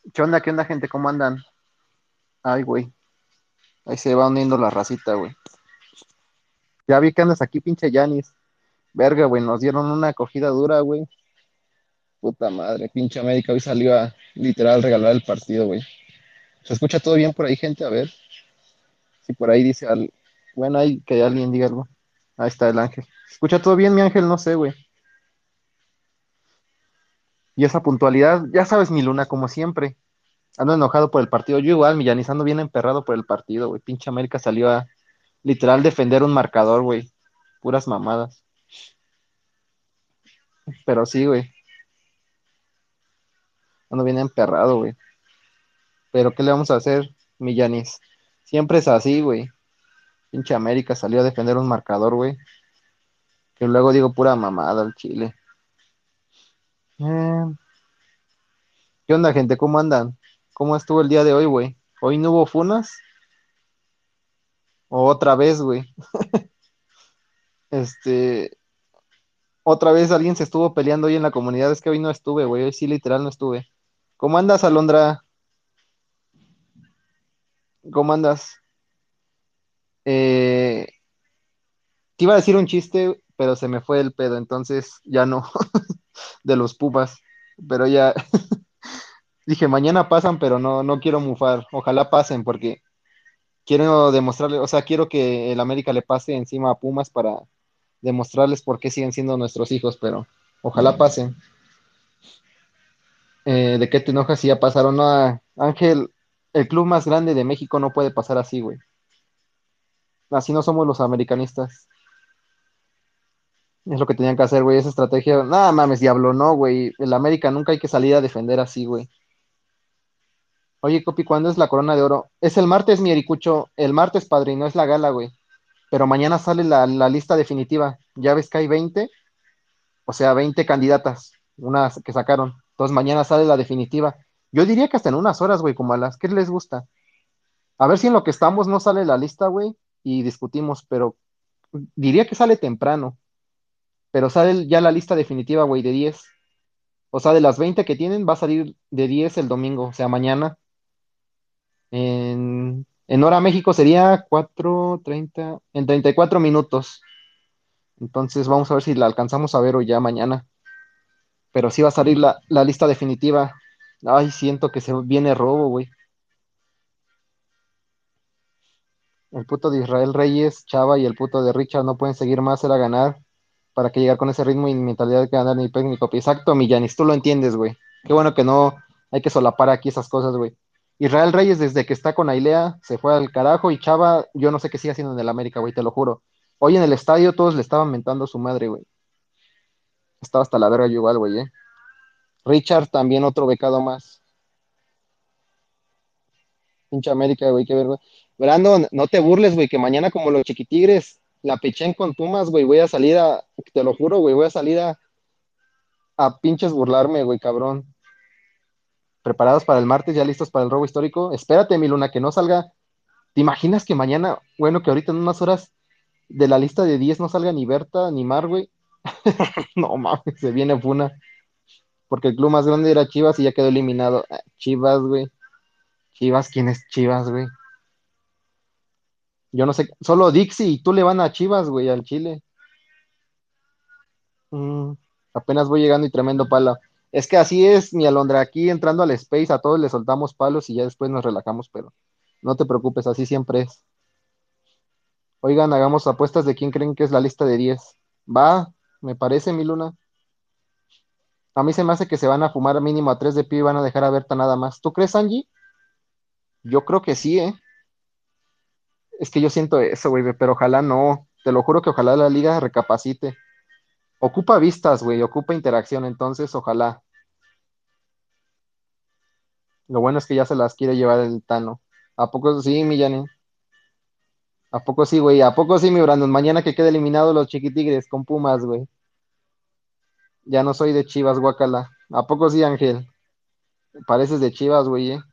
Qué onda, gente? ¿Cómo andan? Ay, güey. Ahí se va uniendo la racita, güey. Ya vi que andas aquí, pinche Yanis. Verga, güey. Nos dieron una acogida dura, güey. Puta madre, pinche América hoy salió a literal regalar el partido, güey. ¿Se escucha todo bien por ahí, gente? A ver si por ahí dice algo. Bueno, ahí que alguien diga algo. Ahí está el ángel. ¿Se escucha todo bien, mi ángel? No sé, güey. Y esa puntualidad, ya sabes, mi luna, como siempre. Ando enojado por el partido. Yo igual, mi Yanis, ando bien emperrado por el partido, güey. Pinche América salió a literal defender un marcador, güey. Puras mamadas. Pero sí, güey. Ando bien emperrado, güey. Pero ¿qué le vamos a hacer, Millanis? Siempre es así, güey. Pinche América salió a defender un marcador, güey. Que luego digo pura mamada al Chile. Eh, ¿Qué onda, gente? ¿Cómo andan? ¿Cómo estuvo el día de hoy, güey? ¿Hoy no hubo funas? ¿O otra vez, güey? Este, otra vez alguien se estuvo peleando hoy en la comunidad. Es que hoy no estuve, güey. Hoy sí, literal, no estuve. ¿Cómo andas, Alondra? ¿Cómo andas? Eh, Te iba a decir un chiste, pero se me fue el pedo, entonces ya no. De los Pumas. Pero ya dije, mañana pasan, pero no quiero mufar. Ojalá pasen, porque quiero demostrarle, o sea, quiero que el América le pase encima a Pumas para demostrarles por qué siguen siendo nuestros hijos, pero ojalá pasen. ¿De qué te enojas si ya pasaron? No, Ángel, el club más grande de México no puede pasar así, güey. Así no somos los americanistas. Es lo que tenían que hacer, güey, esa estrategia. Nada mames, diablo, no, güey. El América nunca hay que salir a defender así, güey. Oye, Copi, ¿cuándo es la corona de oro? Es el martes, mi Ericucho. El martes, padre, no es la gala, güey. Pero mañana sale la lista definitiva. Ya ves que hay 20, o sea, 20 candidatas, unas que sacaron. Entonces mañana sale la definitiva. Yo diría que hasta en unas horas, güey, como a las que les gusta. A ver si en lo que estamos no sale la lista, güey, y discutimos, pero diría que sale temprano. Pero sale ya la lista definitiva, güey, de 10. O sea, de las 20 que tienen, va a salir de 10 el domingo, o sea, mañana. En hora México sería 4:30, en 34 minutos. Entonces vamos a ver si la alcanzamos a ver hoy ya mañana. Pero sí va a salir la lista definitiva. Ay, siento que se viene robo, güey. El puto de Israel Reyes, Chava y el puto de Richard no pueden seguir más, era ganar para que llegar con ese ritmo y mentalidad que ganar ni técnico. Exacto, Millanis, tú lo entiendes, güey. Qué bueno que no hay que solapar aquí esas cosas, güey. Israel Reyes, desde que está con Ailea, se fue al carajo y Chava, yo no sé qué sigue haciendo en el América, güey, te lo juro. Hoy en el estadio todos le estaban mentando a su madre, güey. Estaba hasta la verga yo igual, güey, eh. Richard también otro becado más. Pinche América, güey, qué verga. Brandon, no te burles, güey, que mañana como los chiquitigres la pechen con Pumas, güey, voy a salir te lo juro, güey, voy a salir a pinches burlarme, güey, cabrón. Preparados para el martes, ya listos para el robo histórico. Espérate, mi luna, que no salga. ¿Te imaginas que mañana, bueno, que ahorita en unas horas de la lista de 10 no salga ni Berta ni Mar, güey? No mames, se viene Funa. Porque el club más grande era Chivas y ya quedó eliminado. Chivas, güey. Chivas, ¿quién es Chivas, güey? Yo no sé, solo Dixie y tú le van a Chivas, güey, al Chile. Mm, Apenas voy llegando y tremendo palo. Es que así es, mi Alondra, aquí entrando al Space a todos le soltamos palos y ya después nos relajamos, pero no te preocupes, así siempre es. Oigan, hagamos apuestas de quién creen que es la lista de 10. Va, me parece, mi Luna. A mí se me hace que se van a fumar mínimo a 3 de pie y van a dejar a Berta nada más. ¿Tú crees, Angie? Yo creo que sí, ¿eh? Es que yo siento eso, güey, pero ojalá no. Te lo juro que ojalá la liga recapacite. Ocupa vistas, güey, ocupa interacción, entonces ojalá. Lo bueno es que ya se las quiere llevar el Tano. ¿A poco sí, Millani? ¿A poco sí, güey? ¿A poco sí, mi Brandon? Mañana que quede eliminado los chiquitigres con Pumas, güey. Ya no soy de Chivas, guacala. ¿A poco sí, Ángel? Pareces de Chivas, güey, ¿eh?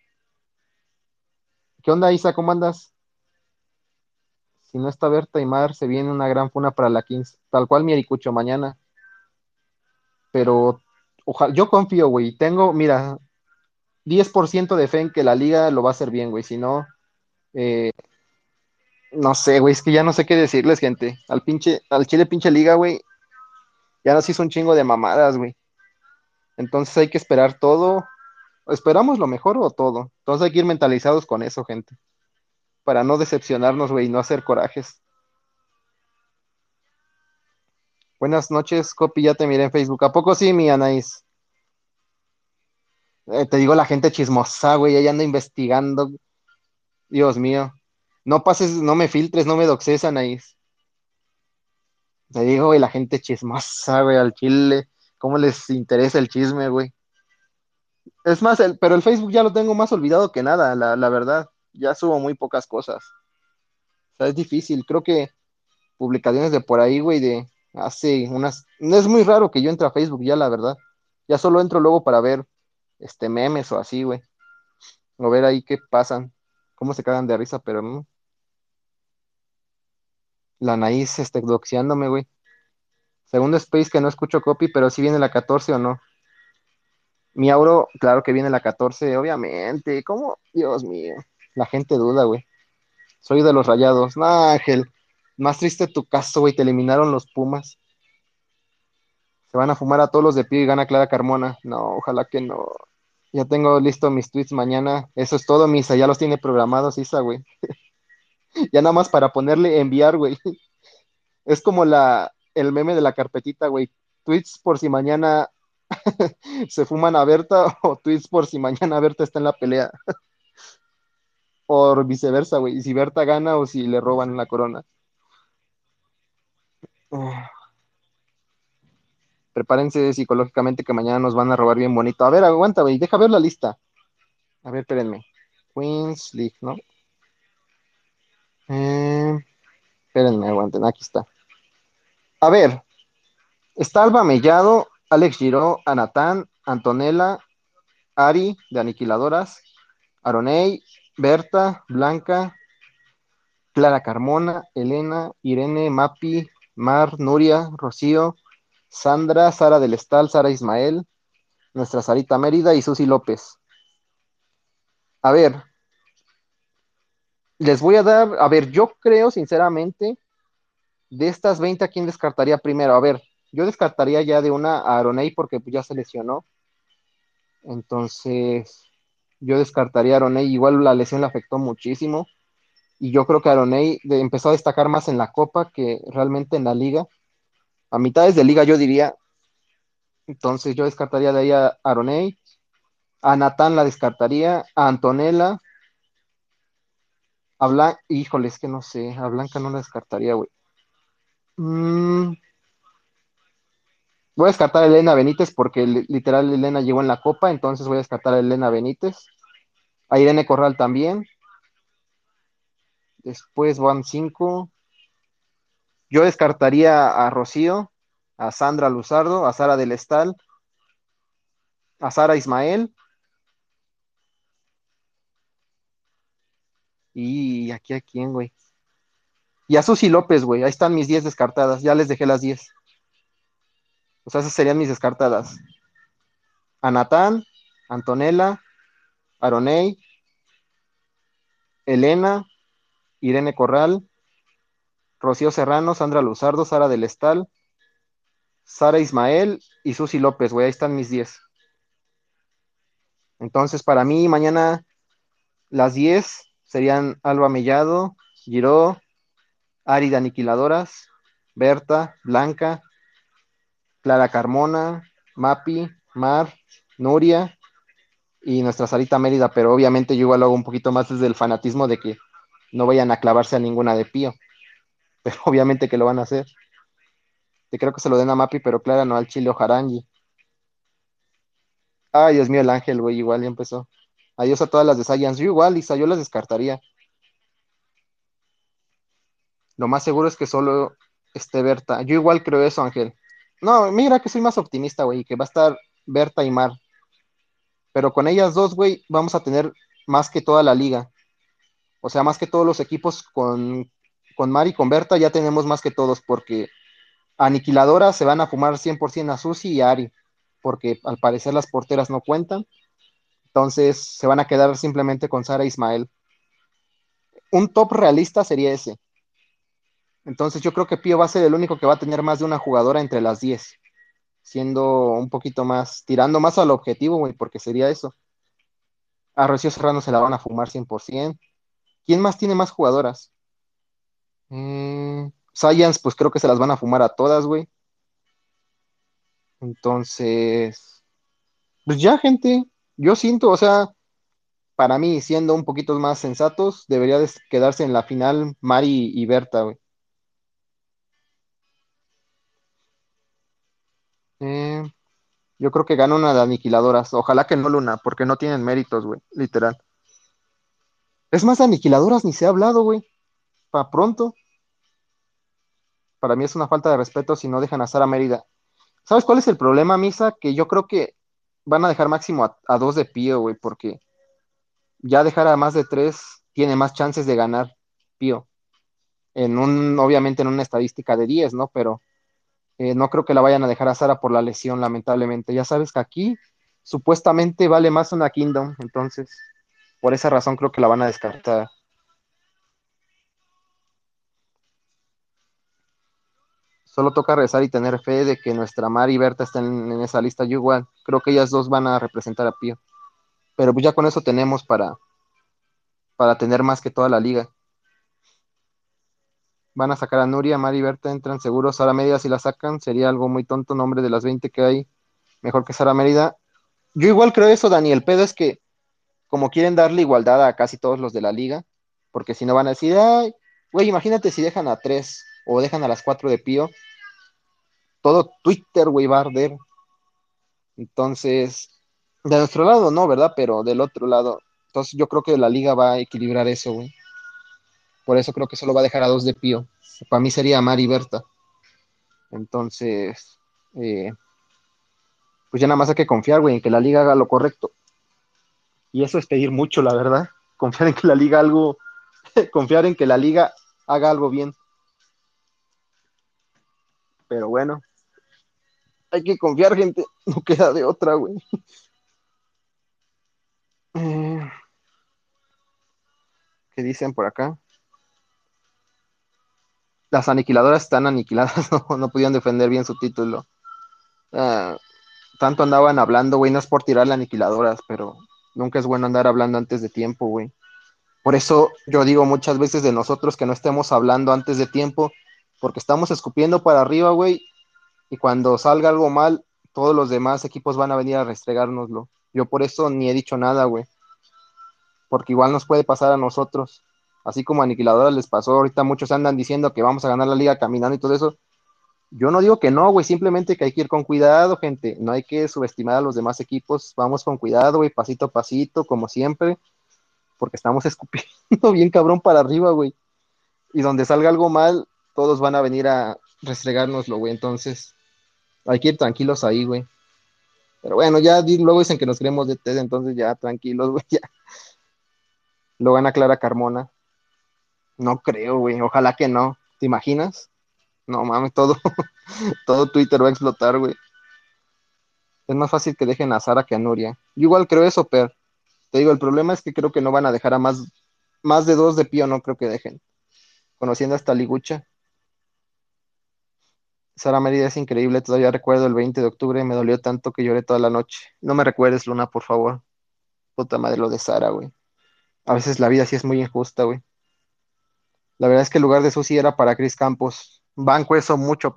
¿Qué onda, Isa? ¿Cómo andas? Si no está Berta y Mar, se viene una gran funa para la 15. Tal cual mi Ericucho mañana. Pero ojalá, yo confío, güey. Mira, 10% de fe en que la liga lo va a hacer bien, güey. Si no, eh, no sé, güey, es que ya no sé qué decirles, gente. Al Chile pinche liga, güey, ya nos hizo un chingo de mamadas, güey. Entonces hay que esperar todo. ¿Esperamos lo mejor o todo? Entonces hay que ir mentalizados con eso, gente. Para no decepcionarnos, güey, y no hacer corajes. Buenas noches, Copi, ya te miré en Facebook. ¿A poco sí, mi Anaís? Te digo, la gente chismosa, güey, ella anda investigando. Dios mío. No pases, no me filtres, no me doxes, Anaís. Te digo, güey, la gente chismosa, güey, al chile. ¿Cómo les interesa el chisme, güey? Es más, pero el Facebook ya lo tengo más olvidado que nada, la verdad. Ya subo muy pocas cosas. O sea, es difícil. Creo que publicaciones de por ahí, güey, de hace unas... No es muy raro que yo entre a Facebook ya, la verdad. Ya solo entro luego para ver memes o así, güey. O ver ahí qué pasan, cómo se cagan de risa, pero la Anaís doxeándome, güey. Segundo Space que no escucho copy, pero si viene la 14 o no. Mi Auro, claro que viene la 14, obviamente. ¿Cómo? Dios mío. La gente duda, güey. Soy de los Rayados. No, Ángel. Más triste tu caso, güey. Te eliminaron los Pumas. Se van a fumar a todos los de pie y gana Clara Carmona. No, ojalá que no. Ya tengo listo mis tweets mañana. Eso es todo, Misa. Ya los tiene programados, Isa, güey. Ya nada más para ponerle enviar, güey. Es como el meme de la carpetita, güey. Tweets por si mañana se fuman a Berta o tweets por si mañana Berta está en la pelea. O viceversa, güey. Y si Berta gana o si le roban la corona. Prepárense psicológicamente que mañana nos van a robar bien bonito. A ver, aguanta, güey. Deja ver la lista. A ver, espérenme. Queens League, ¿no? Espérenme, aguanten. Aquí está. A ver, está Alba Mellado, Alex Giró, Anatán, Antonella, Ari de Aniquiladoras, Aroney, Berta, Blanca, Clara Carmona, Elena, Irene, Mapi, Mar, Nuria, Rocío, Sandra, Sara del Estal, Sara Ismael, nuestra Sarita Mérida y Susi López. A ver, les voy a dar, a ver, yo creo sinceramente, de estas 20, ¿a quién descartaría primero? A ver, yo descartaría ya de una a Aroney porque pues, ya se lesionó. Entonces, yo descartaría a Aroney. Igual la lesión le afectó muchísimo. Y yo creo que Aroney empezó a destacar más en la Copa que realmente en la Liga. A mitades de Liga, yo diría. Entonces, yo descartaría de ahí a Aroney. A Natán la descartaría. A Antonella. A Blanca. Híjole, es que no sé. A Blanca no la descartaría, güey. Mm, Voy a descartar a Elena Benítez porque literal Elena llegó en la Copa. Entonces, voy a descartar a Elena Benítez. A Irene Corral también. Después van 5. Yo descartaría a Rocío, a Sandra Luzardo, a Sara del Estal, a Sara Ismael y aquí a quién, güey. Y a Susi López, güey. Ahí están mis 10 descartadas. Ya les dejé las 10. O sea, esas serían mis descartadas. A Natán, Antonella, Aroney, Elena, Irene Corral, Rocío Serrano, Sandra Luzardo, Sara del Estal, Sara Ismael y Susi López, güey. Ahí están mis 10. Entonces, para mí, mañana las 10 serían Alba Mellado, Giró, Ari de Aniquiladoras, Berta, Blanca, Clara Carmona, Mapi, Mar, Nuria y nuestra Sarita Mérida, pero obviamente yo igual lo hago un poquito más desde el fanatismo de que no vayan a clavarse a ninguna de Pío, pero obviamente que lo van a hacer. Te creo que se lo den a Mapi, pero Clara no al Chile o Jarangi. Ay, Dios mío, el Ángel, güey, igual ya empezó. Adiós a todas las de Science. Yo igual, Isa, yo las descartaría. Lo más seguro es que solo esté Berta. Yo igual creo eso, Ángel. No, mira que soy más optimista, güey, que va a estar Berta y Mar. Pero con ellas dos, güey, vamos a tener más que toda la liga. O sea, más que todos los equipos con Mar y con Berta, ya tenemos más que todos, porque Aniquiladora se van a fumar 100% a Susi y a Ari, porque al parecer las porteras no cuentan. Entonces se van a quedar simplemente con Sara Ismael. Un top realista sería ese. Entonces yo creo que Pío va a ser el único que va a tener más de una jugadora entre las 10, siendo un poquito más, tirando más al objetivo, güey, porque sería eso. A Rocío Serrano se la van a fumar 100%. ¿Quién más tiene más jugadoras? Science, pues creo que se las van a fumar a todas, güey. Entonces, pues ya, gente, yo siento, o sea, para mí, siendo un poquito más sensatos, debería de quedarse en la final Mari y Berta, güey. Eh, yo creo que gana una de aniquiladoras. Ojalá que no Luna, porque no tienen méritos, güey, literal. Es más, de aniquiladoras ni se ha hablado, güey. Para pronto, para mí es una falta de respeto si no dejan a Sara Mérida. ¿Sabes cuál es el problema, Misa? Que yo creo que van a dejar máximo a dos de Pío, güey, porque ya dejar a más de tres tiene más chances de ganar Pío. Obviamente en una estadística de 10, ¿no? Pero no creo que la vayan a dejar a Sara por la lesión, lamentablemente. Ya sabes que aquí supuestamente vale más una Kingdom, entonces por esa razón creo que la van a descartar. Solo toca rezar y tener fe de que nuestra Mari y Berta estén en esa lista. Yo igual, creo que ellas dos van a representar a Pío. Pero pues ya con eso tenemos para tener más que toda la liga. Van a sacar a Nuria, Mari y Berta entran seguros. Sara Mérida, si la sacan, sería algo muy tonto. Nombre de las 20 que hay, mejor que Sara Mérida. Yo igual creo eso, Dani. El pedo es que, como quieren darle igualdad a casi todos los de la liga, porque si no van a decir, ay, güey, imagínate si dejan a tres o dejan a las cuatro de Pío, todo Twitter, güey, va a arder. Entonces, de nuestro lado no, ¿verdad? Pero del otro lado, entonces yo creo que la liga va a equilibrar eso, güey. Por eso creo que solo va a dejar a dos de Pío. Para mí sería Mari y Berta. Entonces, eh, pues ya nada más hay que confiar, güey, en que la liga haga lo correcto. Y eso es pedir mucho, la verdad. Confiar en que la liga algo, confiar en que la liga haga algo bien. Pero bueno, hay que confiar, gente. No queda de otra, güey. Eh, ¿Qué dicen por acá? Las aniquiladoras están aniquiladas, no pudieron defender bien su título. Ah, tanto andaban hablando, güey, no es por tirarle aniquiladoras, pero nunca es bueno andar hablando antes de tiempo, güey. Por eso yo digo muchas veces de nosotros que no estemos hablando antes de tiempo, porque estamos escupiendo para arriba, güey, y cuando salga algo mal, todos los demás equipos van a venir a restregárnoslo. Yo por eso ni he dicho nada, güey, porque igual nos puede pasar a nosotros. Así como a Aniquiladora les pasó, ahorita muchos andan diciendo que vamos a ganar la liga caminando y todo eso. Yo no digo que no, güey, simplemente que hay que ir con cuidado, gente. No hay que subestimar a los demás equipos. Vamos con cuidado, güey, pasito a pasito, como siempre, porque estamos escupiendo bien cabrón para arriba, güey. Y donde salga algo mal, todos van a venir a restregárnoslo, güey. Entonces, hay que ir tranquilos ahí, güey. Pero bueno, ya luego dicen que nos creemos de TED, entonces ya tranquilos, güey. Ya. Lo gana Clara Carmona. No creo, güey. Ojalá que no. ¿Te imaginas? No mames, todo, todo Twitter va a explotar, güey. Es más fácil que dejen a Sara que a Nuria. Yo igual creo eso, pero te digo, el problema es que creo que no van a dejar a más de dos de Pío, no creo que dejen. Conociendo hasta Ligucha. Sara Mérida es increíble, todavía recuerdo el 20 de octubre, me dolió tanto que lloré toda la noche. No me recuerdes, Luna, por favor. Puta madre lo de Sara, güey. A veces la vida sí es muy injusta, güey. La verdad es que el lugar de Susi era para Chris Campos. Banco eso mucho,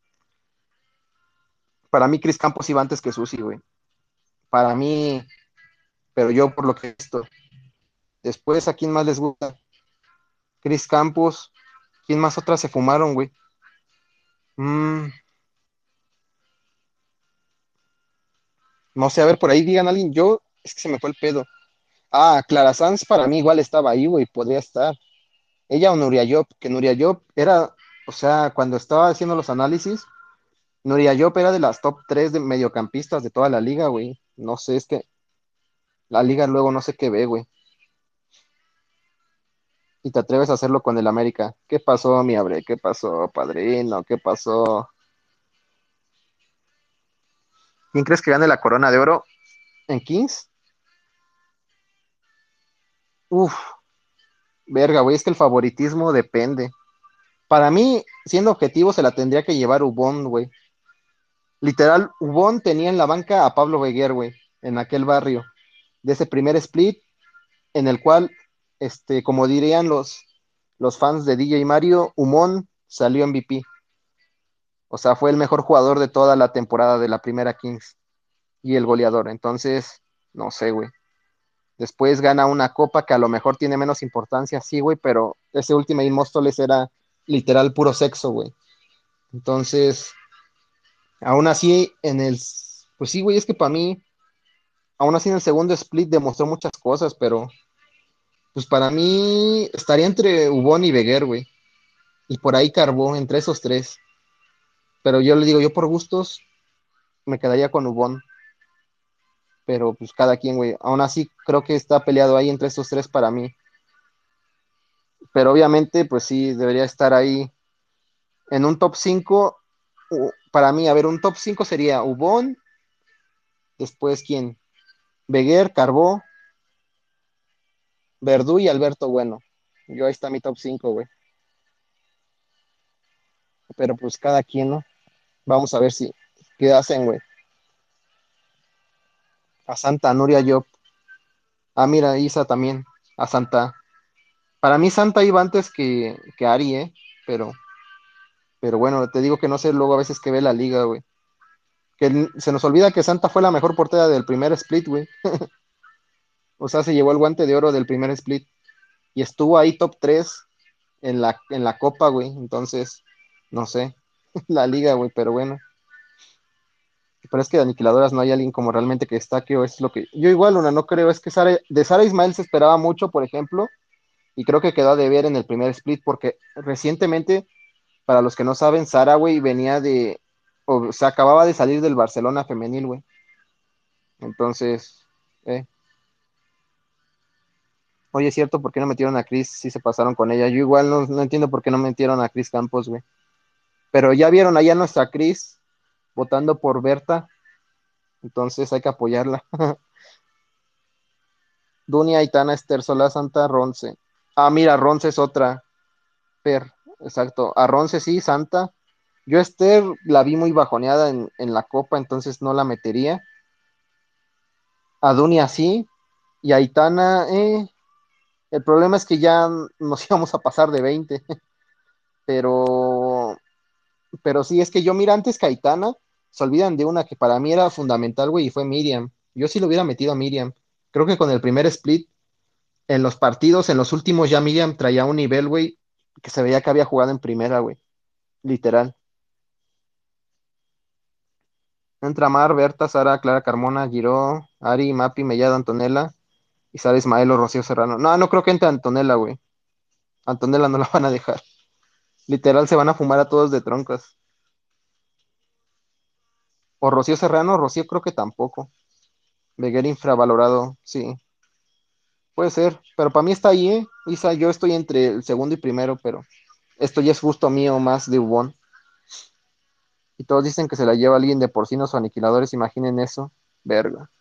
para mí Chris Campos iba antes que Susi, güey. Para mí, pero yo por lo que he visto. Después, ¿a quién más les gusta? Chris Campos. ¿Quién más otras se fumaron, güey? Mm, no sé, a ver, por ahí digan alguien. Yo, es que se me fue el pedo. Ah, Clara Sanz para mí igual estaba ahí, güey, podría estar. Ella o Nuria Llop, que Nuria Llop era, o sea, cuando estaba haciendo los análisis, Nuria Llop era de las top 3 de mediocampistas de toda la liga, güey. No sé, es que la liga luego no sé qué ve, güey. Y te atreves a hacerlo con el América. ¿Qué pasó, mi abre? ¿Qué pasó, padrino? ¿Qué pasó? ¿Quién crees que gane la corona de oro en Kings? Uf, verga, güey, es que el favoritismo depende. Para mí, siendo objetivo, se la tendría que llevar Ubón, güey. Literal, Ubón tenía en la banca a Pablo Veguer, güey, en aquel barrio, de ese primer split, en el cual, como dirían los fans de DJ Mario, Humón salió MVP. O sea, fue el mejor jugador de toda la temporada de la primera Kings y el goleador. Entonces, no sé, güey. Después gana una copa que a lo mejor tiene menos importancia, sí, güey, pero ese Ultimate Móstoles era literal puro sexo, güey. Entonces, aún así, pues sí, güey, es que para mí, aún así en el segundo split demostró muchas cosas, pero pues para mí estaría entre Ubón y Veguer, güey. Y por ahí Carbó, entre esos tres. Pero yo le digo, yo por gustos me quedaría con Ubón. Pero pues cada quien, güey. Aún así creo que está peleado ahí entre estos tres para mí. Pero obviamente, pues sí, debería estar ahí en un top 5. Para mí, a ver, un top 5 sería Ubón, después quién, Beguer, Carbó, Verdú y Alberto Bueno. Yo ahí está mi top 5, güey. Pero pues cada quien, ¿no? Vamos a ver si, qué hacen, güey. A Santa Nuria Job. Ah, mira, Isa también. A Santa. Para mí Santa iba antes que Ari, ¿eh? Pero bueno, te digo que no sé luego a veces que ve la liga, güey. Se nos olvida que Santa fue la mejor portera del primer split, güey. O sea, se llevó el guante de oro del primer split y estuvo ahí top 3 en la copa, güey. Entonces, no sé, la liga, güey, pero bueno. Pero es que de aniquiladoras no hay alguien como realmente que destaque, o es lo que. Yo igual, una no creo, es que de Sara Ismael se esperaba mucho, por ejemplo, y creo que quedó a deber en el primer split, porque recientemente, para los que no saben, Sara, güey, venía o se acababa de salir del Barcelona femenil, güey. Entonces, eh. Oye, es cierto, ¿por qué no metieron a Chris si se pasaron con ella? Yo igual no entiendo por qué no metieron a Chris Campos, güey. Pero ya vieron allá nuestra Chris votando por Berta, entonces hay que apoyarla. Dunia, Aitana, Esther, Sola, Santa, Ronce. Ah, mira, Ronce es otra. Per, exacto. A Ronce sí, Santa. Yo a Esther la vi muy bajoneada en la copa, entonces no la metería. A Dunia sí. Y a Aitana, el problema es que ya nos íbamos a pasar de 20. Pero sí, es que yo, mira, antes que Aitana, se olvidan de una que para mí era fundamental, güey, y fue Miriam. Yo sí lo hubiera metido a Miriam. Creo que con el primer split, en los partidos, en los últimos, ya Miriam traía un nivel, güey, que se veía que había jugado en primera, güey. Literal. Entra Mar, Berta, Sara, Clara Carmona, Giró, Ari, Mapi, Mellado, Antonella y Sara Ismael o Rocío Serrano. No, no creo que entre Antonella, güey. Antonella no la van a dejar. Literal, se van a fumar a todos de troncas. O Rocío Serrano, Rocío creo que tampoco. Veguer infravalorado, sí. Puede ser, pero para mí está ahí, ¿eh? Isa, yo estoy entre el segundo y primero, pero esto ya es gusto mío más de Ubón. Y todos dicen que se la lleva alguien de porcinos o aniquiladores, imaginen eso. Verga.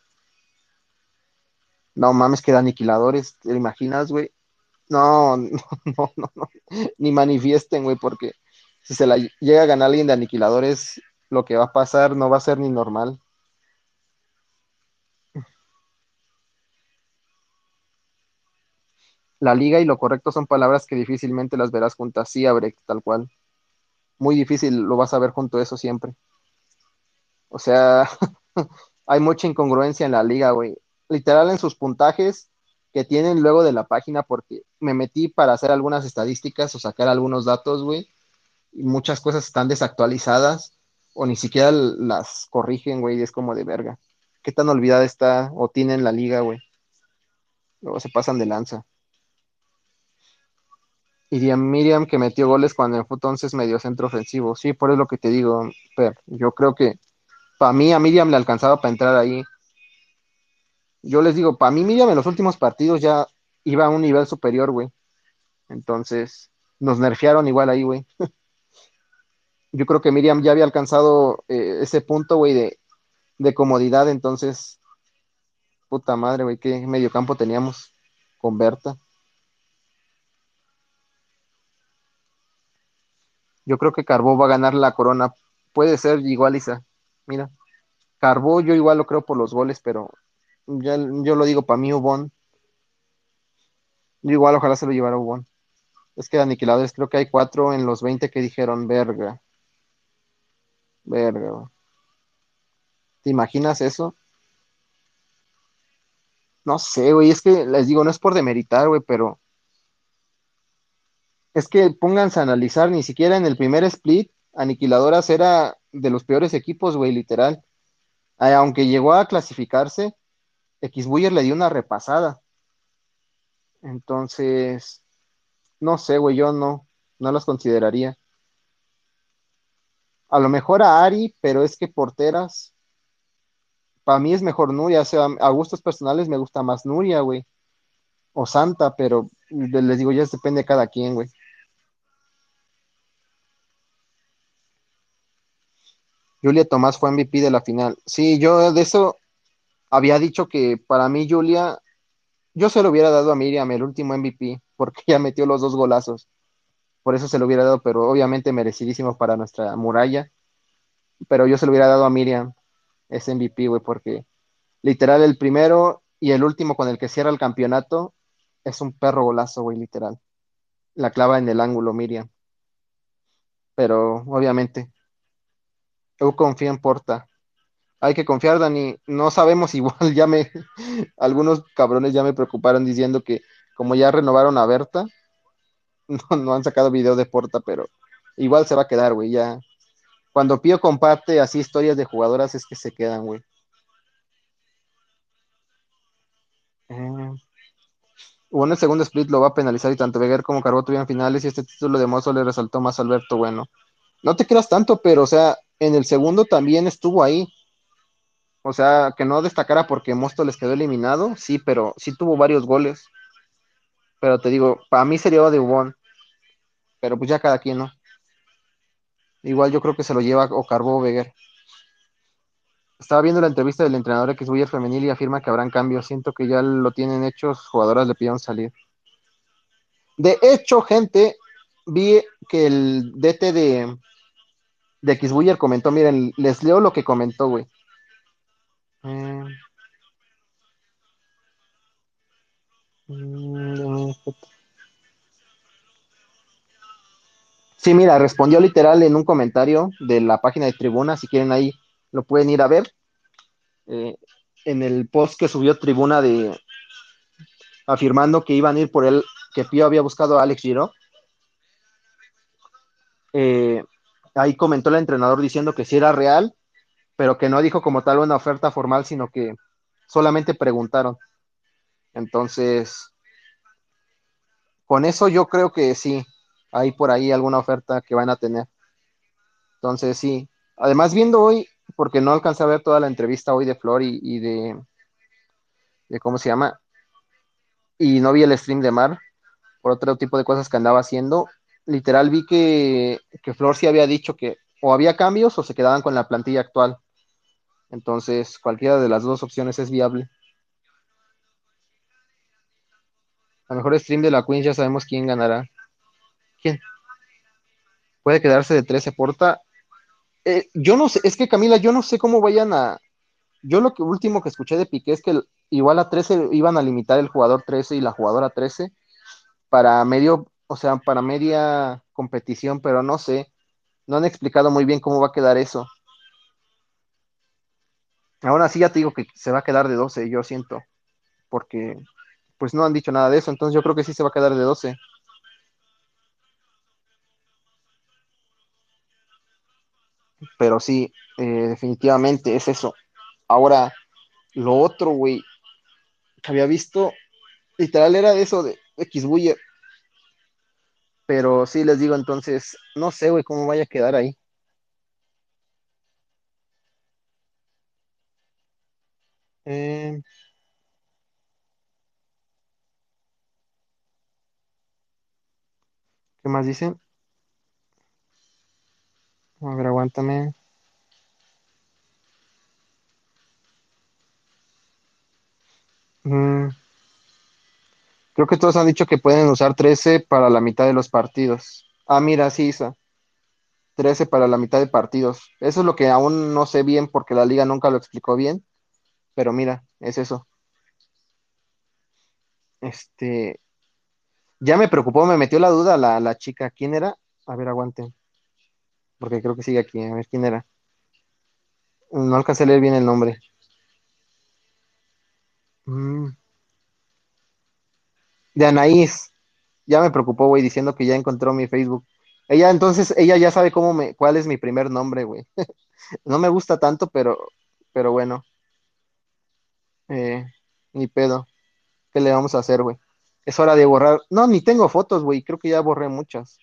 No mames, que de aniquiladores, ¿te imaginas, güey? No, no. Ni manifiesten, güey, porque si se la llega a ganar alguien de aniquiladores, lo que va a pasar no va a ser ni normal. La liga y lo correcto son palabras que difícilmente las verás juntas. Sí, Abre, tal cual. Muy difícil lo vas a ver junto a eso siempre. O sea, hay mucha incongruencia en la liga, güey. Literal en sus puntajes que tienen luego de la página, porque me metí para hacer algunas estadísticas o sacar algunos datos, güey, y muchas cosas están desactualizadas o ni siquiera las corrigen, güey, y es como de verga. ¿Qué tan olvidada está o tienen la liga, güey? Luego se pasan de lanza. Y Miriam que metió goles cuando en fut 11 es medio centro ofensivo. Sí, por eso es lo que te digo, Per. Yo creo que para mí a Miriam le alcanzaba para entrar ahí. Yo les digo, para mí Miriam en los últimos partidos ya iba a un nivel superior, güey. Entonces, nos nerfearon igual ahí, güey. Yo creo que Miriam ya había alcanzado ese punto, güey, de comodidad. Entonces, puta madre, güey, qué mediocampo teníamos. con Berta. Yo creo que Carbó va a ganar la corona. Puede ser igual, Isa. Mira, Carbó yo igual lo creo por los goles, pero ya, yo lo digo para mí, Ubón. Yo igual ojalá se lo llevara Ubón. Es que de aniquiladores creo que hay cuatro en los 20 que dijeron, verga, verga. ¿Te imaginas eso? No sé, güey, es que les digo, no es por demeritar, güey, pero es que pónganse a analizar, ni siquiera en el primer split, Aniquiladoras era de los peores equipos, güey, literal. Aunque llegó a clasificarse, Xbuyer le dio una repasada. Entonces, no sé, güey, yo no los consideraría. A lo mejor a Ari, pero es que porteras, para mí es mejor Nuria, o sea, a gustos personales me gusta más Nuria, güey, o Santa, pero les digo, ya depende de cada quien, güey. Julia Tomás fue MVP de la final. Sí, yo de eso había dicho que para mí Julia, yo se lo hubiera dado a Miriam el último MVP, porque ya metió los dos golazos. Por eso se lo hubiera dado, pero obviamente merecidísimo para nuestra muralla. Pero yo se lo hubiera dado a Miriam ese MVP, güey, porque literal el primero y el último con el que cierra el campeonato es un perro golazo, güey, literal. La clava en el ángulo, Miriam. Pero obviamente, yo confío en Porta. Hay que confiar, Dani. No sabemos, igual algunos cabrones ya me preocuparon diciendo que como ya renovaron a Berta, no han sacado video de Porta, pero igual se va a quedar, güey, ya. Cuando Pío comparte así historias de jugadoras es que se quedan, güey. Eh, Bueno, el segundo split lo va a penalizar y tanto Veguer como Carbó tuvieron finales y este título de Mozo le resaltó más a Alberto Bueno. No te creas tanto, pero o sea, en el segundo también estuvo ahí. O sea, que no destacara porque Mosto les quedó eliminado, sí, pero sí tuvo varios goles. Pero te digo, para mí sería de Ubón, pero pues ya cada quien, ¿no? Igual yo creo que se lo lleva o Carbó o Veguer. Estaba viendo la entrevista del entrenador X Buyer femenil y afirma que habrán cambios. Siento que ya lo tienen hecho, sus jugadoras le pidieron salir. De hecho, gente, vi que el DT de Xbuyer comentó, miren, les leo lo que comentó, güey. Eh, mm, sí, mira, respondió literal en un comentario de la página de Tribuna, si quieren ahí lo pueden ir a ver. Eh, en el post que subió Tribuna de afirmando que iban a ir por él, que Pío había buscado a Alex Giro, eh, ahí comentó el entrenador diciendo que sí era real, pero que no dijo como tal una oferta formal, sino que solamente preguntaron. Entonces, con eso yo creo que sí, hay por ahí alguna oferta que van a tener. Entonces, sí. Además, viendo hoy, porque no alcancé a ver toda la entrevista hoy de Flor y de cómo se llama, y no vi el stream de Mar por otro tipo de cosas que andaba haciendo, literal vi que Flor sí había dicho que o había cambios o se quedaban con la plantilla actual. Entonces, cualquiera de las dos opciones es viable. A lo mejor stream de la Queen ya sabemos quién ganará. ¿Quién? Puede quedarse de 13 porta. Yo no sé, es que Camila, yo no sé cómo vayan a. Yo lo que último que escuché de Piqué es que igual a 13 iban a limitar el jugador 13 y la jugadora 13 para medio, o sea, para media competición, pero no sé, no han explicado muy bien cómo va a quedar eso. Ahora sí ya te digo que se va a quedar de 12, yo siento, porque pues no han dicho nada de eso, entonces yo creo que sí se va a quedar de 12, pero sí, definitivamente es eso. Ahora, lo otro, güey, que había visto, literal era de eso de Xbuyer, pero sí les digo, entonces, no sé, güey, cómo vaya a quedar ahí. Eh, ¿Qué más dicen? A ver, aguántame. Mm, Creo que todos han dicho que pueden usar 13 para la mitad de los partidos. Ah, mira, sí, Isa, 13 para la mitad de partidos. Eso es lo que aún no sé bien porque la liga nunca lo explicó bien, pero mira, es eso. Este, ya me preocupó, me metió la duda la chica. ¿Quién era? A ver, aguante, porque creo que sigue aquí. A ver, ¿quién era? No alcancé a leer bien el nombre. Mm, de Anaís. Ya me preocupó, güey, diciendo que ya encontró mi Facebook. Ella, entonces, ella ya sabe cuál es mi primer nombre, güey. No me gusta tanto, pero bueno, eh, ni pedo. ¿Qué le vamos a hacer, güey? Es hora de borrar. No, ni tengo fotos, güey. Creo que ya borré muchas.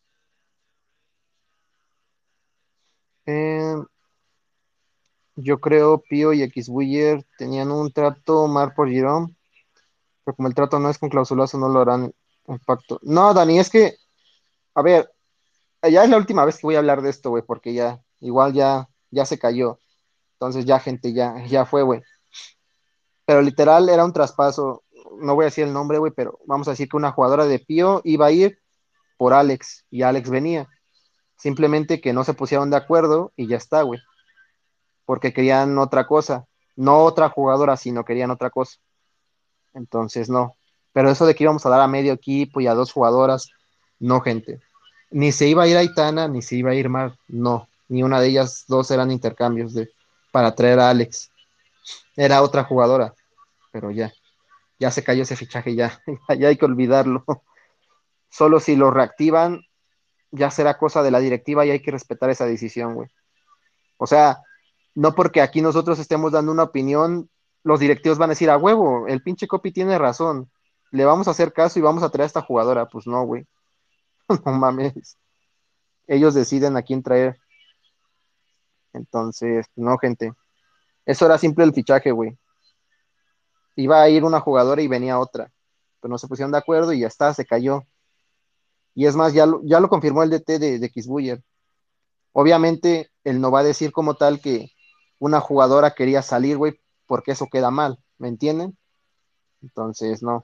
Eh, yo creo Pío y Xbuyer tenían un trato Mar por Girón, pero como el trato no es con clausulazo, no lo harán un pacto. No, Dani, es que, a ver, ya es la última vez que voy a hablar de esto, güey, porque ya, igual ya se cayó. Entonces ya, gente, ya fue, güey. Pero literal era un traspaso, no voy a decir el nombre, güey, pero vamos a decir que una jugadora de Pío iba a ir por Alex y Alex venía. Simplemente que no se pusieron de acuerdo y ya está, güey, porque querían otra cosa, no otra jugadora, sino querían otra cosa. Entonces, no. Pero eso de que íbamos a dar a medio equipo y a dos jugadoras, no, gente. Ni se iba a ir Aitana, ni se iba a ir Mar, no. Ni una de ellas dos eran intercambios para traer a Alex. Era otra jugadora, pero ya se cayó ese fichaje, ya hay que olvidarlo. Solo si lo reactivan, ya será cosa de la directiva y hay que respetar esa decisión, güey. O sea, no porque aquí nosotros estemos dando una opinión, los directivos van a decir, a huevo, el pinche Copy tiene razón, le vamos a hacer caso y vamos a traer a esta jugadora. Pues no, güey, no mames. Ellos deciden a quién traer. Entonces, no, gente. Eso era simple el fichaje, güey. Iba a ir una jugadora y venía otra. Pero no se pusieron de acuerdo y ya está, se cayó. Y es más, ya lo confirmó el DT de Kisbuyer. Obviamente, él no va a decir como tal que una jugadora quería salir, güey, porque eso queda mal, ¿me entienden? Entonces, no.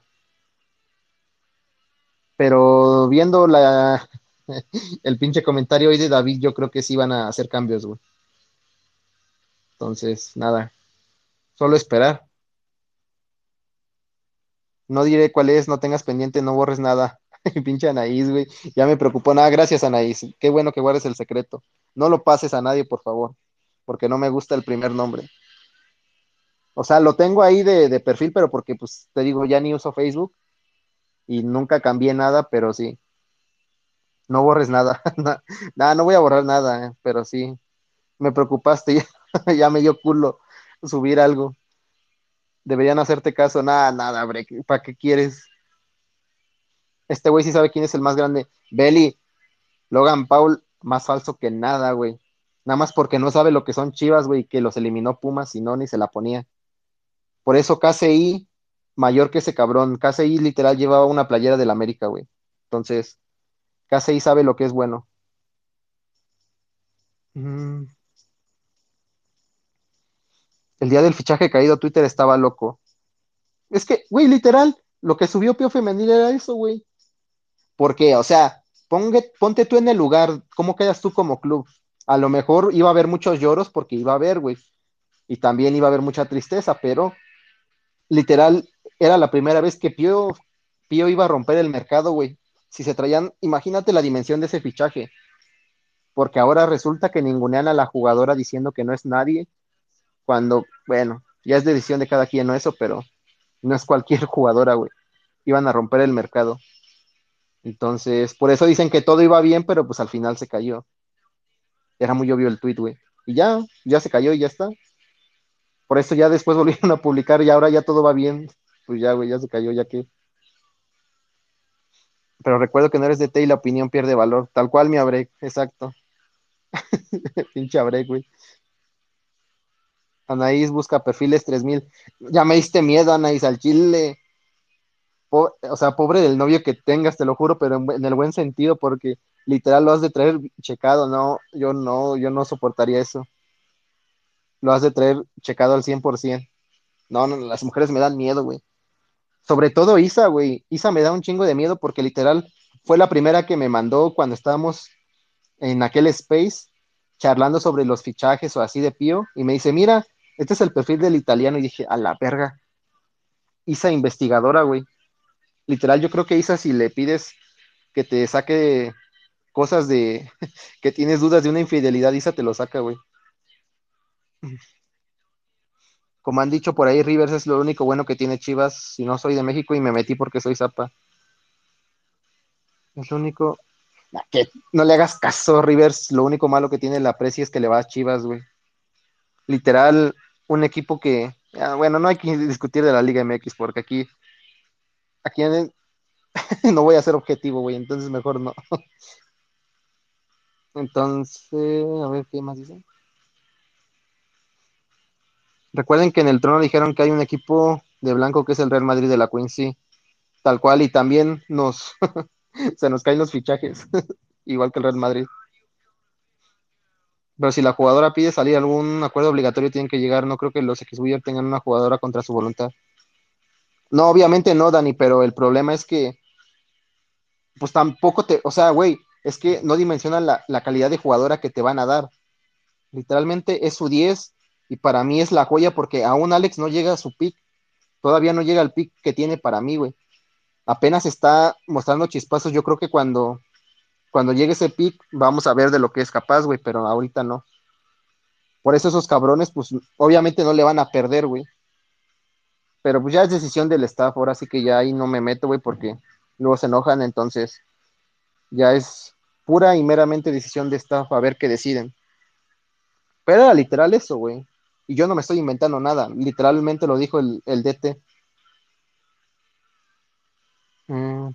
Pero viendo el pinche comentario hoy de David, yo creo que sí van a hacer cambios, güey. Entonces, nada, solo esperar. No diré cuál es, no tengas pendiente, no borres nada. Pinche Anaís, güey. Ya me preocupó. Nada, gracias, Anaís. Qué bueno que guardes el secreto. No lo pases a nadie, por favor, porque no me gusta el primer nombre. O sea, lo tengo ahí de perfil, pero porque, pues, te digo, ya ni uso Facebook y nunca cambié nada, pero sí, no borres nada. Nada, no voy a borrar nada, pero sí, me preocupaste, ya me dio culo subir algo. Deberían hacerte caso. Nada, nada, bre, ¿para qué quieres? Este güey sí sabe quién es el más grande. Belly, Logan Paul, más falso que nada, güey. Nada más porque no sabe lo que son Chivas, güey, que los eliminó Pumas y no, ni se la ponía. Por eso KCI, mayor que ese cabrón. KCI literal llevaba una playera del América, güey. Entonces, KCI sabe lo que es bueno. Mm, el día del fichaje caído, Twitter estaba loco. Es que, güey, literal, lo que subió Pío Femenil era eso, güey. Porque, o sea, ponte tú en el lugar, ¿cómo quedas tú como club? A lo mejor iba a haber muchos lloros porque iba a haber, güey. Y también iba a haber mucha tristeza, pero literal, era la primera vez que Pío iba a romper el mercado, güey. Si se traían, imagínate la dimensión de ese fichaje, porque ahora resulta que ningunean a la jugadora diciendo que no es nadie, cuando, bueno, ya es decisión de cada quien, no eso, pero no es cualquier jugadora, güey. Iban a romper el mercado. Entonces, por eso dicen que todo iba bien, pero pues al final se cayó. Era muy obvio el tweet, güey. Y ya se cayó y ya está. Por eso ya después volvieron a publicar y ahora ya todo va bien. Pues ya, güey, ya se cayó, ya que. Pero recuerdo que no eres de T y la opinión pierde valor. Tal cual mi Abrek, exacto. Pinche Abrek, güey. Anaís busca perfiles 3000. Ya me diste miedo, Anaís, al chile. O sea, pobre del novio que tengas, te lo juro, pero en el buen sentido, porque literal lo has de traer checado, no, yo no soportaría eso. Lo has de traer checado al 100%. No, no, las mujeres me dan miedo, güey. Sobre todo Isa, güey. Isa me da un chingo de miedo porque literal fue la primera que me mandó cuando estábamos en aquel space charlando sobre los fichajes o así de Pío y me dice, mira, este es el perfil del italiano y dije, a la verga, Isa investigadora, güey. Literal, yo creo que Isa si le pides que te saque cosas de que tienes dudas de una infidelidad, Isa te lo saca, güey. Como han dicho por ahí, Rivers es lo único bueno que tiene Chivas. Si no soy de México y me metí porque soy Zapa. Es lo único. Nah, que no le hagas caso, Rivers. Lo único malo que tiene la Presi es que le va a Chivas, güey. Literal, un equipo que. Bueno, no hay que discutir de la Liga MX porque aquí no voy a ser objetivo, güey. Entonces mejor no. Entonces, a ver qué más dice. Recuerden que en el trono dijeron que hay un equipo de blanco que es el Real Madrid de la Quincy, tal cual, y también se nos caen los fichajes, igual que el Real Madrid. Pero si la jugadora pide salir, algún acuerdo obligatorio tienen que llegar. No creo que los Xbuyer tengan una jugadora contra su voluntad. No, obviamente no, Dani, pero el problema es que, pues tampoco o sea, güey, es que no dimensionan la calidad de jugadora que te van a dar. Literalmente es su 10 y para mí es la joya porque aún Alex no llega a su pick. Todavía no llega al pick que tiene para mí, güey. Apenas está mostrando chispazos. Yo creo que cuando llegue ese pick vamos a ver de lo que es capaz, güey, pero ahorita no. Por eso esos cabrones, pues obviamente no le van a perder, güey. Pero pues ya es decisión del staff, ahora sí que ya ahí no me meto, güey, porque luego se enojan, entonces ya es pura y meramente decisión de staff a ver qué deciden. Pero era literal eso, güey. Y yo no me estoy inventando nada, literalmente lo dijo el DT. Mm,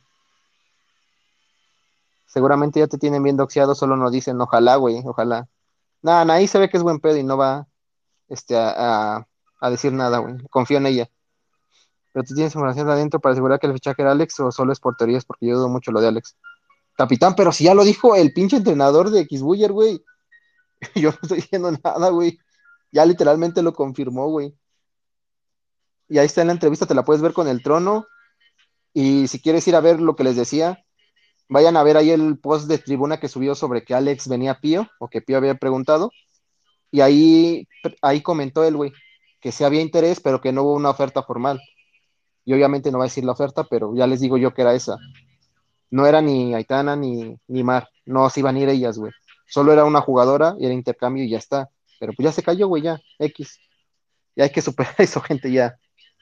seguramente ya te tienen bien doxeado, solo nos dicen ojalá, güey, ojalá. Nada, ahí se ve que es buen pedo y no va este, a decir nada, güey. Confío en ella. Pero tú tienes información de adentro para asegurar que el fichaje era Alex o solo es por teorías, porque yo dudo mucho lo de Alex. Capitán, pero si ya lo dijo el pinche entrenador de Xbuyer, güey. Yo no estoy diciendo nada, güey. Ya literalmente lo confirmó, güey. Y ahí está en la entrevista, te la puedes ver con el trono. Y si quieres ir a ver lo que les decía, vayan a ver ahí el post de tribuna que subió sobre que Alex venía Pío, o que Pío había preguntado. Y ahí comentó él, güey, que sí había interés, pero que no hubo una oferta formal. Y obviamente no va a decir la oferta, pero ya les digo yo que era esa. No era ni Aitana ni Mar, no se iban a ir ellas, güey. Solo era una jugadora y era intercambio y ya está. Pero pues ya se cayó, güey, ya, X. Ya hay que superar eso, gente, ya.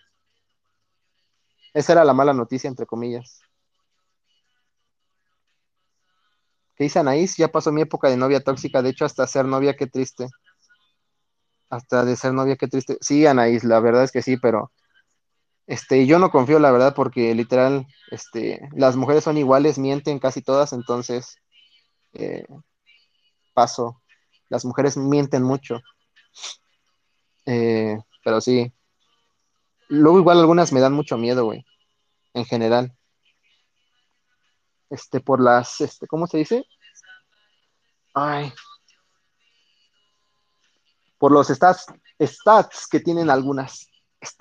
Esa era la mala noticia, entre comillas. ¿Qué dice Anaís? Ya pasó mi época de novia tóxica, de hecho, hasta ser novia, qué triste. Hasta de ser novia, qué triste. Sí, Anaís, la verdad es que sí, pero yo no confío, la verdad, porque literal, las mujeres son iguales, mienten casi todas, entonces eh, paso. Las mujeres mienten mucho, pero sí. Luego igual algunas me dan mucho miedo, güey, en general. Por ¿cómo se dice? Ay, por los stats que tienen algunas.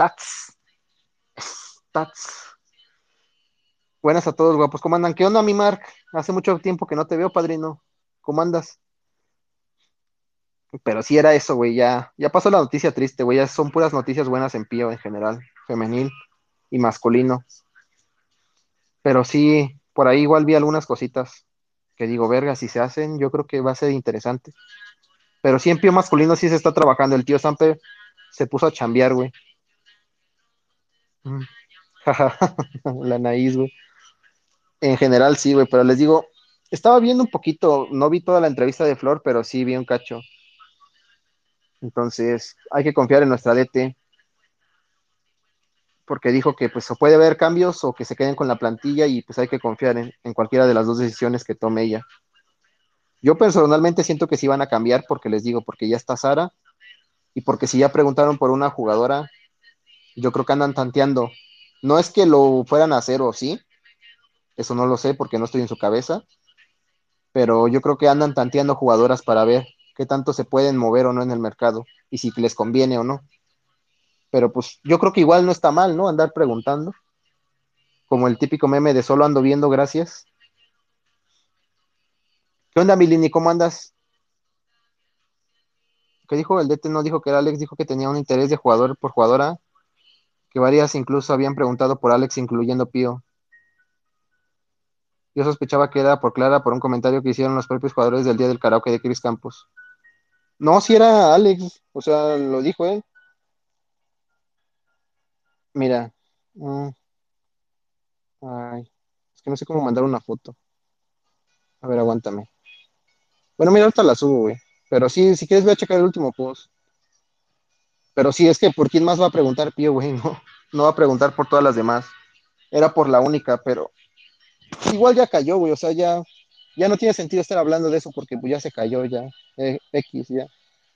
Stats. Buenas a todos, guapos. ¿Cómo andan? ¿Qué onda, mi Mark? Hace mucho tiempo que no te veo, padrino. ¿Cómo andas? Pero sí era eso, güey. Ya pasó la noticia triste, güey. Ya son puras noticias buenas en Pío en general, femenil y masculino. Pero sí, por ahí igual vi algunas cositas que digo, verga, si se hacen, yo creo que va a ser interesante. Pero sí en Pío masculino sí se está trabajando. El tío Samper se puso a chambear, güey. Mm. La Anaís, güey. En general sí, güey, pero les digo, estaba viendo un poquito, no vi toda la entrevista de Flor, pero sí vi un cacho. Entonces, hay que confiar en nuestra DT, porque dijo que pues o puede haber cambios o que se queden con la plantilla y pues hay que confiar en cualquiera de las dos decisiones que tome ella. Yo personalmente siento que sí van a cambiar porque les digo, porque ya está Sara y porque si ya preguntaron por una jugadora, yo creo que andan tanteando. No es que lo fueran a hacer o sí, eso no lo sé porque no estoy en su cabeza, pero yo creo que andan tanteando jugadoras para ver qué tanto se pueden mover o no en el mercado y si les conviene o no. Pero pues yo creo que igual no está mal, ¿no? Andar preguntando. como el típico meme de solo ando viendo, gracias. ¿Qué onda, Milini? ¿Cómo andas? ¿Qué dijo? El DT no dijo que era Alex, dijo que tenía un interés de jugador por jugadora, que varias incluso habían preguntado por Alex, incluyendo Pío. Yo sospechaba que era por Clara por un comentario que hicieron los propios jugadores del día del karaoke de Chris Campos. No, si era Alex, o sea, lo dijo él. Mira, mm, ay, es que no sé cómo mandar una foto. A ver, aguántame. Bueno, mira, ahorita la subo, güey. Pero sí, si quieres, voy a checar el último post. Pero sí, es que ¿por quién más va a preguntar Pío, güey? No, no va a preguntar por todas las demás. Era por la única, pero igual ya cayó, güey. O sea, ya no tiene sentido estar hablando de eso porque pues, ya se cayó, ya. X, ya.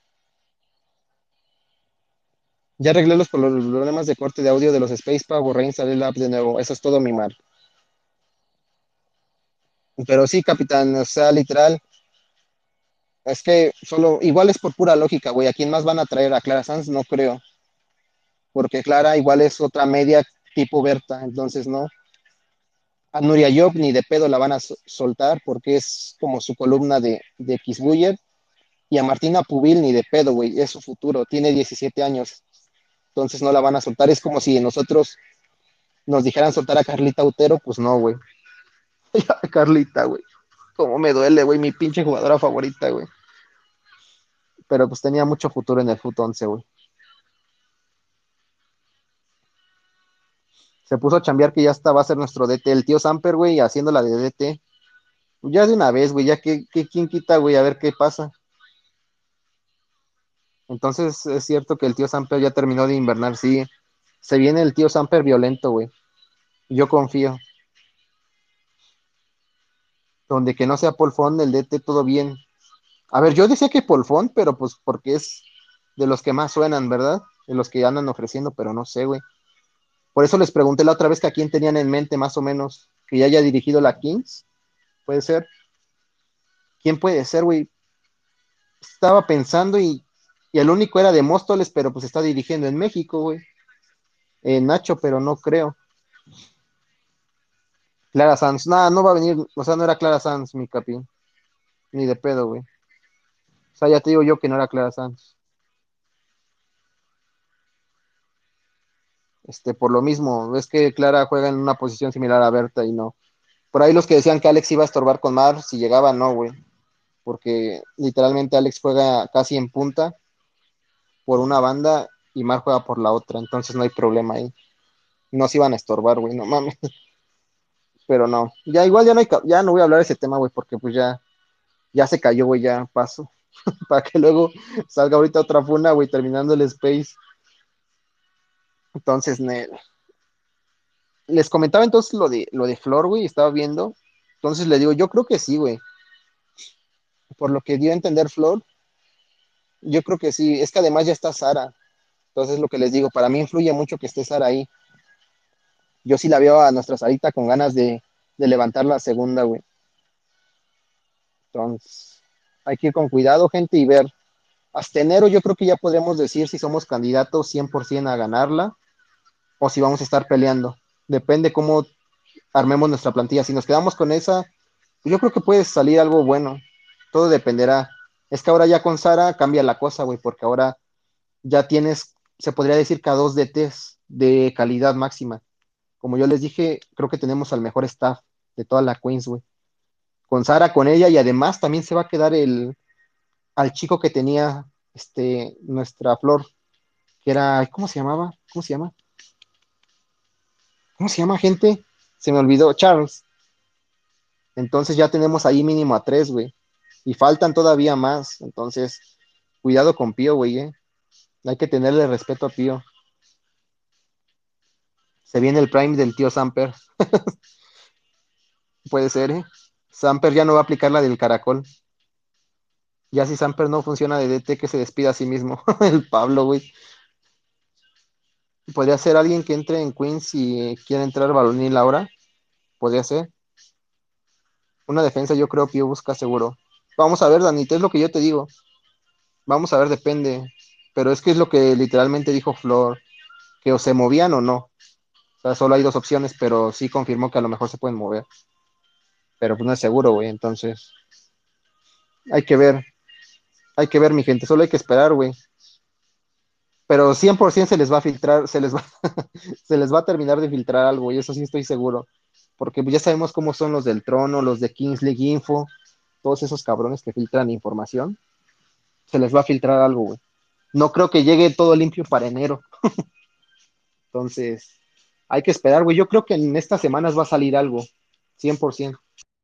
Ya arreglé los problemas de corte de audio de los Space Pago, reinstalé la app de nuevo. Eso es todo mi mal. Pero sí, capitán, o sea, literal, es que solo, igual es por pura lógica, güey. ¿A quién más van a traer? ¿A Clara Sanz? No creo, porque Clara igual es otra media tipo Berta, entonces no. A Nuria Job ni de pedo la van a soltar porque es como su columna de Kisbuyer. Y a Martina Pubil ni de pedo, güey, es su futuro, tiene 17 años, entonces no la van a soltar. Es como si nosotros nos dijeran soltar a Carlita Utero, pues no, güey. Carlita, güey. Cómo me duele, güey, mi pinche jugadora favorita, güey. Pero pues tenía mucho futuro en el fut 11, güey. Se puso a chambear que ya está, va a ser nuestro DT. El tío Samper, güey, haciendo la de DT. Ya de una vez, güey, ya que quién quita, güey, a ver qué pasa. Entonces es cierto que el tío Samper ya terminó de invernar, sí. Se viene el tío Samper violento, güey. Yo confío. Donde que no sea Polfón, el DT, todo bien. A ver, yo decía que Polfón, pero pues porque es de los que más suenan, ¿verdad? De los que andan ofreciendo, pero no sé, güey. Por eso les pregunté la otra vez que a quién tenían en mente, más o menos, que ya haya dirigido la Kings. Puede ser. ¿Quién puede ser, güey? Estaba pensando y el único era de Móstoles, pero pues está dirigiendo en México, güey. Nacho, pero no creo. Clara Sanz, nada, no va a venir, o sea, no era Clara Sanz, mi capi, ni de pedo, güey. O sea, ya te digo yo que no era Clara Sanz. Por lo mismo, es que Clara juega en una posición similar a Berta y no. Por ahí los que decían que Alex iba a estorbar con Mar, si llegaba, no, güey. Porque literalmente Alex juega casi en punta por una banda y Mar juega por la otra, entonces no hay problema ahí. No se iban a estorbar, güey, no mames. Pero no, ya igual ya no, ya no voy a hablar de ese tema, güey, porque pues ya se cayó, güey, ya paso. Para que luego salga ahorita otra funa, güey, terminando el Space. Entonces, les comentaba entonces lo de Flor, güey, estaba viendo. Entonces le digo, yo creo que sí, güey. Por lo que dio a entender Flor, yo creo que sí. Es que además ya está Sara. Entonces lo que les digo, para mí influye mucho que esté Sara ahí. Yo sí la veo a nuestra Sarita con ganas de levantar la segunda, güey. Entonces, hay que ir con cuidado, gente, y ver. Hasta enero yo creo que ya podremos decir si somos candidatos 100% a ganarla o si vamos a estar peleando. Depende cómo armemos nuestra plantilla. Si nos quedamos con esa, yo creo que puede salir algo bueno. Todo dependerá. Es que ahora ya con Sara cambia la cosa, güey, porque ahora ya tienes, se podría decir que a dos DTs de calidad máxima. Como yo les dije, creo que tenemos al mejor staff de toda la Queens, güey. Con Sara, con ella, y además también se va a quedar al chico que tenía nuestra Flor, que era, ¿cómo se llamaba? ¿Cómo se llama? ¿Cómo se llama, gente? Se me olvidó, Charles. Entonces ya tenemos ahí mínimo a tres, güey. Y faltan todavía más. Entonces, cuidado con Pío, güey, eh. Hay que tenerle respeto a Pío. Se viene el prime del tío Samper. Puede ser, ¿eh? Samper ya no va a aplicar la del caracol. Ya si Samper no funciona de DT, que se despida a sí mismo. El Pablo, güey. Podría ser alguien que entre en Queens y quiera entrar Balonil ahora. Podría ser. Una defensa, yo creo que yo busca seguro. Vamos a ver, Danita, es lo que yo te digo. Vamos a ver, depende. Pero es que es lo que literalmente dijo Flor, que o se movían o no. O sea, solo hay dos opciones, pero sí confirmó que a lo mejor se pueden mover. Pero pues no es seguro, güey. Entonces, hay que ver, hay que ver, mi gente. Solo hay que esperar, güey. Pero 100% se les va a filtrar, se les va a terminar de filtrar algo, y eso sí estoy seguro. Porque ya sabemos cómo son los del Trono, los de Kings League Info, todos esos cabrones que filtran información. Se les va a filtrar algo, güey. No creo que llegue todo limpio para enero. Entonces, hay que esperar, güey. Yo creo que en estas semanas va a salir algo, 100%.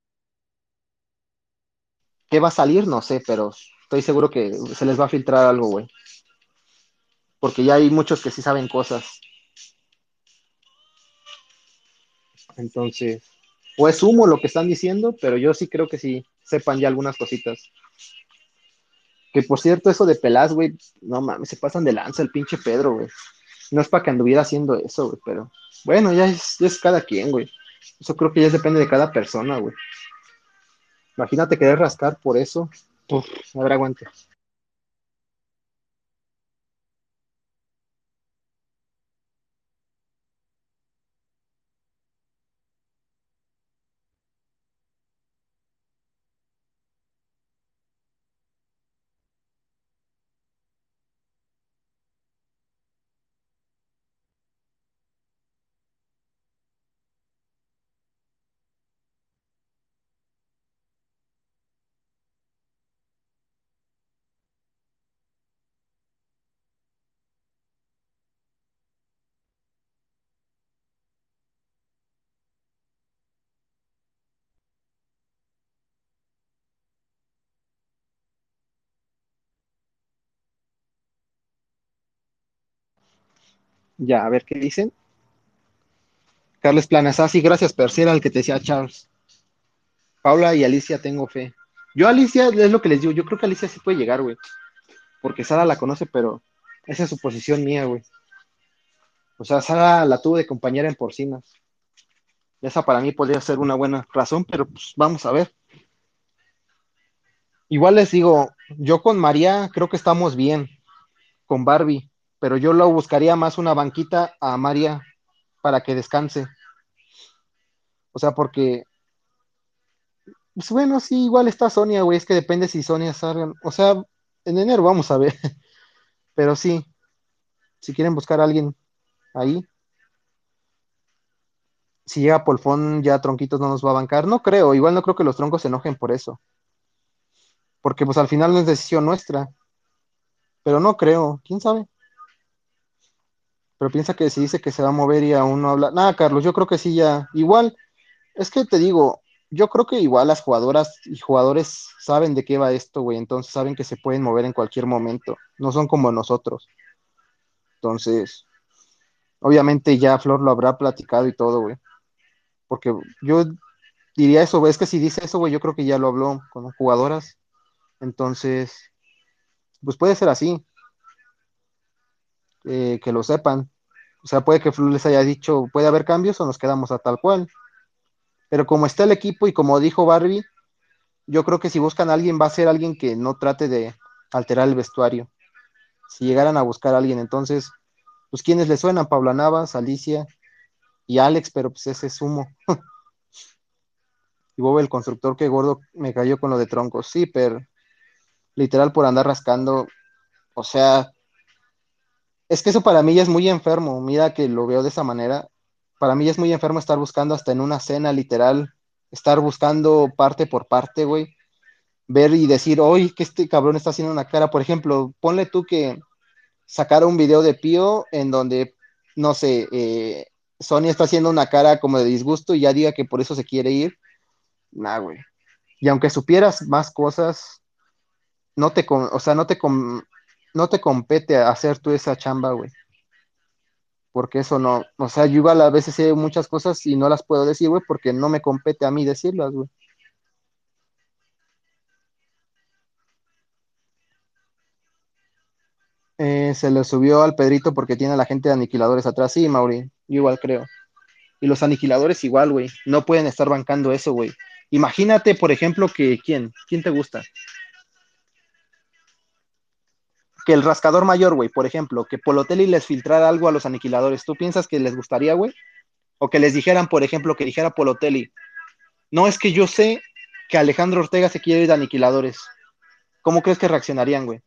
¿Qué va a salir? No sé, pero estoy seguro que se les va a filtrar algo, güey. Porque ya hay muchos que sí saben cosas. Entonces, o es humo lo que están diciendo, pero yo sí creo que sí sepan ya algunas cositas. Que por cierto, eso de Peláez, güey, no mames, se pasan de lanza el pinche Pedro, güey. No es para que anduviera haciendo eso, güey, pero bueno, ya es cada quien, güey. Eso creo que ya depende de cada persona, güey. Imagínate querer rascar por eso. Uf, a ver, aguante. Ya, a ver qué dicen. Carles Planas, ah, sí, gracias, pero sí era el que te decía Charles. Paula y Alicia, tengo fe. Yo, Alicia, es lo que les digo, yo creo que Alicia sí puede llegar, güey, porque Sara la conoce, pero esa es su posición mía, güey. O sea, Sara la tuvo de compañera en Porcinas. Esa para mí podría ser una buena razón, pero pues vamos a ver. Igual les digo, yo con María creo que estamos bien, con Barbie, pero yo lo buscaría más una banquita a María para que descanse. O sea, porque, pues bueno, sí, igual está Sonia, güey, es que depende si Sonia salga. O sea, en enero vamos a ver, pero sí, si quieren buscar a alguien ahí, si llega Polfón, ya Tronquitos no nos va a bancar. No creo, igual no creo que los troncos se enojen por eso, porque pues al final no es decisión nuestra, pero no creo, quién sabe. Pero piensa que si dice que se va a mover y aún no habla. Nada, Carlos, yo creo que sí ya. Igual, es que te digo, yo creo que igual las jugadoras y jugadores saben de qué va esto, güey. Entonces saben que se pueden mover en cualquier momento. No son como nosotros. Entonces, obviamente ya Flor lo habrá platicado y todo, güey. Porque yo diría eso, güey. Es que si dice eso, güey, yo creo que ya lo habló con jugadoras. Entonces, pues puede ser así, que lo sepan. O sea, puede que Flor les haya dicho, puede haber cambios o nos quedamos a tal cual. Pero como está el equipo y como dijo Barbie, yo creo que si buscan a alguien va a ser alguien que no trate de alterar el vestuario. Si llegaran a buscar a alguien, entonces, pues ¿quiénes le suenan? Paula Navas, Alicia y Alex, pero pues ese es humo. Y Bob el constructor, que gordo me cayó con lo de troncos. Sí, pero literal por andar rascando, o sea, es que eso para mí ya es muy enfermo. Mira que lo veo de esa manera. Para mí ya es muy enfermo estar buscando hasta en una cena, literal, estar buscando parte por parte, güey, ver y decir, oye, que este cabrón está haciendo una cara. Por ejemplo, ponle tú que sacara un video de Pío en donde, no sé, Sony está haciendo una cara como de disgusto y ya diga que por eso se quiere ir. Nah, güey. Y aunque supieras más cosas, o sea, no te compete hacer tú esa chamba, güey. Porque eso no, o sea, yo igual a veces sé muchas cosas y no las puedo decir, güey, porque no me compete a mí decirlas, güey. Se le subió al Pedrito porque tiene a la gente de aniquiladores atrás. Sí, Mauri, yo igual creo. Y los aniquiladores igual, güey. No pueden estar bancando eso, güey. Imagínate, por ejemplo, que ¿quién te gusta? Que el rascador mayor, güey, por ejemplo, que Polotelli les filtrara algo a los aniquiladores. ¿Tú piensas que les gustaría, güey? O que les dijeran, por ejemplo, que dijera Polotelli, no es que yo sé que Alejandro Ortega se quiere ir de aniquiladores. ¿Cómo crees que reaccionarían, güey?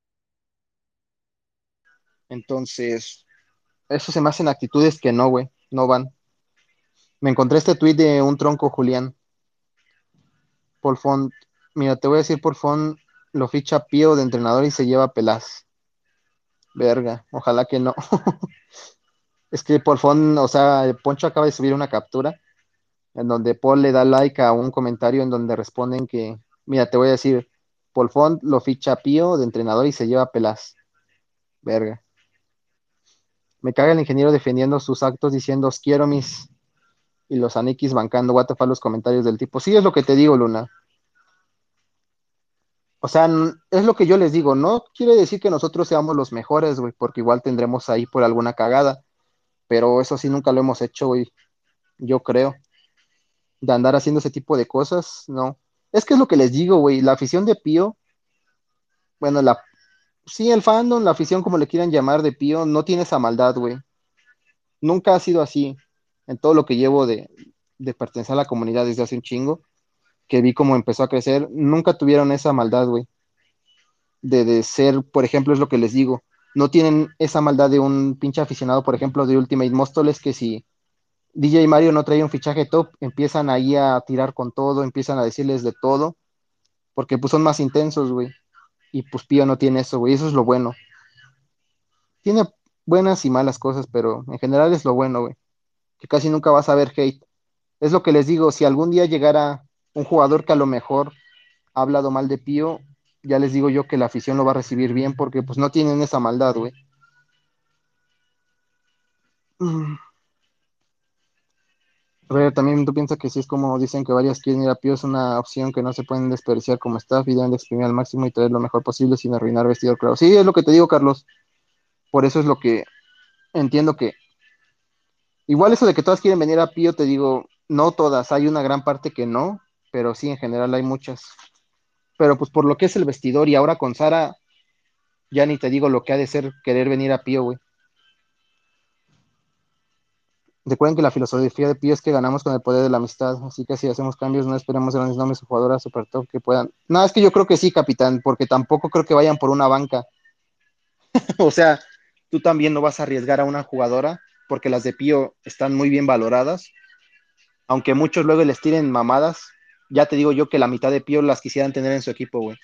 Entonces, eso se me hacen actitudes que no, güey, no van. Me encontré este tuit de un tronco Julián, Paul Font. Mira, te voy a decir, Paul Font lo ficha Pío de entrenador y se lleva a Pelás. Verga, ojalá que no. Es que Paul Font, o sea, Poncho acaba de subir una captura en donde Paul le da like a un comentario en donde responden que, mira, te voy a decir, Paul Font lo ficha Pío de entrenador y se lleva a Pelás. Verga. Me caga el ingeniero defendiendo sus actos diciendo, os quiero mis... Y los Anikis bancando, what the fuck, los comentarios del tipo. Sí, es lo que te digo, Luna. O sea, es lo que yo les digo, no quiere decir que nosotros seamos los mejores, güey, porque igual tendremos ahí por alguna cagada, pero eso sí nunca lo hemos hecho, güey, yo creo, de andar haciendo ese tipo de cosas, no. Es que es lo que les digo, güey, la afición de Pío, bueno, sí, el fandom, la afición, como le quieran llamar de Pío, no tiene esa maldad, güey. Nunca ha sido así en todo lo que llevo de pertenecer a la comunidad desde hace un chingo, que vi cómo empezó a crecer, nunca tuvieron esa maldad, güey, de ser, por ejemplo, es lo que les digo, no tienen esa maldad de un pinche aficionado, por ejemplo, de Ultimate Móstoles, que si DJ Mario no trae un fichaje top, empiezan ahí a tirar con todo, empiezan a decirles de todo, porque pues son más intensos, güey, y pues Pío no tiene eso, güey, eso es lo bueno. Tiene buenas y malas cosas, pero en general es lo bueno, güey, que casi nunca vas a ver hate. Es lo que les digo, si algún día llegara un jugador que a lo mejor ha hablado mal de Pío, ya les digo yo que la afición lo va a recibir bien porque pues no tienen esa maldad, güey. Mm. A ver, también tú piensas que si es como dicen que varias quieren ir a Pío, es una opción que no se pueden desperdiciar como staff y deben de exprimir al máximo y traer lo mejor posible sin arruinar vestidor, claro. Sí, es lo que te digo, Carlos. Por eso es lo que entiendo que, igual eso de que todas quieren venir a Pío, te digo, no todas, hay una gran parte que no, pero sí, en general hay muchas. Pero pues por lo que es el vestidor y ahora con Sara, ya ni te digo lo que ha de ser querer venir a Pío, güey. Recuerden que la filosofía de Pío es que ganamos con el poder de la amistad, así que si hacemos cambios no esperemos grandes nombres o jugadoras super top que puedan. No, es que yo creo que sí, capitán, porque tampoco creo que vayan por una banca. O sea, tú también no vas a arriesgar a una jugadora porque las de Pío están muy bien valoradas, aunque muchos luego les tiren mamadas. Ya te digo yo que la mitad de Pío las quisieran tener en su equipo, güey.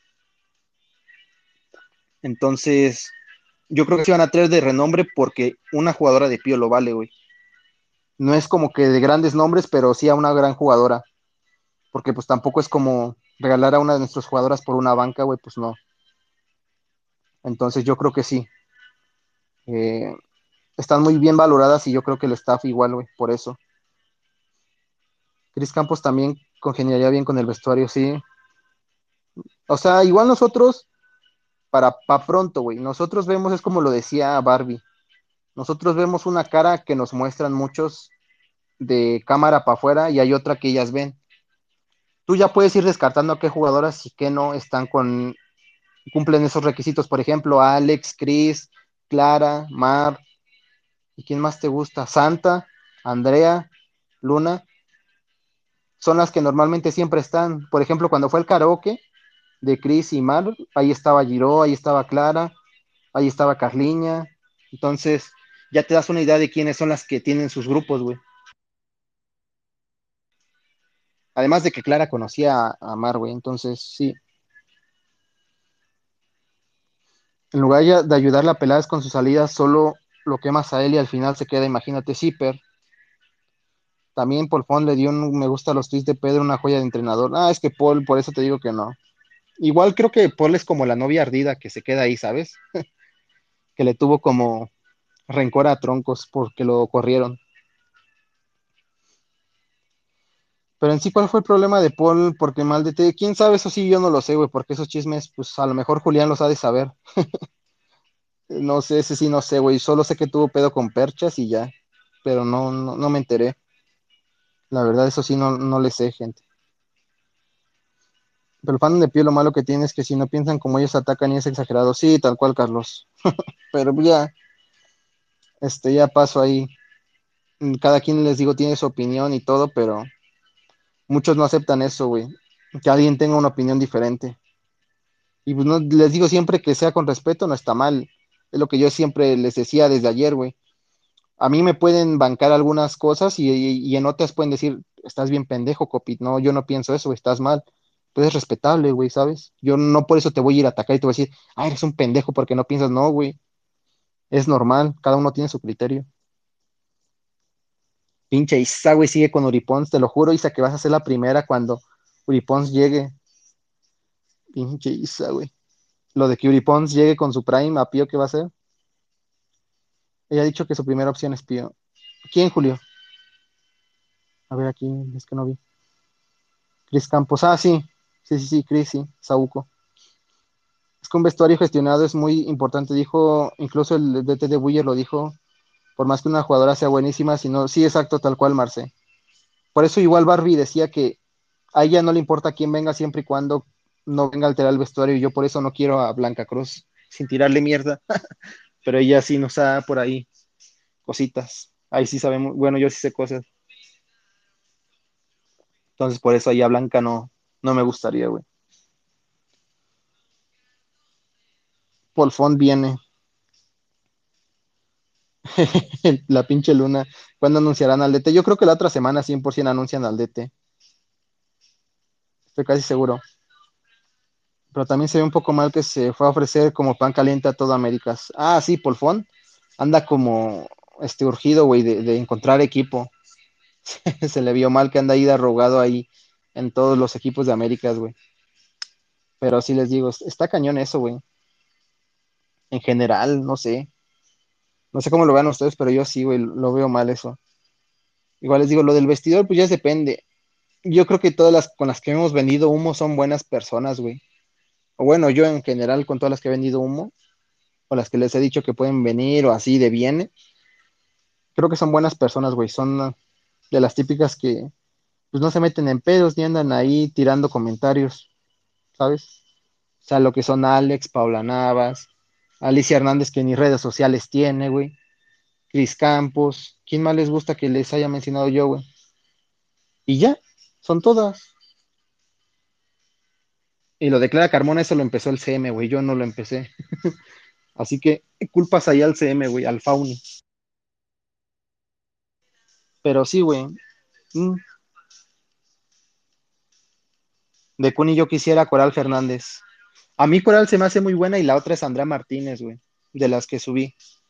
Entonces, yo creo que sí van a traer de renombre porque una jugadora de Pío lo vale, güey. No es como que de grandes nombres, pero sí a una gran jugadora. Porque pues tampoco es como regalar a una de nuestras jugadoras por una banca, güey, pues no. Entonces yo creo que sí. Eh, están muy bien valoradas y yo creo que el staff igual, güey, por eso. Chris Campos también congeniaría bien con el vestuario, sí. O sea, igual nosotros, para pronto, güey, nosotros vemos, es como lo decía Barbie, nosotros vemos una cara que nos muestran muchos de cámara para afuera y hay otra que ellas ven. Tú ya puedes ir descartando a qué jugadoras y qué no están cumplen esos requisitos. Por ejemplo, Alex, Chris, Clara, Mar, ¿y quién más te gusta? Santa, Andrea, Luna, son las que normalmente siempre están. Por ejemplo, cuando fue el karaoke de Chris y Mar, ahí estaba Giro, ahí estaba Clara, ahí estaba Carliña. Entonces, ya te das una idea de quiénes son las que tienen sus grupos, güey. Además de que Clara conocía a Mar, güey. Entonces, sí. En lugar de ayudarla a Peláez con sus salidas, solo lo quemas a él y al final se queda, imagínate, Zipper. También Paul Font le dio un me gusta a los tweets de Pedro, una joya de entrenador. Ah, es que Paul, por eso te digo que no. Igual creo que Paul es como la novia ardida que se queda ahí, ¿sabes? Que le tuvo como rencor a Troncos porque lo corrieron. Pero en sí, ¿cuál fue el problema de Paul? Porque mal de te, quién sabe, eso sí, yo no lo sé, güey, porque esos chismes, pues a lo mejor Julián los ha de saber. No sé, ese sí no sé, güey. Solo sé que tuvo pedo con perchas y ya. Pero no me enteré. La verdad, eso sí no le sé, gente. Pero el fan de Pío lo malo que tiene es que si no piensan como ellos atacan y es exagerado. Sí, tal cual, Carlos. Pero ya, ya paso ahí. Cada quien les digo tiene su opinión y todo, pero muchos no aceptan eso, güey. Que alguien tenga una opinión diferente. Y pues no, les digo siempre que sea con respeto, no está mal. Es lo que yo siempre les decía desde ayer, güey. A mí me pueden bancar algunas cosas y en otras pueden decir, estás bien pendejo, Copit. No, yo no pienso eso, güey, estás mal. Pues es respetable, güey, ¿sabes? Yo no por eso te voy a ir a atacar y te voy a decir, ah, eres un pendejo porque no piensas, no, güey. Es normal, cada uno tiene su criterio. Pinche Isa, güey, sigue con Uripons, te lo juro, Isa, que vas a ser la primera cuando Uripons llegue. Pinche Isa, güey. Lo de que Uripons llegue con su Prime, ¿a Pío qué va a hacer? Ella ha dicho que su primera opción es Pío. ¿Quién, Julio? A ver, aquí, es que no vi. Chris Campos. Ah, sí. Sí, sí, sí, Chris, sí. Saúco. Es que un vestuario gestionado es muy importante. Dijo, incluso el DT de Buller lo dijo, por más que una jugadora sea buenísima, si no, sí, exacto, tal cual, Marce. Por eso igual Barbie decía que a ella no le importa quién venga siempre y cuando no venga a alterar el vestuario. Y yo por eso no quiero a Blanca Cruz, sin tirarle mierda. Pero ella sí nos da por ahí cositas. Ahí sí sabemos, bueno, yo sí sé cosas. Entonces por eso ahí a Blanca no, no me gustaría, güey. Polfón viene. La pinche luna. ¿Cuándo anunciarán al DT? Yo creo que la otra semana 100% anuncian al DT. Estoy casi seguro. Pero también se ve un poco mal que se fue a ofrecer como pan caliente a toda América. Ah, sí, Polfón. Anda como urgido, güey, de encontrar equipo. Se le vio mal que anda ahí de arrogado ahí en todos los equipos de Américas, güey. Pero sí les digo, está cañón eso, güey. En general, no sé. No sé cómo lo vean ustedes, pero yo sí, güey, lo veo mal eso. Igual les digo, lo del vestidor, pues ya depende. Yo creo que todas las con las que hemos vendido humo son buenas personas, güey. O bueno, yo en general con todas las que he vendido humo, o las que les he dicho que pueden venir o así de bien, creo que son buenas personas, güey. Son de las típicas que pues no se meten en pedos ni andan ahí tirando comentarios, ¿sabes? O sea, lo que son Alex, Paula Navas, Alicia Hernández que ni redes sociales tiene, güey. Cris Campos, ¿quién más les gusta que les haya mencionado yo, güey? Y ya, son todas. Y lo de Clara Carmona, eso lo empezó el CM, güey. Yo no lo empecé. Así que culpas ahí al CM, güey, al Fauni. Pero sí, güey. mm, de Cuni yo quisiera Coral Fernández. A mí Coral se me hace muy buena y la otra es Andrea Martínez, güey. De las que subí.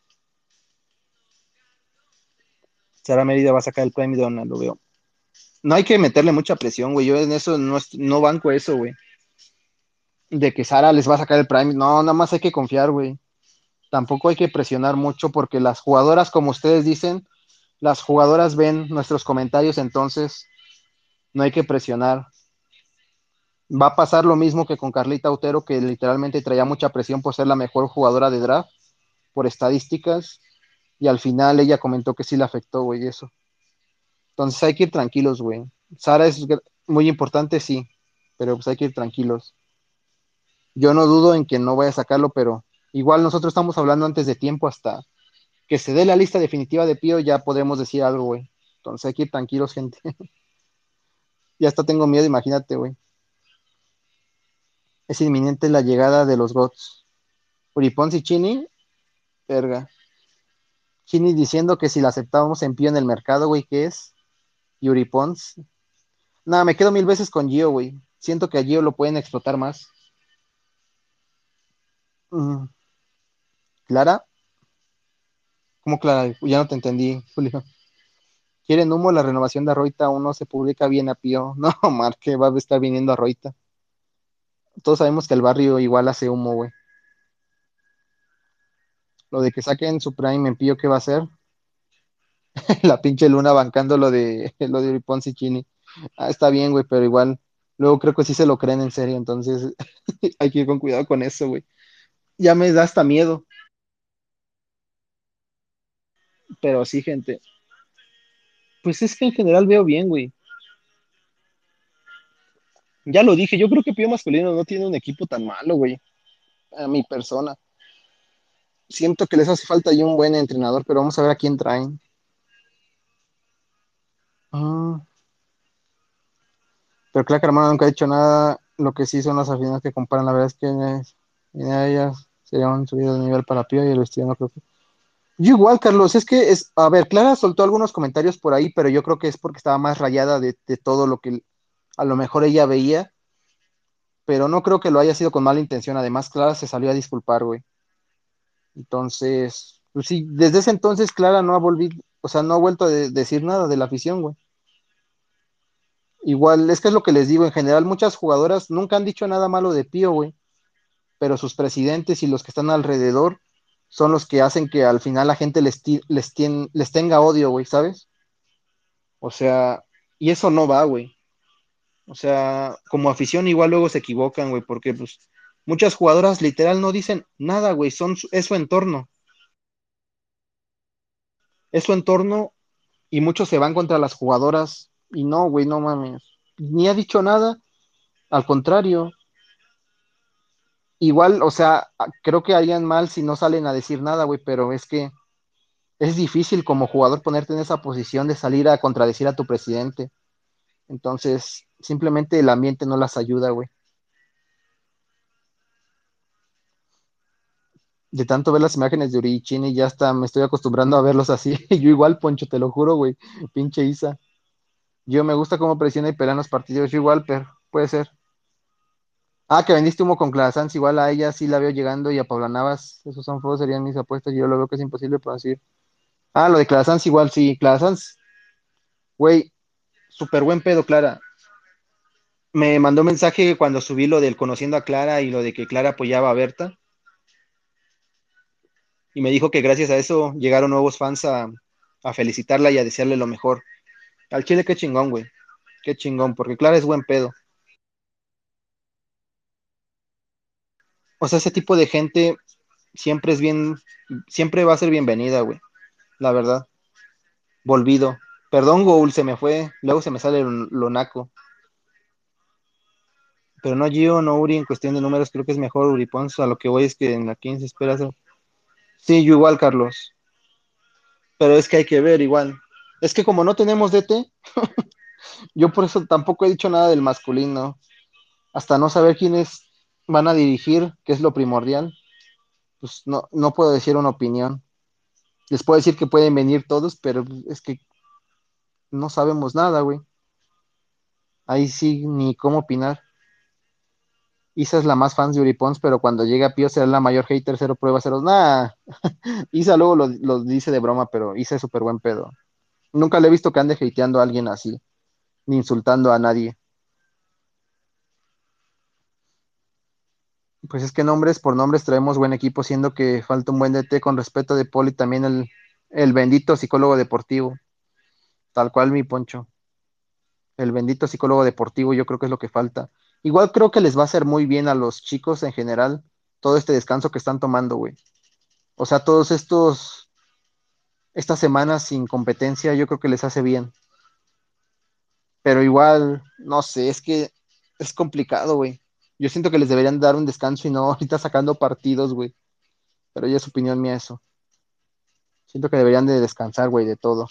Sara Mérida va a sacar el premio de Ona, lo veo. No hay que meterle mucha presión, güey. Yo en eso no, no banco eso, güey. De que Sara les va a sacar el Prime. No, nada más hay que confiar, güey. Tampoco hay que presionar mucho porque las jugadoras, como ustedes dicen, las jugadoras ven nuestros comentarios, entonces no hay que presionar. Va a pasar lo mismo que con Carlita Autero, que literalmente traía mucha presión por ser la mejor jugadora de draft, por estadísticas, y al final ella comentó que sí le afectó, güey, eso. Entonces hay que ir tranquilos, güey. Sara es muy importante, sí, pero pues hay que ir tranquilos. Yo no dudo en que no vaya a sacarlo, pero igual nosotros estamos hablando antes de tiempo hasta que se dé la lista definitiva de Pío, ya podemos decir algo, güey. Entonces hay que ir tranquilos, gente. Ya hasta tengo miedo, imagínate, güey. Es inminente la llegada de los GOTS. Uripons y Chini, verga. Chini diciendo que si la aceptábamos en Pío en el mercado, güey, ¿qué es? Y Uripons. Nada, me quedo mil veces con Gio, güey. Siento que a Gio lo pueden explotar más. Mm, Clara, ¿cómo Clara? Ya no te entendí, Julio. ¿Quieren humo? La renovación de Arroita aún no se publica bien a Pío. No, Mar, que va a estar viniendo Arroita. Todos sabemos que el barrio igual hace humo, güey. Lo de que saquen su Prime en Pío, ¿qué va a hacer? La pinche Luna bancando lo de Ponzi Chini. Ah, está bien, güey, pero igual. Luego creo que sí se lo creen en serio, entonces hay que ir con cuidado con eso, güey. Ya me da hasta miedo, pero sí, gente. Pues es que en general veo bien, güey. Ya lo dije, yo creo que Pío Masculino no tiene un equipo tan malo, güey. A mi persona. Siento que les hace falta ahí un buen entrenador, pero vamos a ver a quién traen. Ah, pero Clara Carmona nunca ha dicho nada. Lo que sí son las aficiones que comparan. La verdad es que en ellas sería un subido de nivel para Pío y el vestido no creo que. Yo igual, Carlos, es que es, a ver, Clara soltó algunos comentarios por ahí, pero yo creo que es porque estaba más rayada de todo lo que a lo mejor ella veía, pero no creo que lo haya sido con mala intención. Además, Clara se salió a disculpar, güey. Entonces, pues sí, desde ese entonces Clara no ha volvido, o sea, no ha vuelto a decir nada de la afición, güey. Igual, es que es lo que les digo, en general muchas jugadoras nunca han dicho nada malo de Pío, güey, pero sus presidentes y los que están alrededor son los que hacen que al final la gente les tenga odio, güey, ¿sabes? O sea, y eso no va, güey. O sea, como afición igual luego se equivocan, güey, porque pues muchas jugadoras literal no dicen nada, güey, es su entorno, es su entorno y muchos se van contra las jugadoras y no, güey, no mames, ni ha dicho nada, al contrario, igual, o sea, creo que harían mal si no salen a decir nada, güey, pero es que es difícil como jugador ponerte en esa posición de salir a contradecir a tu presidente, entonces simplemente el ambiente no las ayuda, güey. De tanto ver las imágenes de Urichini, ya hasta me estoy acostumbrando a verlos así. Yo igual, Poncho, te lo juro, güey. Pinche Isa. Yo me gusta cómo presiona y pelea en los partidos. Yo igual, pero puede ser. Ah, que vendiste humo con Clara Sanz. Igual a ella sí la veo llegando y a Paula Navas. Esos son fuegos, serían mis apuestas. Yo lo veo que es imposible por decir. Ah, lo de Clara Sanz igual, sí. Clara Sanz, güey, súper buen pedo, Clara. Me mandó mensaje cuando subí lo del conociendo a Clara y lo de que Clara apoyaba a Berta. Y me dijo que gracias a eso llegaron nuevos fans a felicitarla y a desearle lo mejor. Al Chile, qué chingón, güey. Qué chingón, porque Clara es buen pedo. O sea, ese tipo de gente siempre es bien, siempre va a ser bienvenida, güey. La verdad. Volvido. Perdón, Goul, se me fue. Luego se me sale lo naco. Pero no Gio, no Uri, en cuestión de números, creo que es mejor Uri Pons. A lo que voy es que en la 15 espera hacer. Sí, yo igual, Carlos. Pero es que hay que ver igual. Es que como no tenemos DT, yo por eso tampoco he dicho nada del masculino. Hasta no saber quiénes van a dirigir, que es lo primordial, pues no, no puedo decir una opinión. Les puedo decir que pueden venir todos, pero es que no sabemos nada, güey. Ahí sí, ni cómo opinar. Isa es la más fan de Yuri Pons, pero cuando llegue a Pío será la mayor hater, cero pruebas, cero. Nah, Isa luego lo dice de broma, pero Isa es súper buen pedo. Nunca le he visto que ande hateando a alguien así, ni insultando a nadie. Pues es que nombres por nombres traemos buen equipo, siendo que falta un buen DT con respeto de Poli, también el bendito psicólogo deportivo, tal cual mi Poncho. El bendito psicólogo deportivo, yo creo que es lo que falta. Igual creo que les va a hacer muy bien a los chicos en general todo este descanso que están tomando, güey. O sea, estas semanas sin competencia, yo creo que les hace bien. Pero igual, no sé, es que es complicado, güey. Yo siento que les deberían dar un descanso y no ahorita sacando partidos, güey. Pero ya es opinión mía eso. Siento que deberían de descansar, güey, de todo.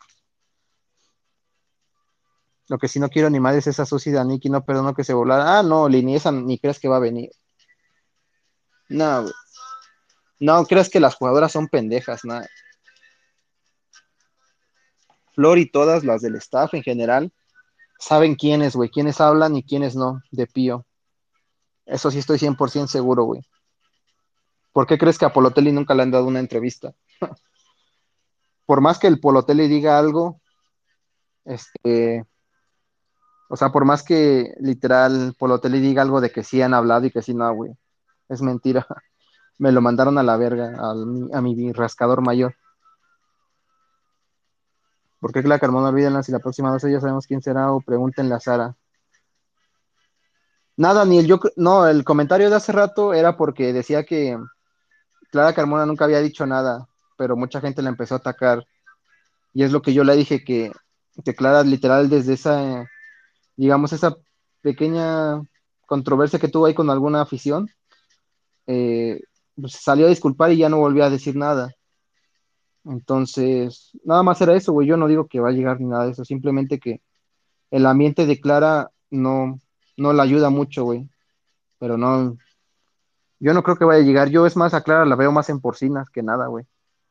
Lo que sí no quiero ni madre es esa Susi Daniki, no perdono que se volara. Ah, no, ni esa ni crees que va a venir. No, güey. No creas que las jugadoras son pendejas, nada. Flor y todas las del staff en general saben quiénes, güey, quiénes hablan y quiénes no, de Pío. Eso sí estoy 100% seguro, güey. ¿Por qué crees que a Polotelli nunca le han dado una entrevista? Por más que el Polotelli diga algo, este, o sea, por más que literal Polotelli diga algo de que sí han hablado y que sí no, güey, es mentira. Me lo mandaron a la verga, a mi rascador mayor. ¿Por qué la Carmona olvídenla si la próxima vez ya sabemos quién será o pregúntenle a Sara? Nada, ni el yo, no, el comentario de hace rato era porque decía que Clara Carmona nunca había dicho nada, pero mucha gente la empezó a atacar. Y es lo que yo le dije que Clara literal desde esa, digamos, esa pequeña controversia que tuvo ahí con alguna afición, pues salió a disculpar y ya no volvió a decir nada. Entonces, nada más era eso, güey. Yo no digo que va a llegar ni nada de eso, simplemente que el ambiente de Clara no la ayuda mucho, güey. Pero no, yo no creo que vaya a llegar. Yo es más, a Clara la veo más en porcinas que nada, güey.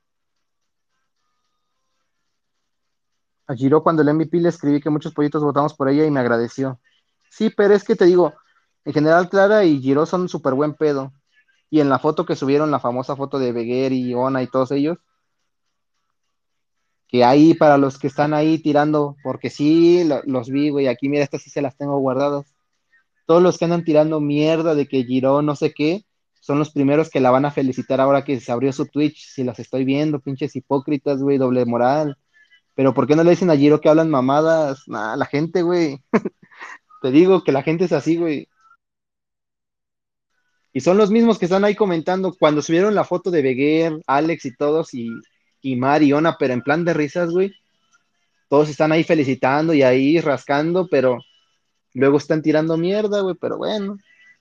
A Giro cuando el MVP le escribí que muchos pollitos votamos por ella y me agradeció. Sí, pero es que te digo, en general Clara y Giro son súper buen pedo. Y en la foto que subieron, la famosa foto de Beguer y Ona y todos ellos, que ahí para los que están ahí tirando, porque sí, los vi, güey, aquí mira, estas sí se las tengo guardadas. Todos los que andan tirando mierda de que Giro no sé qué, son los primeros que la van a felicitar ahora que se abrió su Twitch. Si las estoy viendo, pinches hipócritas, güey, doble moral. Pero ¿por qué no le dicen a Giro que hablan mamadas? Nah, la gente, güey. Te digo que la gente es así, güey. Y son los mismos que están ahí comentando cuando subieron la foto de Beguer, Alex y todos, y Mariona, pero en plan de risas, güey. Todos están ahí felicitando y ahí rascando, pero luego están tirando mierda, güey. Pero bueno,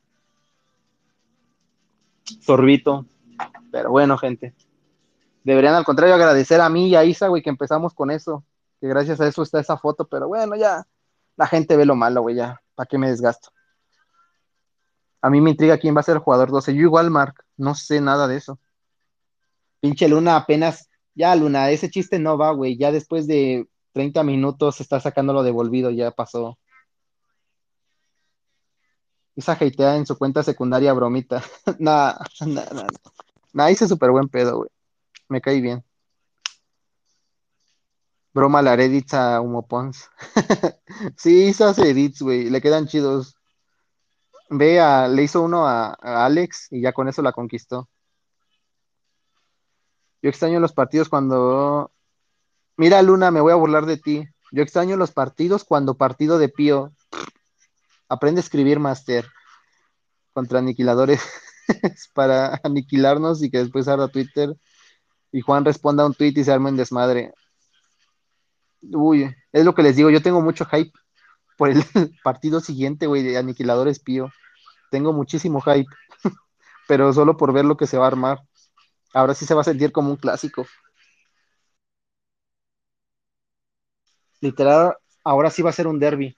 sorbito. Pero bueno, gente. Deberían al contrario agradecer a mí y a Isa, güey, que empezamos con eso. Que gracias a eso está esa foto, pero bueno, ya. La gente ve lo malo, güey, ya. ¿Para qué me desgasto? A mí me intriga quién va a ser el jugador 12. Yo igual, Mark, no sé nada de eso. Pinche Luna apenas, ya Luna, ese chiste no va, güey. Ya después de 30 minutos está sacándolo devolvido, ya pasó. Esa hatea en su cuenta secundaria bromita. Nah, nah, nah. Nah, hice súper buen pedo, güey. Me cae bien. Broma la edits a Humo Pons. Sí, hizo hace edits, güey. Le quedan chidos. Le hizo uno a Alex y ya con eso la conquistó. Yo extraño los partidos cuando. Mira, Luna, me voy a burlar de ti. Yo extraño los partidos cuando partido de Pío. Aprende a escribir, Master, contra aniquiladores para aniquilarnos y que después abra Twitter y Juan responda a un tweet y se arme en desmadre. Uy, es lo que les digo. Yo tengo mucho hype por el partido siguiente, güey, de Aniquiladores Pío. Tengo muchísimo hype, pero solo por ver lo que se va a armar. Ahora sí se va a sentir como un clásico. Literal, ahora sí va a ser un derby.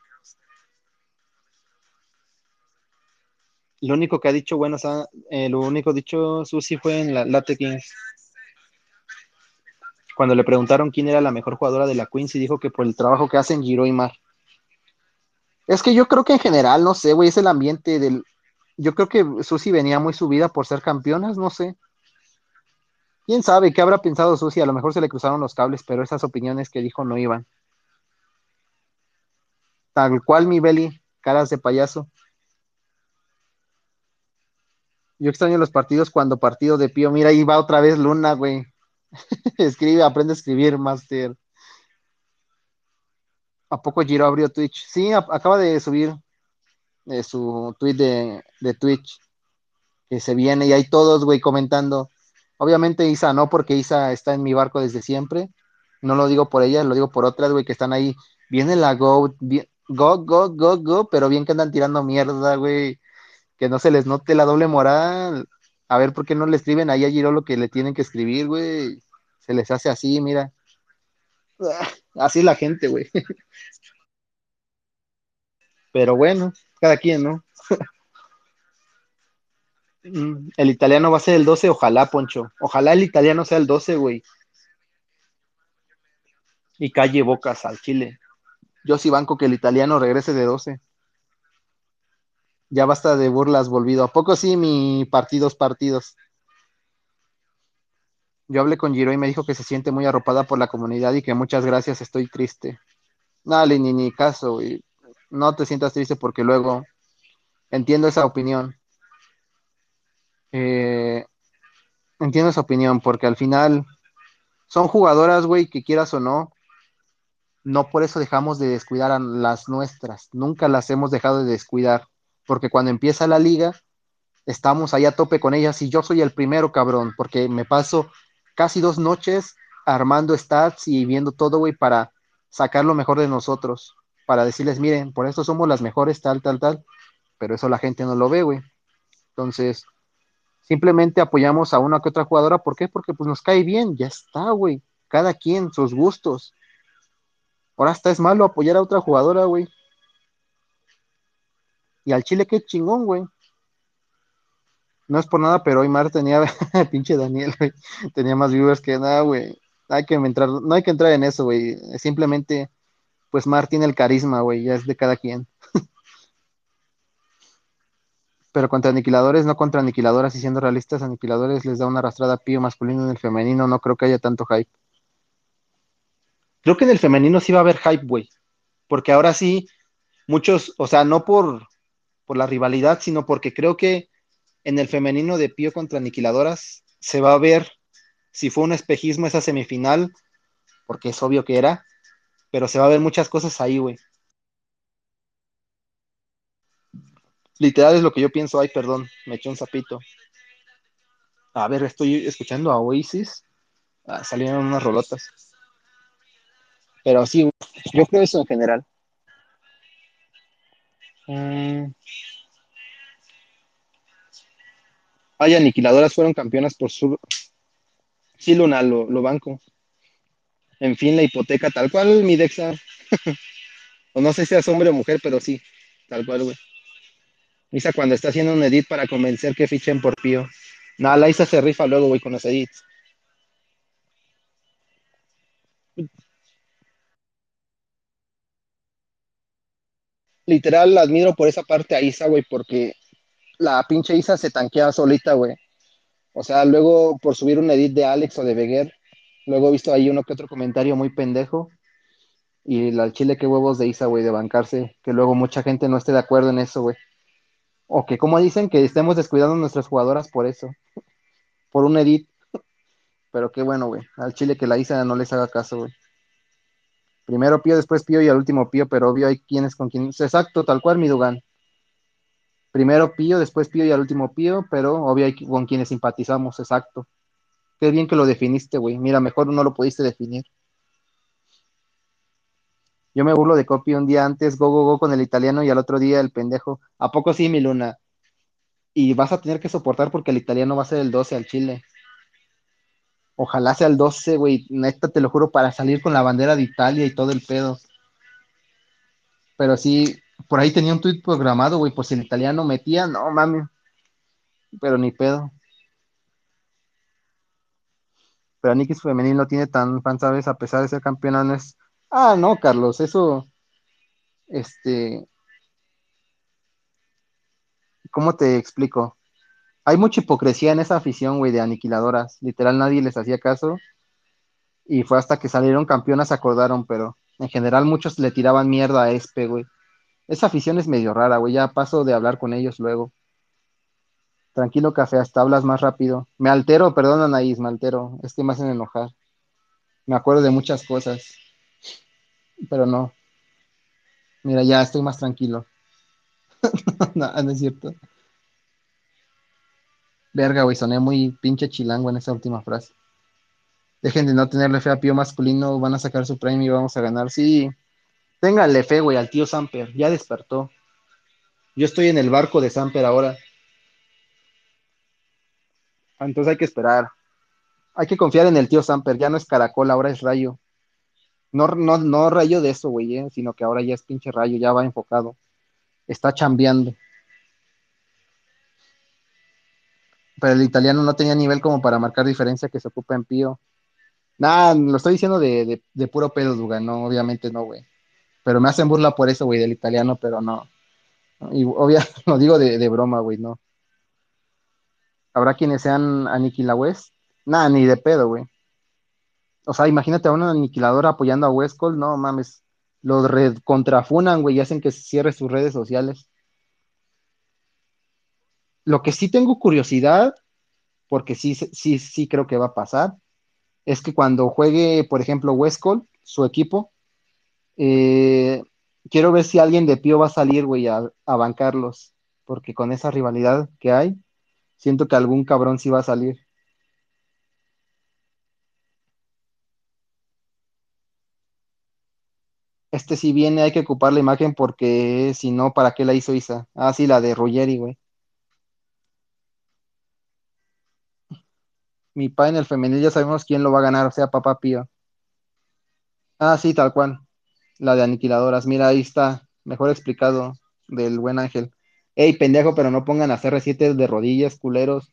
Lo único que ha dicho, bueno, lo único dicho Susi fue en la Late Kings. Cuando le preguntaron quién era la mejor jugadora de la Queens y dijo que por el trabajo que hacen Giro y Mar. Es que yo creo que en general, no sé, güey, es el ambiente del. Yo creo que Susi venía muy subida por ser campeonas, no sé. ¿Quién sabe qué habrá pensado Susi? A lo mejor se le cruzaron los cables, pero esas opiniones que dijo no iban. Tal cual mi Beli, caras de payaso. Yo extraño los partidos cuando partido de Pío. Mira, ahí va otra vez Luna, güey. Escribe, aprende a escribir, Master. ¿A poco Giro abrió Twitch? Sí, acaba de subir su tweet de Twitch, que se viene y hay todos, güey, comentando. Obviamente Isa no, porque Isa está en mi barco desde siempre. No lo digo por ella, lo digo por otras, güey, que están ahí. Viene la Go, pero bien que andan tirando mierda, güey. Que no se les note la doble moral. A ver por qué no le escriben ahí a Giro lo que le tienen que escribir, güey. Se les hace así, mira. Así es la gente, güey. Pero bueno, cada quien, ¿no? El italiano va a ser el 12, ojalá, Poncho. Ojalá el italiano sea el 12, güey. Y calle bocas al Chile. Yo sí banco que el italiano regrese de 12. Ya basta de burlas, volvido. ¿A poco sí, mi partidos? Yo hablé con Giro y me dijo que se siente muy arropada por la comunidad y que muchas gracias, estoy triste. Dale, ni caso, güey. No te sientas triste porque luego entiendo esa opinión. Eh, entiendo esa opinión porque al final son jugadoras, güey, que quieras o no, no por eso dejamos de descuidar a las nuestras. Nunca las hemos dejado de descuidar porque cuando empieza la liga estamos ahí a tope con ellas y yo soy el primero, cabrón, porque me paso casi 2 noches armando stats y viendo todo, güey, para sacar lo mejor de nosotros, para decirles, miren, por eso somos las mejores, tal, tal, tal, pero eso la gente no lo ve, güey. Entonces, Simplemente apoyamos a una que otra jugadora. ¿Por qué? Porque pues nos cae bien, ya está, güey. Cada quien, sus gustos. Ahora hasta es malo apoyar a otra jugadora, güey. Y al Chile, qué chingón, güey. No es por nada, pero hoy Mar tenía, pinche Daniel, güey, tenía más viewers que nada, güey. Hay que entrar, no hay que entrar en eso, güey. Simplemente, pues Mar tiene el carisma, güey, ya es de cada quien. Pero contra aniquiladores, no contra aniquiladoras, y siendo realistas, aniquiladores les da una arrastrada pío masculino en el femenino, no creo que haya tanto hype. Creo que en el femenino sí va a haber hype, güey. Porque ahora sí, muchos, o sea, no por la rivalidad, sino porque creo que en el femenino de pío contra aniquiladoras se va a ver si fue un espejismo esa semifinal, porque es obvio que era, pero se va a ver muchas cosas ahí, güey. Literal es lo que yo pienso. Ay, perdón, me eché un sapito. A ver, estoy escuchando a Oasis. Ah, salieron unas rolotas. Pero sí, yo creo eso en general. Mm, ay, aniquiladoras fueron campeonas por su... Sí, Luna, lo banco. En fin, la hipoteca tal cual, mi Dexa. O no sé si seas hombre o mujer, pero sí, tal cual, güey. Isa cuando está haciendo un edit para convencer que fichen por Pío. Nada, la Isa se rifa luego, güey, con los edits. Literal, la admiro por esa parte a Isa, güey, porque la pinche Isa se tanquea solita, güey. O sea, luego por subir un edit de Alex o de Veguer, luego he visto ahí uno que otro comentario muy pendejo. Y al chile, qué huevos de Isa, güey, de bancarse, que luego mucha gente no esté de acuerdo en eso, güey. O que, como dicen, que estemos descuidando a nuestras jugadoras por eso, por un edit. Pero qué bueno, güey. Al chile que la Isa no les haga caso, güey. Primero Pío, después Pío y al último Pío, pero obvio hay quienes con quienes. Exacto, tal cual, mi Dugan. Primero Pío, después Pío y al último Pío, pero obvio hay con quienes simpatizamos, exacto. Qué bien que lo definiste, güey. Mira, mejor no lo pudiste definir. Yo me burlo de Copy un día antes, go, go, go con el italiano y al otro día el pendejo. ¿A poco sí, mi Luna? Y vas a tener que soportar porque el italiano va a ser el 12 al Chile. Ojalá sea el 12, güey. Neta, te lo juro, para salir con la bandera de Italia y todo el pedo. Pero sí, por ahí tenía un tuit programado, güey, por si el italiano metía, no mami, pero ni pedo. Pero Nikis femenil no tiene tan fan, ¿sabes? A pesar de ser campeona, no es. Ah, no, Carlos, eso, este, ¿cómo te explico? Hay mucha hipocresía en esa afición, güey, de aniquiladoras. Literal, nadie les hacía caso. Y fue hasta que salieron campeonas se acordaron, pero en general muchos le tiraban mierda a Espe, güey. Esa afición es medio rara, güey. Ya paso de hablar con ellos luego. Tranquilo, café, hasta hablas más rápido. Me altero, perdón, Anaís, me altero. Es que me hacen enojar. Me acuerdo de muchas cosas, pero no. Mira, ya estoy más tranquilo. No, no es cierto. Verga, güey, soné muy pinche chilango en esa última frase. Dejen de no tenerle fe a Pío masculino, van a sacar su premio y vamos a ganar. Sí, ténganle fe, güey, al tío Samper. Ya despertó. Yo estoy en el barco de Samper ahora. Entonces hay que esperar. Hay que confiar en el tío Samper. Ya no es caracol, ahora es rayo. No, no, no rayo de eso, güey, sino que ahora ya es pinche rayo, ya va enfocado. Está chambeando. Pero el italiano no tenía nivel como para marcar diferencia que se ocupa en Pío. Nah, lo estoy diciendo de puro pedo, Dugan, no, obviamente no, güey. Pero me hacen burla por eso, güey, del italiano, pero no. Y obvio, lo digo de broma, güey, no. Habrá quienes sean Aniquila West. Nah, ni de pedo, güey. O sea, imagínate a un aniquilador apoyando a Westcol, no mames. Los contrafunan, güey, y hacen que cierre sus redes sociales. Lo que sí tengo curiosidad, porque sí, sí, sí creo que va a pasar, es que cuando juegue, por ejemplo, Westcol, su equipo, eh, quiero ver si alguien de Pío va a salir, güey, a bancarlos, porque con esa rivalidad que hay, siento que algún cabrón sí va a salir. Este si viene hay que ocupar la imagen porque si no, ¿para qué la hizo Isa? Ah, sí, la de Ruggeri, güey. Mi pa en el femenil ya sabemos quién lo va a ganar, o sea, papá Pío. Ah, sí, tal cual. La de aniquiladoras. Mira, ahí está. Mejor explicado del buen Ángel. Ey, pendejo, pero no pongan a CR7 de rodillas, culeros.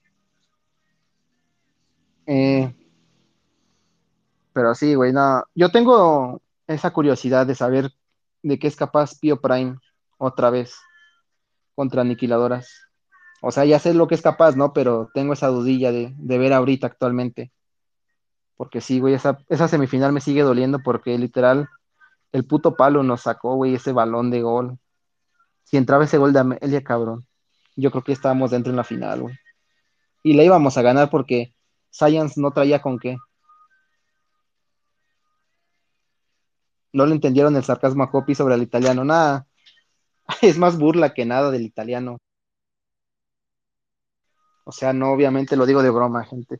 Eh, pero sí, güey, no. Yo tengo esa curiosidad de saber de qué es capaz Pío Prime otra vez contra aniquiladoras. O sea, ya sé lo que es capaz, ¿no? Pero tengo esa dudilla de ver ahorita actualmente. Porque sí, güey, esa semifinal me sigue doliendo porque literal el puto palo nos sacó, güey, ese balón de gol. Si entraba ese gol de Amelia, cabrón, yo creo que estábamos dentro en la final, güey. Y la íbamos a ganar porque Science no traía con qué. No le entendieron el sarcasmo a Copy sobre el italiano. Nada, es más burla que nada del italiano. O sea, no, obviamente lo digo de broma, gente.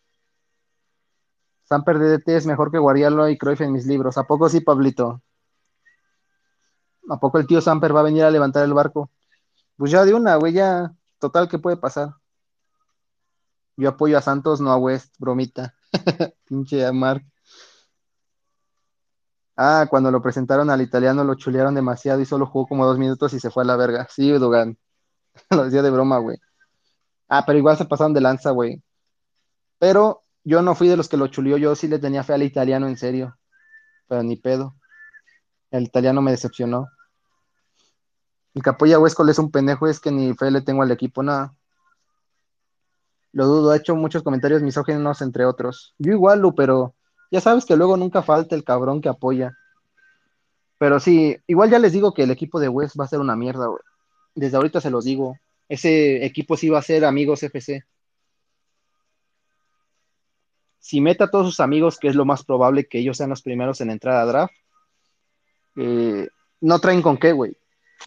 Samper DDT es mejor que Guardiola y Cruyff en mis libros. ¿A poco sí, Pablito? ¿A poco el tío Samper va a venir a levantar el barco? Pues ya de una, güey, ya. Total, ¿qué puede pasar? Yo apoyo a Santos, no a West, bromita. Pinche Mark. Ah, cuando lo presentaron al italiano lo chulearon demasiado y solo jugó como 2 minutos y se fue a la verga. Sí, Dugan, lo decía de broma, güey. Ah, pero igual se pasaron de lanza, güey. Pero yo no fui de los que lo chuleó, yo sí le tenía fe al italiano en serio, pero ni pedo. El italiano me decepcionó. El que apoya a Huescol es un pendejo, es que ni fe le tengo al equipo, nada. Lo dudo, ha hecho muchos comentarios misóginos, entre otros. Yo igual, Lu, pero ya sabes que luego nunca falta el cabrón que apoya. Pero sí, igual ya les digo que el equipo de West va a ser una mierda, güey. Desde ahorita se los digo. Ese equipo sí va a ser Amigos FC. Si mete a todos sus amigos, que es lo más probable que ellos sean los primeros en entrar a draft, no traen con qué, güey.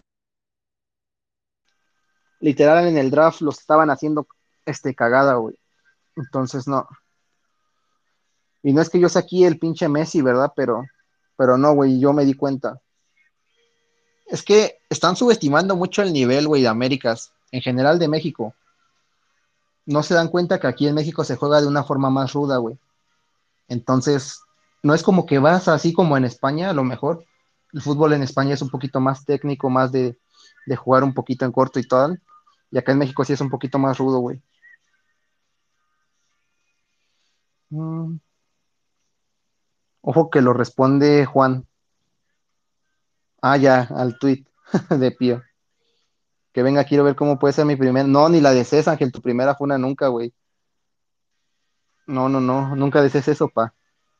Literal en el draft los estaban haciendo cagada, güey. Entonces no. Y no es que yo sea aquí el pinche Messi, ¿verdad? Pero no, güey, yo me di cuenta. Es que están subestimando mucho el nivel, güey, de Américas, en general de México. No se dan cuenta que aquí en México se juega de una forma más ruda, güey. Entonces, no es como que vas así como en España, a lo mejor. El fútbol en España es un poquito más técnico, más de jugar un poquito en corto y tal. Y acá en México sí es un poquito más rudo, güey. Mm, Ojo que lo responde Juan. Ah, ya, al tweet de Pío. Que venga, quiero ver cómo puede ser mi primera. No, ni la desees, Ángel, tu primera fue una nunca, güey. No, no, no, nunca desees eso, pa.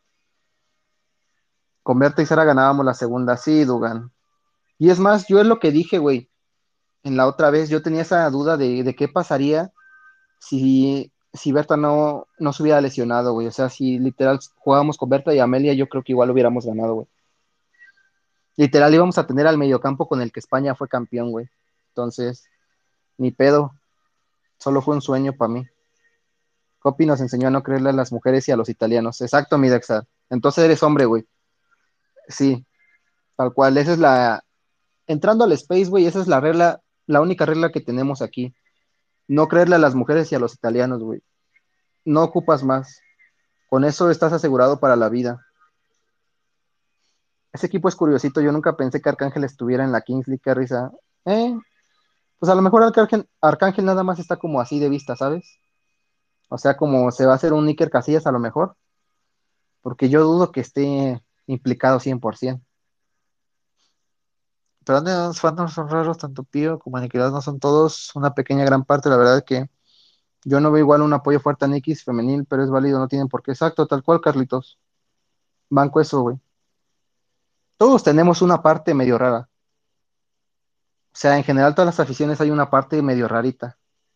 Con Berta y Sara ganábamos la segunda, sí, Dugan. Y es más, yo es lo que dije, güey. En la otra vez yo tenía esa duda de qué pasaría si Berta no se hubiera lesionado, güey. O sea, si literal jugábamos con Berta y Amelia, yo creo que igual hubiéramos ganado, güey. Literal íbamos a tener al mediocampo con el que España fue campeón, güey. Entonces, ni pedo, solo fue un sueño para mí. Copy nos enseñó a no creerle a las mujeres y a los italianos. Exacto, mi Dexar. Entonces eres hombre, güey. Sí, tal cual. Esa es la. Entrando al Space, güey, esa es la regla, la única regla que tenemos aquí. No creerle a las mujeres y a los italianos, güey. No ocupas más. Con eso estás asegurado para la vida. Ese equipo es curiosito. Yo nunca pensé que Arcángel estuviera en la Kings League. Qué risa. Pues a lo mejor Arcángel nada más está como así de vista, ¿sabes? O sea, como se va a hacer un Iker Casillas a lo mejor, porque yo dudo que esté implicado 100%. Pero los fans no son raros, tanto Pío como Aniquilad no son todos, una pequeña gran parte, la verdad es que yo no veo igual un apoyo fuerte a Nikis femenil, pero es válido, no tienen por qué. Exacto, tal cual, Carlitos. Banco eso, güey. Todos tenemos una parte medio rara. O sea, en general todas las aficiones hay una parte medio rarita.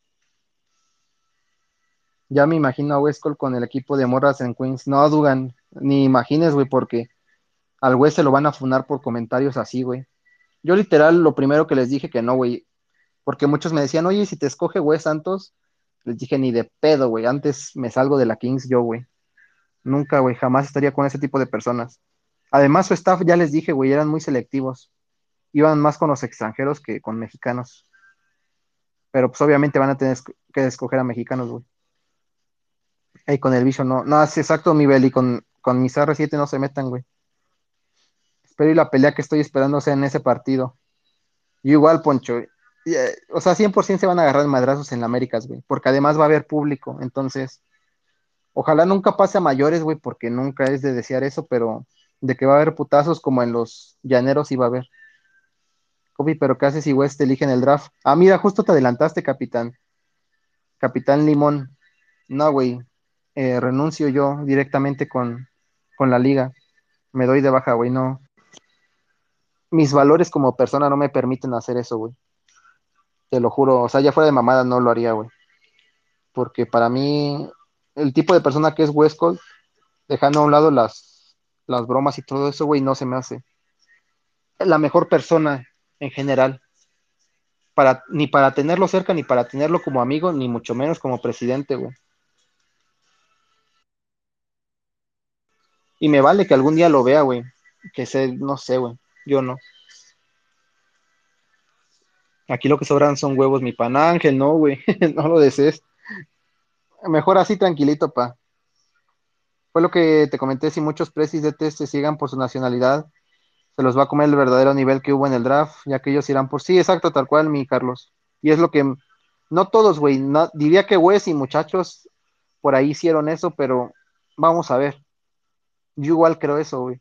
Ya me imagino a Westcol con el equipo de morras en Queens. No, Dugan, ni imagines, güey, porque al güey se lo van a funar por comentarios así, güey. Yo literal lo primero que les dije que no, güey, porque muchos me decían, oye, si te escoge güey Santos, les dije ni de pedo, güey, antes me salgo de la Kings yo, güey. Nunca, güey, jamás estaría con ese tipo de personas. Además, su staff, ya les dije, güey, eran muy selectivos. Iban más con los extranjeros que con mexicanos. Pero pues obviamente van a tener que escoger a mexicanos, güey. Ey, con el bicho no. No, es exacto, mi Beli, con mis R7 no se metan, güey. Espero y la pelea que estoy esperando sea en ese partido. Yo igual, Poncho. O sea, 100% se van a agarrar madrazos en la Américas, güey. Porque además va a haber público. Entonces, ojalá nunca pase a mayores, güey, porque nunca es de desear eso, pero de que va a haber putazos como en los llaneros sí va a haber. Kobe, pero ¿qué haces si West te elige en el draft? Ah, mira, justo te adelantaste, capitán. Capitán Limón. No, güey. Renuncio yo directamente con la liga. Me doy de baja, güey. No. Mis valores como persona no me permiten hacer eso, güey. Te lo juro. O sea, ya fuera de mamada no lo haría, güey. Porque para mí, el tipo de persona que es Westcott, dejando a un lado las bromas y todo eso, güey, no se me hace la mejor persona en general. Ni para tenerlo cerca, ni para tenerlo como amigo, ni mucho menos como presidente, güey. Y me vale que algún día lo vea, güey. Que sé, no sé, güey. Yo no. Aquí lo que sobran son huevos, mi pan Ángel, no, güey. No lo desees. Mejor así tranquilito, pa. Fue lo que te comenté, si muchos presis de test se sigan por su nacionalidad, se los va a comer el verdadero nivel que hubo en el draft, ya que ellos irán por sí, exacto, tal cual, mi Carlos. Y es lo que, no todos, güey, diría que Wes y muchachos por ahí hicieron eso, pero vamos a ver. Yo igual creo eso, güey.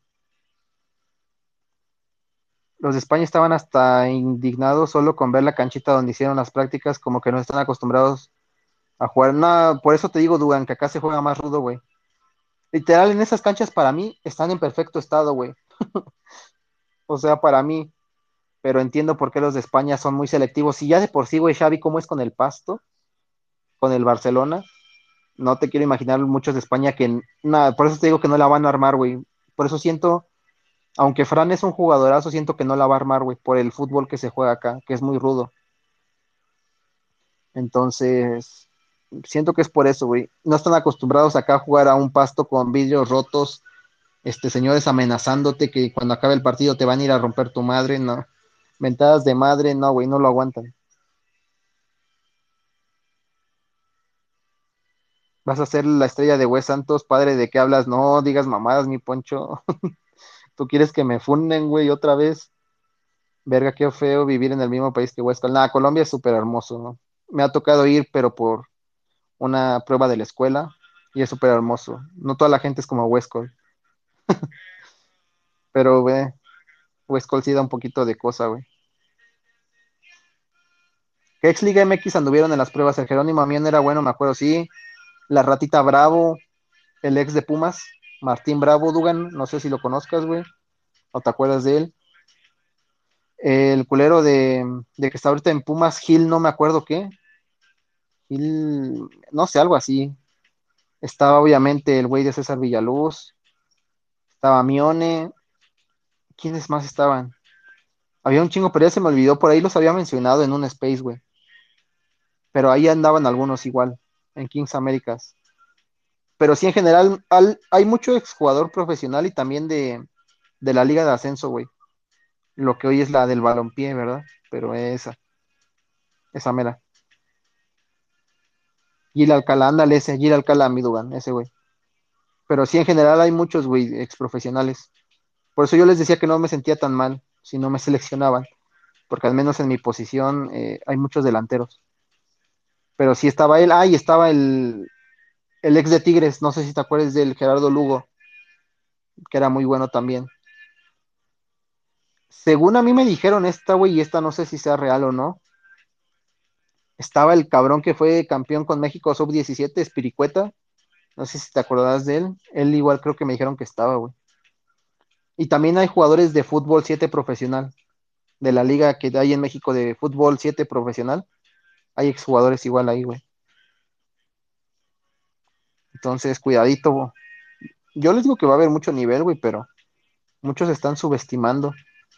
Los de España estaban hasta indignados solo con ver la canchita donde hicieron las prácticas, como que no están acostumbrados a jugar. No, por eso te digo, Dugan, que acá se juega más rudo, güey. Literal, en esas canchas para mí están en perfecto estado, güey. O sea, para mí, pero entiendo por qué los de España son muy selectivos. Y ya de por sí, güey, Xavi, ¿cómo es con el Pasto? Con el Barcelona. No te quiero imaginar muchos de España que, nada, por eso te digo que no la van a armar, güey. Por eso siento, aunque Fran es un jugadorazo, siento que no la va a armar, güey, por el fútbol que se juega acá, que es muy rudo. Entonces, siento que es por eso, güey. No están acostumbrados acá a jugar a un Pasto con vidrios rotos, señores amenazándote que cuando acabe el partido te van a ir a romper tu madre, no. Mentadas de madre, no, güey, no lo aguantan. Vas a ser la estrella de Wes Santos, padre, ¿de qué hablas? No digas mamadas, mi Poncho. ¿Tú quieres que me funden, güey, otra vez? Verga, qué feo vivir en el mismo país que West. Nada, Colombia es súper hermoso, ¿no? Me ha tocado ir, pero por una prueba de la escuela, y es súper hermoso. No toda la gente es como West, pero, güey, West sí da un poquito de cosa, güey. ¿Qué ex Liga MX anduvieron en las pruebas? El Jerónimo Amián era bueno, me acuerdo, sí. La Ratita Bravo, el ex de Pumas, Martín Bravo, Dugan, no sé si lo conozcas, güey, o te acuerdas de él. El culero de que está ahorita en Pumas, Gil, no me acuerdo qué. Gil, no sé, algo así. Estaba obviamente el güey de César Villaluz, estaba Mione, ¿quiénes más estaban? Había un chingo, pero ya se me olvidó, por ahí los había mencionado en un Space, güey. Pero ahí andaban algunos igual, en Kings Américas. Pero sí, en general, hay mucho exjugador profesional y también de la Liga de Ascenso, güey. Lo que hoy es la del balompié, ¿verdad? Pero esa mera. Gil Alcalá, ándale ese, Gil Alcalá, mi Dugan, ese güey. Pero sí, en general hay muchos, güey, ex profesionales. Por eso yo les decía que no me sentía tan mal si no me seleccionaban, porque al menos en mi posición hay muchos delanteros. Pero sí estaba él, y estaba el ex de Tigres, no sé si te acuerdas del Gerardo Lugo, que era muy bueno también. Según a mí me dijeron esta, güey, y esta no sé si sea real o no, estaba el cabrón que fue campeón con México sub-17, Espiricueta, no sé si te acordás de él igual creo que me dijeron que estaba, güey. Y también hay jugadores de fútbol 7 profesional, de la liga que hay en México de fútbol 7 profesional, hay exjugadores igual ahí, güey. Entonces, cuidadito. Yo les digo que va a haber mucho nivel, güey, pero muchos están subestimando.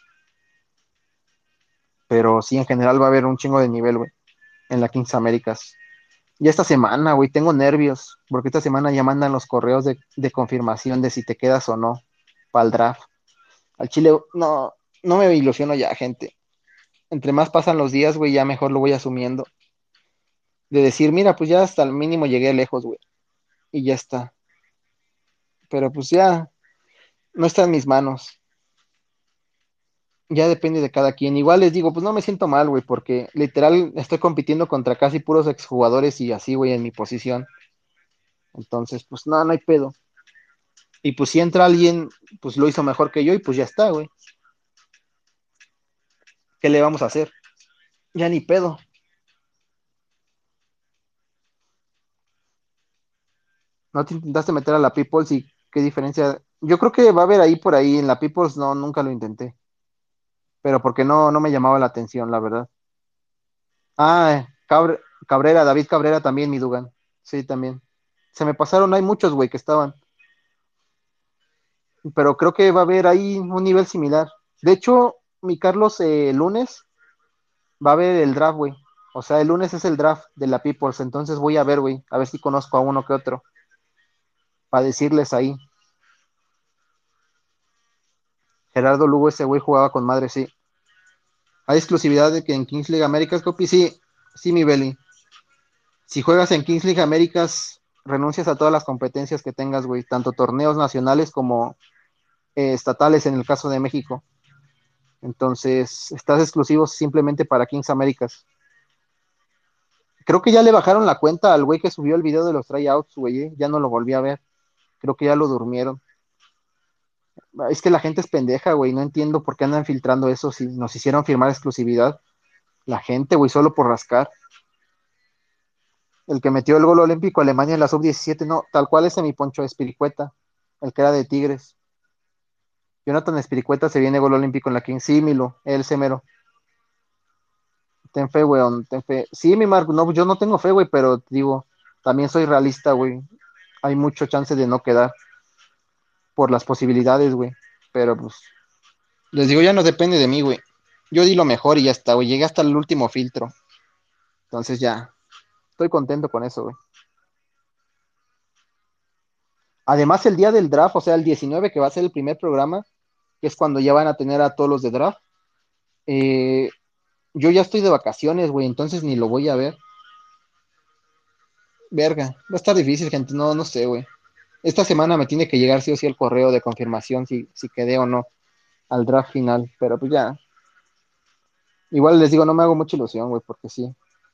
Pero sí, en general va a haber un chingo de nivel, güey, en la Kings Américas. Y esta semana, güey, tengo nervios, porque esta semana ya mandan los correos de confirmación de si te quedas o no para el draft. Al Chile, no, no me ilusiono ya, gente. Entre más pasan los días, güey, ya mejor lo voy asumiendo. De decir, mira, pues ya hasta el mínimo llegué lejos, güey. y ya está. Pero pues ya no está en mis manos. Ya depende de cada quien. Igual les digo, pues no me siento mal, güey, porque literal estoy compitiendo contra casi puros exjugadores y así, güey, en mi posición. Entonces, pues no, no hay pedo. Y pues si entra alguien, pues lo hizo mejor que yo y pues ya está, güey. ¿Qué le vamos a hacer? Ya ni pedo. ¿No te intentaste meter a la Peoples y qué diferencia? Yo creo que va a haber ahí por ahí. En la Peoples no, nunca lo intenté. Pero porque no, no me llamaba la atención, la verdad. Ah, Cabrera, David Cabrera también, mi Dugan. Sí, también. Se me pasaron, hay muchos, güey, que estaban. Pero creo que va a haber ahí un nivel similar. De hecho, mi Carlos, el lunes va a haber el draft, güey. O sea, el lunes es el draft de la Peoples, entonces voy a ver, güey, a ver si conozco a uno que otro, para decirles ahí. Gerardo Lugo, ese güey jugaba con madre, sí. Hay exclusividad de que en Kings League Américas, copy, sí, sí, mi Belly. Si juegas en Kings League Américas, renuncias a todas las competencias que tengas, güey, tanto torneos nacionales como estatales en el caso de México. Entonces, estás exclusivo simplemente para Kings Américas. Creo que ya le bajaron la cuenta al güey que subió el video de los tryouts, güey. Ya no lo volví a ver. Creo que ya lo durmieron. Es que la gente es pendeja, güey. No entiendo por qué andan filtrando eso si nos hicieron firmar exclusividad. La gente, güey, solo por rascar. El que metió el gol olímpico a Alemania en la sub-17, no, tal cual ese mi Poncho Espiricueta, el que era de Tigres. Jonathan Espiricueta se viene gol olímpico en la King. Sí, Milo, él semero. Ten fe, weón, ten fe. Sí, mi Marco, no, yo no tengo fe, güey, pero digo, también soy realista, güey. Hay mucho chance de no quedar por las posibilidades, güey. Pero pues, les digo, ya no depende de mí, güey. Yo di lo mejor y ya está, güey. Llegué hasta el último filtro. Entonces ya, estoy contento con eso, güey. Además, el día del draft, o sea, el 19 que va a ser el primer programa, que es cuando ya van a tener a todos los de draft, eh, yo ya estoy de vacaciones, güey, entonces ni lo voy a ver. Verga, va a estar difícil, gente, no, no sé, güey. Esta semana me tiene que llegar sí o sí el correo de confirmación si quedé o no al draft final, pero pues ya, igual les digo, no me hago mucha ilusión, güey, porque sí.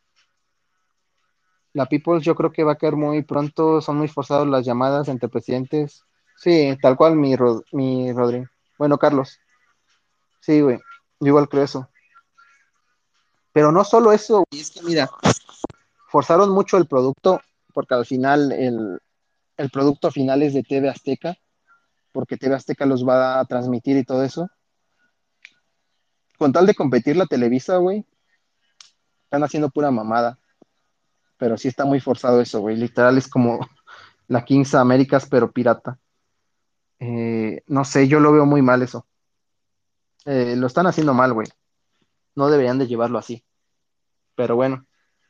La People yo creo que va a caer muy pronto, son muy forzadas las llamadas entre presidentes. Sí, tal cual mi Rodri. Bueno, Carlos, sí, güey, yo igual creo eso. Pero no solo eso, güey, es que mira, forzaron mucho el producto, porque al final el producto final es de TV Azteca, porque TV Azteca los va a transmitir y todo eso. Con tal de competir la Televisa, güey, están haciendo pura mamada, pero sí está muy forzado eso, güey. Literal es como la Kings Américas, pero pirata. No sé, yo lo veo muy mal eso. Lo están haciendo mal, güey. No deberían de llevarlo así. Pero bueno,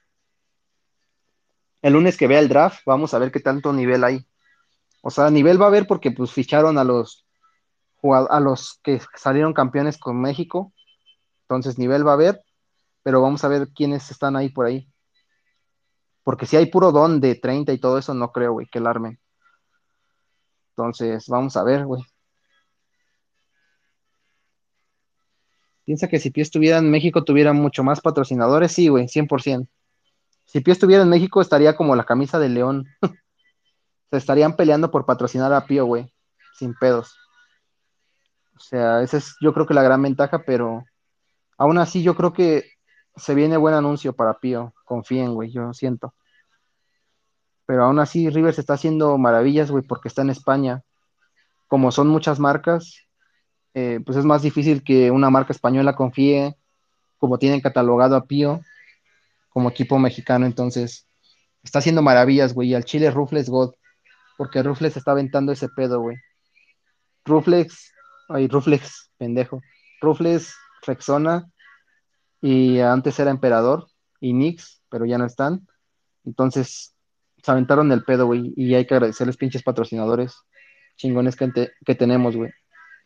el lunes que vea el draft, vamos a ver qué tanto nivel hay. O sea, nivel va a haber porque pues ficharon a los que salieron campeones con México. Entonces, nivel va a haber, pero vamos a ver quiénes están ahí por ahí. Porque si hay puro don de 30 y todo eso, no creo, güey, que el armen. Entonces, vamos a ver, güey. Piensa que si Pío estuviera en México, tuviera mucho más patrocinadores. Sí, güey, 100%. Si Pío estuviera en México, estaría como la camisa de León. Se estarían peleando por patrocinar a Pío, güey. Sin pedos. O sea, esa es yo creo que la gran ventaja, pero aún así yo creo que se viene buen anuncio para Pío. Confíen, güey, yo siento. Pero aún así Rivers está haciendo maravillas, güey, porque está en España. Como son muchas marcas, pues es más difícil que una marca española confíe, como tienen catalogado a Pío como equipo mexicano. Entonces, está haciendo maravillas, güey. Y al Chile Rufles God, porque Rufles está aventando ese pedo, güey. Ruflex, ay, Ruflex, pendejo. Rufles, Rexona, y antes era Emperador y Nix, pero ya no están. Entonces, se aventaron el pedo, güey. Y hay que agradecerles, pinches patrocinadores chingones que tenemos, güey.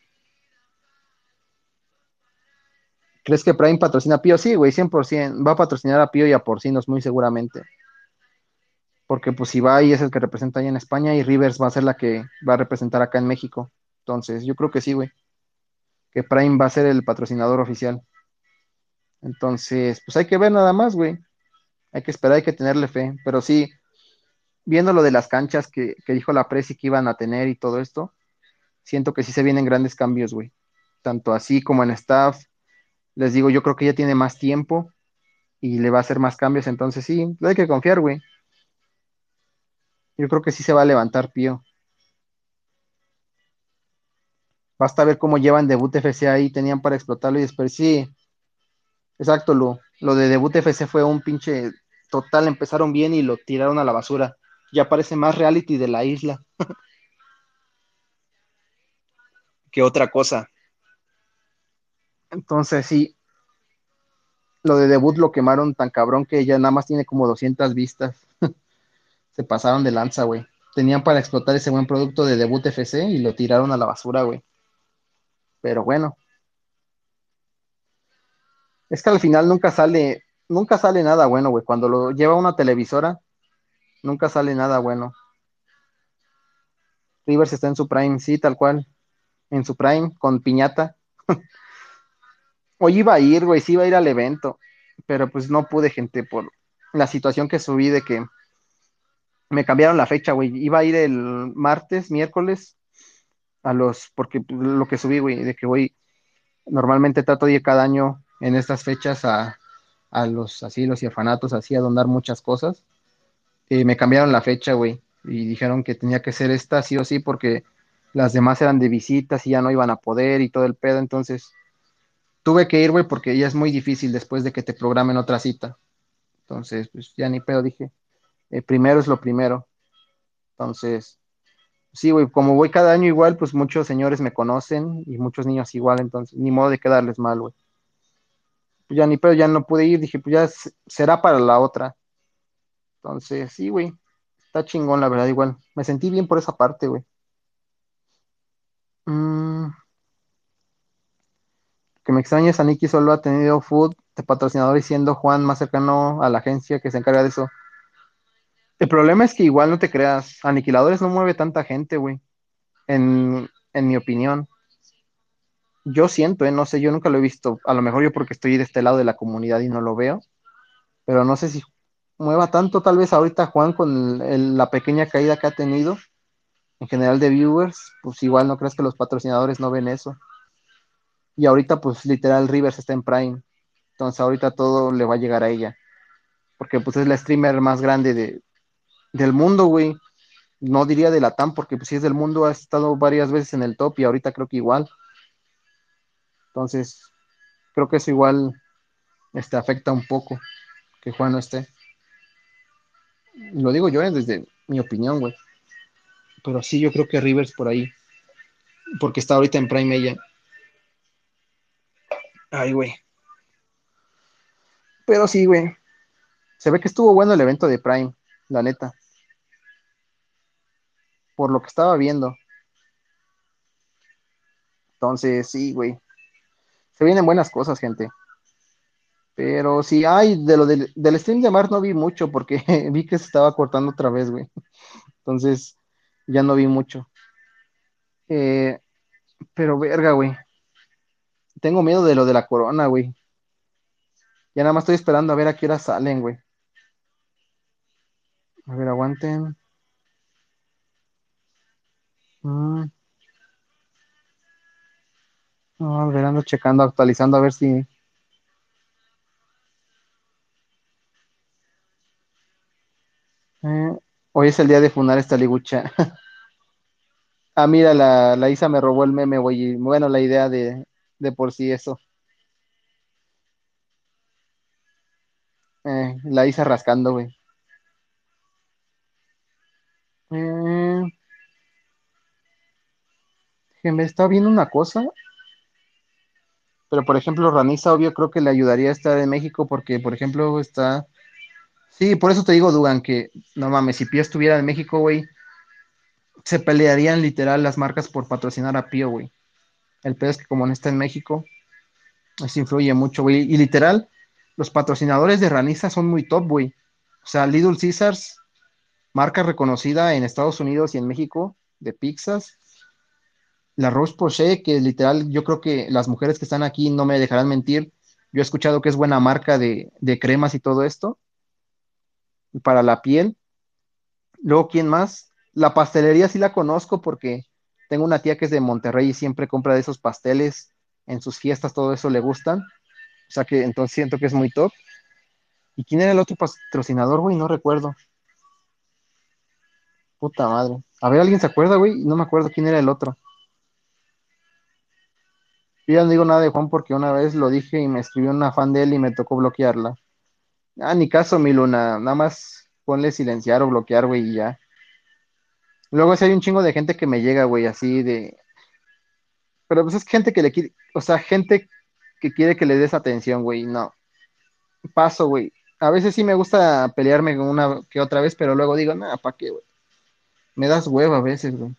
¿Crees que Prime patrocina a Pío? Sí, güey, 100%. Va a patrocinar a Pío y a Porcinos, muy seguramente. porque pues Ibai es el que representa allá en España y Rivers va a ser la que va a representar acá en México. Entonces, yo creo que sí, güey, que Prime va a ser el patrocinador oficial. Entonces, pues hay que ver nada más, güey. Hay que esperar, hay que tenerle fe. Pero sí, viendo lo de las canchas que dijo la Presi que iban a tener y todo esto, siento que sí se vienen grandes cambios, güey. Tanto así como en staff. Les digo, yo creo que ya tiene más tiempo y le va a hacer más cambios. Entonces, sí, hay que confiar, güey. Yo creo que sí se va a levantar Pío. Basta ver cómo llevan debut FC ahí, tenían para explotarlo y después sí, exacto, lo de debut FC fue un pinche total, empezaron bien y lo tiraron a la basura. Ya parece más reality de la isla que otra cosa. Entonces sí, lo de debut lo quemaron tan cabrón que ya nada más tiene como 200 vistas. Se pasaron de lanza, güey. Tenían para explotar ese buen producto de debut FC y lo tiraron a la basura, güey. Pero bueno, es que al final nunca sale nada bueno, güey. Cuando lo lleva una televisora, nunca sale nada bueno. Rivers está en su prime, sí, tal cual, en su prime, con piñata. Hoy iba a ir, güey, sí iba a ir al evento, pero pues no pude, gente, por la situación que subí de que me cambiaron la fecha, güey. Iba a ir el martes, miércoles, porque pues, lo que subí, güey, de que voy, normalmente trato de ir cada año en estas fechas a los asilos y orfanatos, así, a donar muchas cosas. Me cambiaron la fecha, güey, y dijeron que tenía que ser esta sí o sí porque las demás eran de visitas y ya no iban a poder y todo el pedo, entonces tuve que ir, güey, porque ya es muy difícil después de que te programen otra cita. Entonces, pues ya ni pedo, dije, primero es lo primero. Entonces, sí, güey, como voy cada año igual, pues muchos señores me conocen y muchos niños igual, entonces, ni modo de quedarles mal, güey. Pues ya ni pedo, ya no pude ir, dije, pues ya será para la otra. Entonces, sí, güey, está chingón, la verdad, igual. Me sentí bien por esa parte, güey. Mm, que me extraña es a Nicky solo ha tenido food de patrocinador y siendo Juan más cercano a la agencia que se encarga de eso. El problema es que igual no te creas, Aniquiladores no mueve tanta gente, güey, en mi opinión. Yo siento, no sé, yo nunca lo he visto. A lo mejor yo porque estoy de este lado de la comunidad y no lo veo, pero no sé si mueva tanto, tal vez ahorita Juan con la pequeña caída que ha tenido en general de viewers, pues igual no crees que los patrocinadores no ven eso. Y ahorita pues literal Rivers está en Prime, entonces ahorita todo le va a llegar a ella, porque pues es la streamer más grande del mundo, güey. No diría de la TAM, porque pues si es del mundo ha estado varias veces en el top y ahorita creo que igual. Entonces, creo que eso igual afecta un poco que Juan no esté. Lo digo yo desde mi opinión, güey. Pero sí, yo creo que Rivers por ahí, porque está ahorita en Prime ella. Ay, güey. Pero sí, güey. Se ve que estuvo bueno el evento de Prime, la neta, por lo que estaba viendo. Entonces, sí, güey. Se vienen buenas cosas, gente. Pero sí, ay, de lo del stream de Mar no vi mucho porque vi que se estaba cortando otra vez, güey. Entonces, ya no vi mucho. Eh, pero verga, güey. Tengo miedo de lo de la corona, güey. Ya nada más estoy esperando a ver a qué hora salen, güey. A ver, aguanten. Mm, no, a ver, ando checando, actualizando a ver si. eh, hoy es el día de funar esta ligucha. Ah, mira, la Isa me robó el meme, güey. Y bueno, la idea de por sí eso. La Isa rascando, güey. Eh, que me está viendo una cosa, pero por ejemplo, Ranisa, obvio, creo que le ayudaría a estar en México porque, por ejemplo, está. Sí, por eso te digo, Dugan, que no mames, si Pío estuviera en México, güey, se pelearían literal las marcas por patrocinar a Pío, güey. El peor es que como no está en México, eso influye mucho, güey. Y literal, los patrocinadores de Ranisa son muy top, güey. O sea, Little Caesars Marca reconocida en Estados Unidos y en México de pizzas. La Roche Posay, que literal, yo creo que las mujeres que están aquí no me dejarán mentir. Yo he escuchado que es buena marca de cremas y todo esto para la piel. Luego, ¿quién más? La pastelería sí la conozco porque tengo una tía que es de Monterrey y siempre compra de esos pasteles en sus fiestas, todo eso le gustan. O sea que entonces siento que es muy top. ¿Y quién era el otro patrocinador, güey? No recuerdo. Puta madre. A ver, ¿alguien se acuerda, güey? No me acuerdo quién era el otro. Yo ya no digo nada de Juan porque una vez lo dije y me escribió una fan de él y me tocó bloquearla. Ah, ni caso, mi Luna. Nada más ponle silenciar o bloquear, güey, y ya. Luego si hay un chingo de gente que me llega, güey, así de... Pero pues es gente que le quiere... O sea, gente que quiere que le des atención, güey. No. Paso, güey. A veces sí me gusta pelearme con una que otra vez, pero luego digo, nada, ¿para qué, güey? Me das hueva a veces, güey.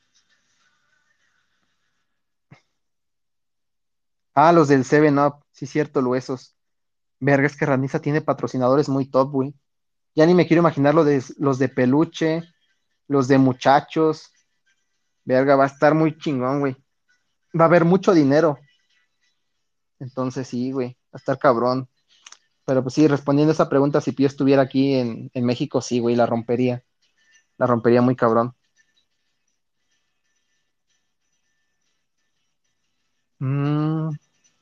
Ah, los del Seven Up. Sí, cierto, esos. Verga, es que Ranisa tiene patrocinadores muy top, güey. Ya ni me quiero imaginar los de peluche, los de muchachos. Verga, va a estar muy chingón, güey. Va a haber mucho dinero. Entonces sí, güey, va a estar cabrón. Pero pues sí, respondiendo a esa pregunta, si Pío estuviera aquí en México, sí, güey, la rompería. La rompería muy cabrón. Mm,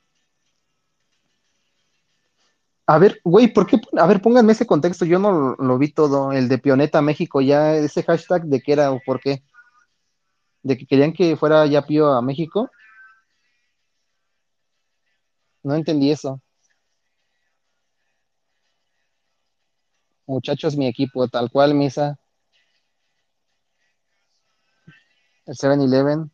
a ver, güey, ¿por qué? A ver, pónganme ese contexto. Yo no lo vi todo. El de Pioneta México, ya ese hashtag de qué era o por qué. De que querían que fuera ya Pío a México. No entendí eso. Muchachos, mi equipo, tal cual, Misa, el 7-Eleven.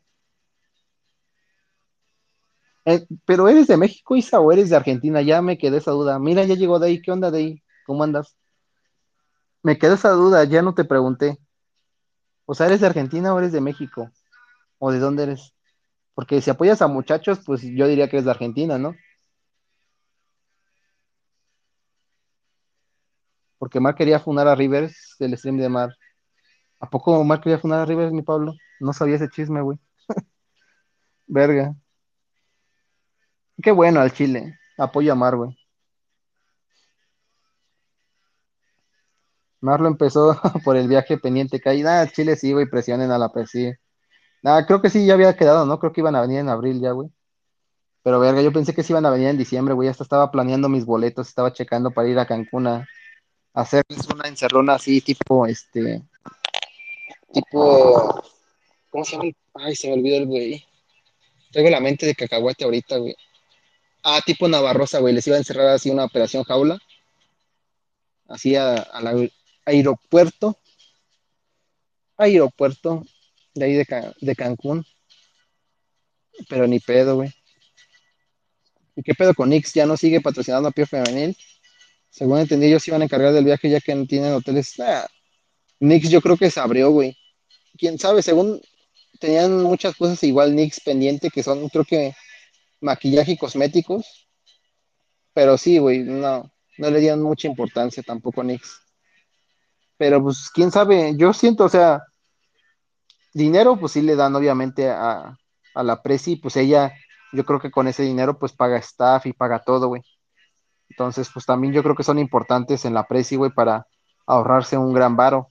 Pero ¿eres de México, Isa, o eres de Argentina? Ya me quedé esa duda. Mira, ya llegó de ahí. ¿Qué onda de ahí? ¿Cómo andas? Me quedé esa duda, ya no te pregunté. O sea, ¿eres de Argentina o eres de México? ¿O de dónde eres? Porque si apoyas a muchachos, pues yo diría que eres de Argentina, ¿no? Porque Mar quería funar a Rivers del stream de Mar. ¿A poco Mar quería funar a Rivers, mi Pablo? No sabía ese chisme, güey. Verga. Qué bueno al Chile. Apoyo a Mar, güey. Mar lo empezó por el viaje pendiente que hay. Nada, Chile sí, güey, presionen a la PES, nada, creo que sí, ya había quedado, ¿no? Creo que iban a venir en abril ya, güey. Pero verga, yo pensé que sí iban a venir en diciembre, güey. Hasta estaba planeando mis boletos, estaba checando para ir a Cancún a hacerles una encerrona así, tipo, ¿cómo se llama? Ay, se me olvidó el güey. Traigo la mente de cacahuate ahorita, güey. Ah, tipo Navarrosa, güey. Les iba a encerrar así una operación jaula, así al aeropuerto, aeropuerto de ahí de Cancún, pero ni pedo, güey. ¿Y qué pedo con Nix? ¿Ya no sigue patrocinando a Pío Femenil? Según entendí, ellos se iban a encargar del viaje ya que no tienen hoteles. Nix yo creo que se abrió, güey. Quién sabe, según tenían muchas cosas igual Nix pendiente que son, creo que maquillaje y cosméticos, pero sí, güey, no le dieron mucha importancia tampoco a Nix. Pero pues quién sabe, yo siento, o sea, dinero pues sí le dan obviamente a la Prezi, pues ella, yo creo que con ese dinero pues paga staff y paga todo, güey. Entonces, pues también yo creo que son importantes en la Prezi, güey, para ahorrarse un gran varo.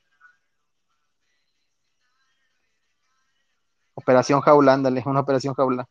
Operación Jaula, ándale, una operación Jaula.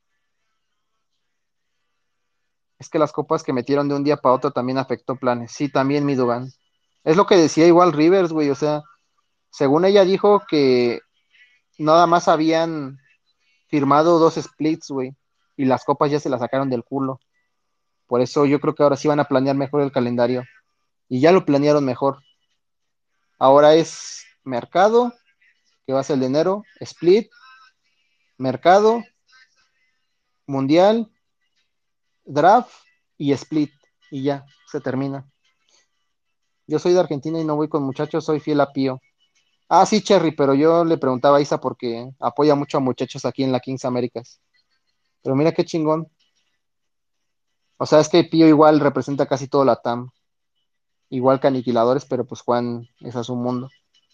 Es que las copas que metieron de un día para otro también afectó planes. Sí, también mi Dugan. Es lo que decía igual Rivers, güey. O sea, según ella dijo que nada más habían firmado 2 splits, güey. Y las copas ya se las sacaron del culo. Por eso yo creo que ahora sí van a planear mejor el calendario. Y ya lo planearon mejor. Ahora es mercado, que va a ser el de enero, split, mercado, mundial, draft y split. Y ya, se termina. Yo soy de Argentina y no voy con muchachos, soy fiel a Pío. Ah, sí, Cherry, pero yo le preguntaba a Isa porque apoya mucho a muchachos aquí en la Kings Américas. Pero mira qué chingón. O sea, es que Pío igual representa casi todo la TAM. igual que Aniquiladores, pero pues Juan es a su mundo.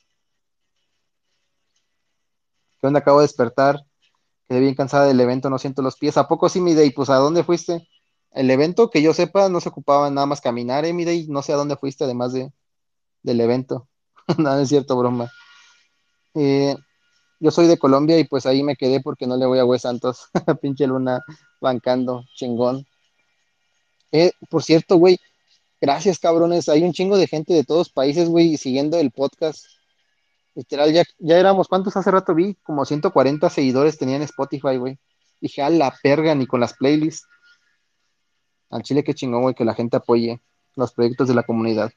¿Qué onda? Acabo de despertar, quedé bien cansada del evento, no siento los pies. ¿A poco sí, mi Day? Pues ¿a dónde fuiste? El evento, que yo sepa, no se ocupaba nada más caminar, mi Day. No sé a dónde fuiste, además del evento. Nada, es cierto, broma. Eh, yo soy de Colombia y pues ahí me quedé porque no le voy a Wes Santos. Pinche Luna bancando, chingón. Por cierto, güey, gracias, cabrones. Hay un chingo de gente de todos países, güey, siguiendo el podcast. Literal, ya éramos, ¿cuántos hace rato vi? Como 140 seguidores tenían Spotify, güey. Dije, a la perga, ni con las playlists. Al chile, qué chingón, güey, que la gente apoye los proyectos de la comunidad.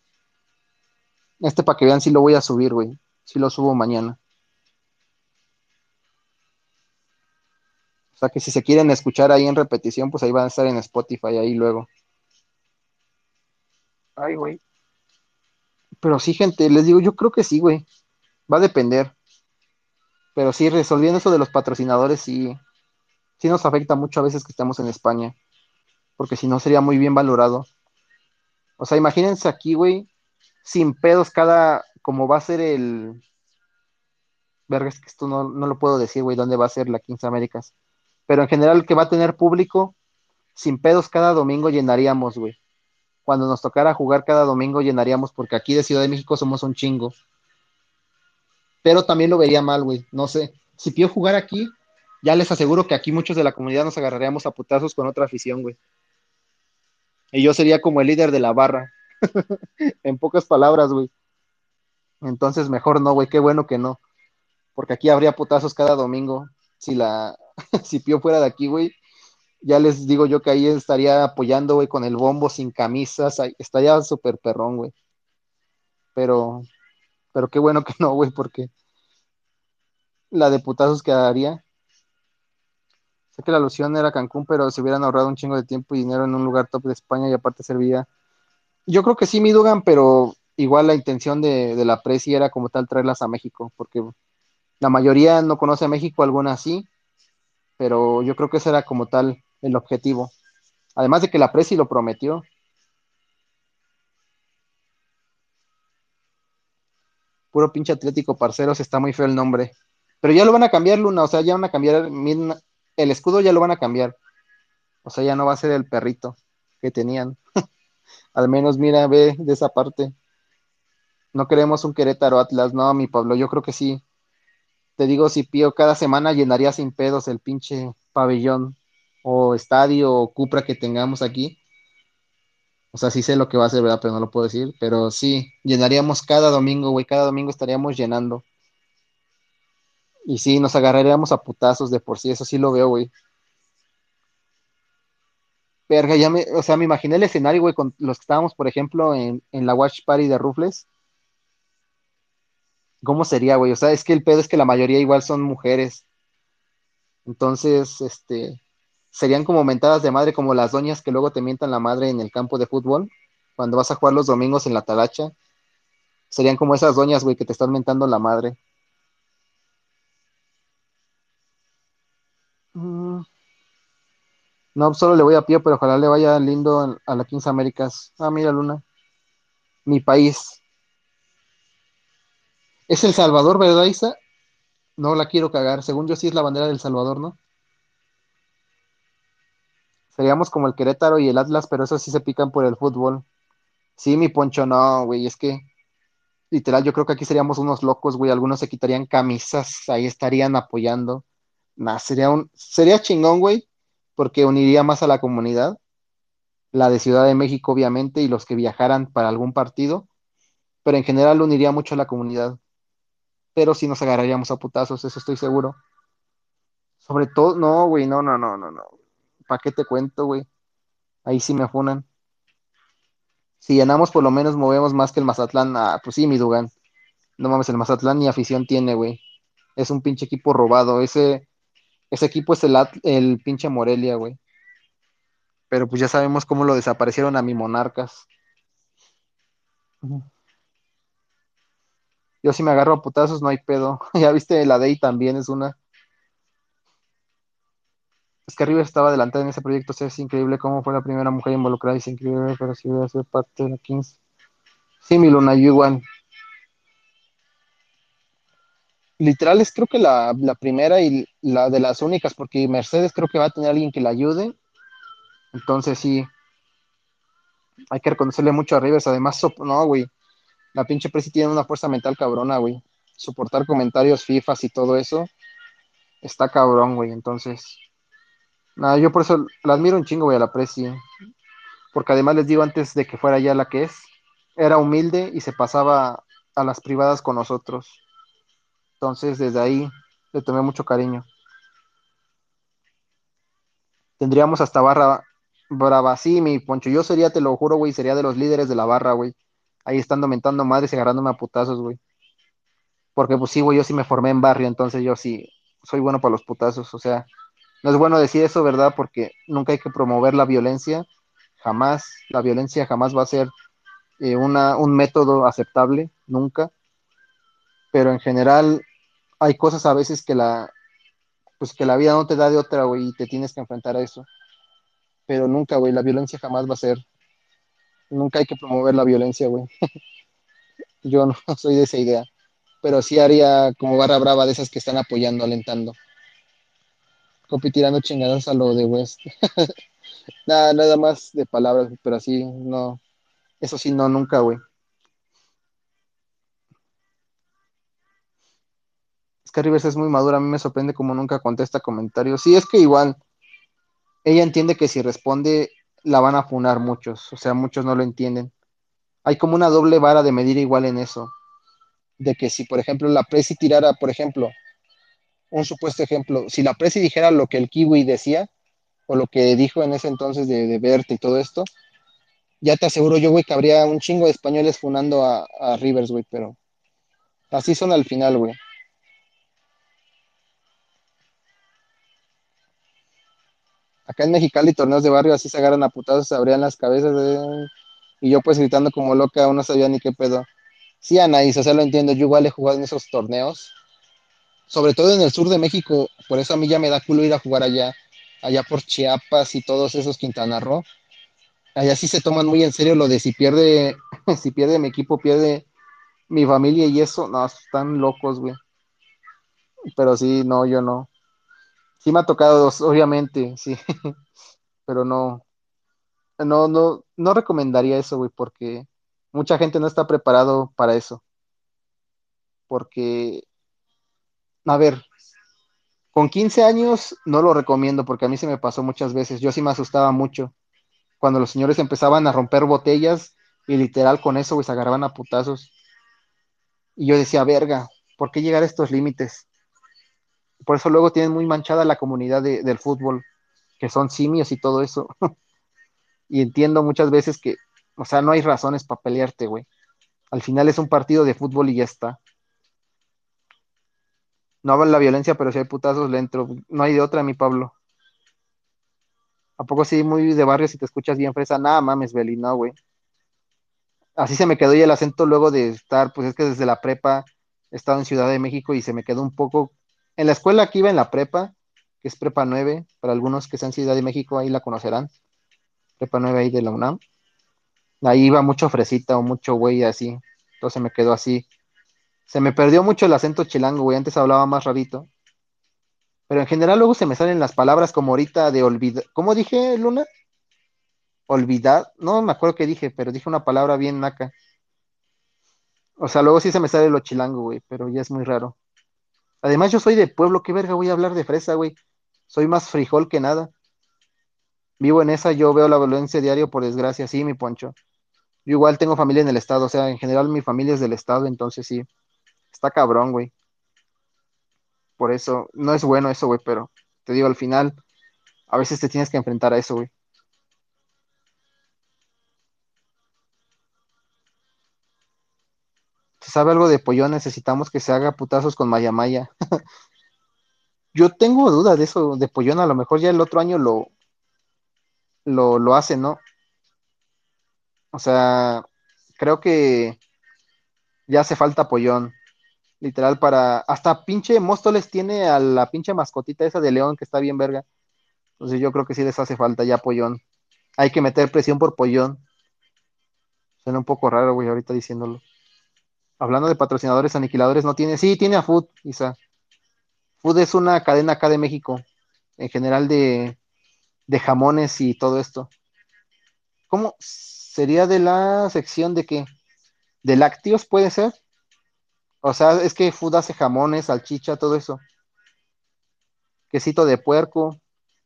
Para que vean, si lo voy a subir, güey. Si lo subo mañana. O sea que si se quieren escuchar ahí en repetición, pues ahí van a estar en Spotify, ahí luego. Ay, güey. Pero sí, gente, les digo, yo creo que sí, güey. Va a depender. Pero sí, resolviendo eso de los patrocinadores, sí nos afecta mucho a veces que estamos en España. Porque si no sería muy bien valorado. O sea, imagínense aquí, güey, sin pedos como va a ser verga, es que esto no lo puedo decir, güey, dónde va a ser la 15 Américas. Pero en general que va a tener público, sin pedos cada domingo llenaríamos, güey. Cuando nos tocara jugar cada domingo llenaríamos, porque aquí de Ciudad de México somos un chingo. Pero también lo vería mal, güey, no sé. Si pido jugar aquí, ya les aseguro que aquí muchos de la comunidad nos agarraríamos a putazos con otra afición, güey. Y yo sería como el líder de la barra, en pocas palabras, güey. Entonces mejor no, güey, qué bueno que no. Porque aquí habría putazos cada domingo. Si la, si Pío fuera de aquí, güey, ya les digo yo que ahí estaría apoyando, güey, con el bombo, sin camisas, ahí, estaría súper perrón, güey. Pero, pero qué bueno que no, güey, porque la de putazos que haría. Sé que la alusión era Cancún, pero se hubieran ahorrado un chingo de tiempo y dinero en un lugar top de España y aparte serviría. Yo creo que sí, mi Dugan, pero igual la intención de la presi era como tal traerlas a México, porque la mayoría no conoce a México, algunas sí, pero yo creo que ese era como tal el objetivo. Además de que la Presi lo prometió. Puro pinche Atlético Parceros, está muy feo el nombre. Pero ya lo van a cambiar, Luna, o sea, ya van a cambiar, el escudo ya lo van a cambiar. O sea, ya no va a ser el perrito que tenían. Al menos mira, ve de esa parte. No queremos un Querétaro Atlas, no, mi Pablo, yo creo que sí. Te digo, si Pío cada semana llenaría sin pedos el pinche pabellón o estadio o cupra que tengamos aquí. O sea, sí sé lo que va a hacer, ¿verdad? Pero no lo puedo decir. Pero sí, llenaríamos cada domingo, güey. Cada domingo estaríamos llenando. Y sí, nos agarraríamos a putazos de por sí. Eso sí lo veo, güey. Verga, o sea, me imaginé el escenario, güey, con los que estábamos, por ejemplo, en la Watch Party de Rufles. ¿Cómo sería, güey? O sea, es que el pedo es que la mayoría igual son mujeres. Entonces, serían como mentadas de madre, como las doñas que luego te mientan la madre en el campo de fútbol. Cuando vas a jugar los domingos en la talacha. Serían como esas doñas, güey, que te están mentando la madre. Mm, no, solo le voy a Pío, pero ojalá le vaya lindo a la 15 Américas. Ah, mira, Luna. Mi país. Es El Salvador, ¿verdad, Isa? No la quiero cagar. Según yo, sí es la bandera del Salvador, ¿no? Seríamos como el Querétaro y el Atlas, pero esos sí se pican por el fútbol. Sí, mi Poncho, no, güey. Es que, literal, yo creo que aquí seríamos unos locos, güey. Algunos se quitarían camisas, ahí estarían apoyando. Nah, sería chingón, güey, porque uniría más a la comunidad. La de Ciudad de México, obviamente, y los que viajaran para algún partido. Pero en general uniría mucho a la comunidad. Pero sí nos agarraríamos a putazos, eso estoy seguro. Sobre todo, no, güey, no, no, no, no, no. ¿Para qué te cuento, güey? Ahí sí me funan. Si llenamos, por lo menos movemos más que el Mazatlán. Ah, pues sí, mi Dugan. No mames, el Mazatlán ni afición tiene, güey. Es un pinche equipo robado. Ese equipo es el pinche Morelia, güey. Pero pues ya sabemos cómo lo desaparecieron a mi Monarcas. Ujú. Yo si me agarro a putazos, no hay pedo. Ya viste, la Day también es una. Es que River estaba adelantada en ese proyecto, o sea, es increíble cómo fue la primera mujer involucrada y es increíble, pero si hubiera sido parte de la Kings. Sí, mi Luna, yo igual. Literal es creo que la primera y la de las únicas, porque Mercedes creo que va a tener alguien que la ayude. Entonces sí, hay que reconocerle mucho a Rivers. Además, no, güey, la pinche Presi tiene una fuerza mental cabrona, güey. Soportar comentarios FIFAs y todo eso está cabrón, güey. Entonces, nada, yo por eso la admiro un chingo, güey, a la Presi. Porque además les digo antes de que fuera ya la que es, era humilde y se pasaba a las privadas con nosotros. Entonces, desde ahí le tomé mucho cariño. Tendríamos hasta barra brava. Sí, mi Poncho, yo sería, te lo juro, güey, sería de los líderes de la barra, güey. Ahí estando mentando madres y agarrándome a putazos, güey. Porque pues sí, güey, yo sí me formé en barrio, entonces yo sí soy bueno para los putazos. O sea, no es bueno decir eso, ¿verdad? Porque nunca hay que promover la violencia. Jamás, la violencia jamás va a ser un método aceptable, nunca. Pero en general hay cosas a veces pues que la vida no te da de otra, güey, y te tienes que enfrentar a eso. Pero nunca, güey, la violencia jamás va a ser. Nunca hay que promover la violencia, güey. Yo no soy de esa idea. Pero sí haría como barra brava de esas que están apoyando, alentando. Copi tirando chingadas a lo de West. Nada más de palabras, pero así no. Eso sí, no, nunca, güey. Es que Rivers es muy madura, a mí me sorprende como nunca contesta comentarios. Sí, es que igual, ella entiende que si responde, la van a funar muchos. O sea, muchos no lo entienden. Hay como una doble vara de medir igual en eso. De que si, por ejemplo, la Presi tirara, por ejemplo, un supuesto ejemplo, si la Presi dijera lo que el Kiwi decía, o lo que dijo en ese entonces de Berta y todo esto, ya te aseguro yo, güey, que habría un chingo de españoles funando a Rivers, güey, pero así son al final, güey. Acá en Mexicali, torneos de barrio, así se agarran a putazos, se abrían las cabezas, y yo pues gritando como loca, no sabía ni qué pedo. Sí, Anaís, o sea, lo entiendo, yo igual he jugado en esos torneos, sobre todo en el sur de México, por eso a mí ya me da culo ir a jugar allá por Chiapas y todos esos Quintana Roo. Allá sí se toman muy en serio lo de si pierde, si pierde mi equipo, pierde mi familia y eso, no, están locos, güey. Pero sí, no, yo no. Sí me ha tocado, obviamente, sí, pero no recomendaría eso, güey, porque mucha gente no está preparado para eso. Porque, a ver, con 15 años no lo recomiendo porque a mí se me pasó muchas veces. Yo sí me asustaba mucho cuando los señores empezaban a romper botellas y literal con eso, güey, se agarraban a putazos. Y yo decía, verga, ¿por qué llegar a estos límites? Por eso luego tienen muy manchada la comunidad del fútbol, que son simios y todo eso. Y entiendo muchas veces que, o sea, no hay razones para pelearte, güey. Al final es un partido de fútbol y ya está. No hablan la violencia, pero si hay putazos le entro. No hay de otra, mi Pablo. ¿A poco sí, muy de barrio si te escuchas bien fresa? Nada mames, Beli, no, güey. Así se me quedó ya el acento luego de estar, pues es que desde la prepa he estado en Ciudad de México y se me quedó un poco. En la escuela que iba en la prepa, que es Prepa 9 para algunos que sean Ciudad de México, ahí la conocerán. Prepa 9 ahí de la UNAM. Ahí iba mucho fresita o mucho güey así. Entonces me quedó así. Se me perdió mucho el acento chilango, güey. Antes hablaba más rarito. Pero en general luego se me salen las palabras como ahorita de olvidar. ¿Cómo dije, Luna? Olvidar. No me acuerdo qué dije, pero dije una palabra bien naca. O sea, luego sí se me sale lo chilango, güey, pero ya es muy raro. Además, yo soy de pueblo, ¿qué verga voy a hablar de fresa, güey? Soy más frijol que nada. Vivo en esa, yo veo la violencia diario, por desgracia, sí, mi Poncho. Yo igual tengo familia en el estado, o sea, en general mi familia es del estado, entonces sí, está cabrón, güey. Por eso, no es bueno eso, güey, pero te digo, al final, a veces te tienes que enfrentar a eso, güey. Si sabe algo de Pollón, necesitamos que se haga putazos con Maya Maya. Yo tengo dudas de eso, de Pollón, a lo mejor ya el otro año lo hace, ¿no? O sea, creo que ya hace falta Pollón, literal, para. Hasta pinche Móstoles tiene a la pinche mascotita esa de León que está bien verga. Entonces yo creo que sí les hace falta ya Pollón. Hay que meter presión por Pollón. Suena un poco raro, güey, ahorita diciéndolo. Hablando de patrocinadores, aniquiladores, no tiene. Sí, tiene a Food, Isa. Food es una cadena acá de México, en general de jamones y todo esto. ¿Cómo sería de la sección de qué? ¿De lácteos puede ser? O sea, es que Food hace jamones, salchicha, todo eso. Quesito de puerco,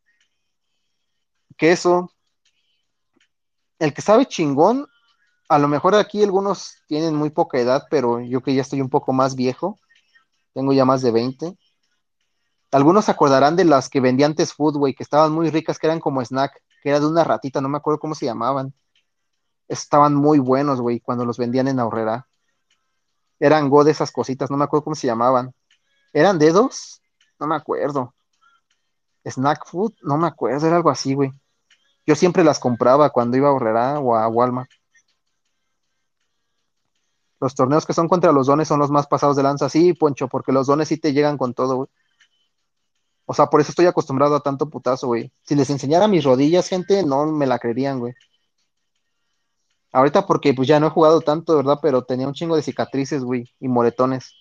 queso. El que sabe chingón, a lo mejor aquí algunos tienen muy poca edad, pero yo que ya estoy un poco más viejo, tengo ya más de 20. Algunos se acordarán de las que vendía antes Food, güey, que estaban muy ricas, que eran como snack, que era de una ratita, no me acuerdo cómo se llamaban. Estaban muy buenos, güey, cuando los vendían en Aurrera. Eran Go de esas cositas, no me acuerdo cómo se llamaban. ¿Eran dedos? No me acuerdo. Snack Food, no me acuerdo, era algo así, güey. Yo siempre las compraba cuando iba a Aurrera o a Walmart. Los torneos que son contra los dones son los más pasados de lanza, sí, Poncho, porque los dones sí te llegan con todo, güey. O sea, por eso estoy acostumbrado a tanto putazo, güey. Si les enseñara mis rodillas, gente, no me la creerían, güey. Ahorita porque pues ya no he jugado tanto, ¿verdad? Pero tenía un chingo de cicatrices, güey, y moretones.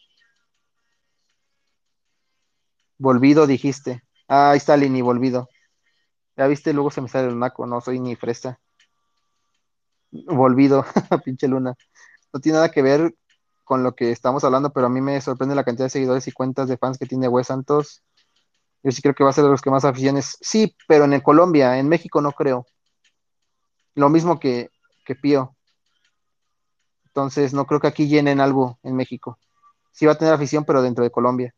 Volvido, dijiste. Ah, ahí está Lini, volvido. Ya viste, luego se me sale el naco, no soy ni fresa. Volvido, pinche luna. No tiene nada que ver con lo que estamos hablando, pero a mí me sorprende la cantidad de seguidores y cuentas de fans que tiene Wes Santos. Yo sí creo que va a ser de los que más aficiones. Sí, pero en Colombia, en México no creo. Lo mismo que Pío. Entonces no creo que aquí llenen algo en México. Sí va a tener afición, pero dentro de Colombia.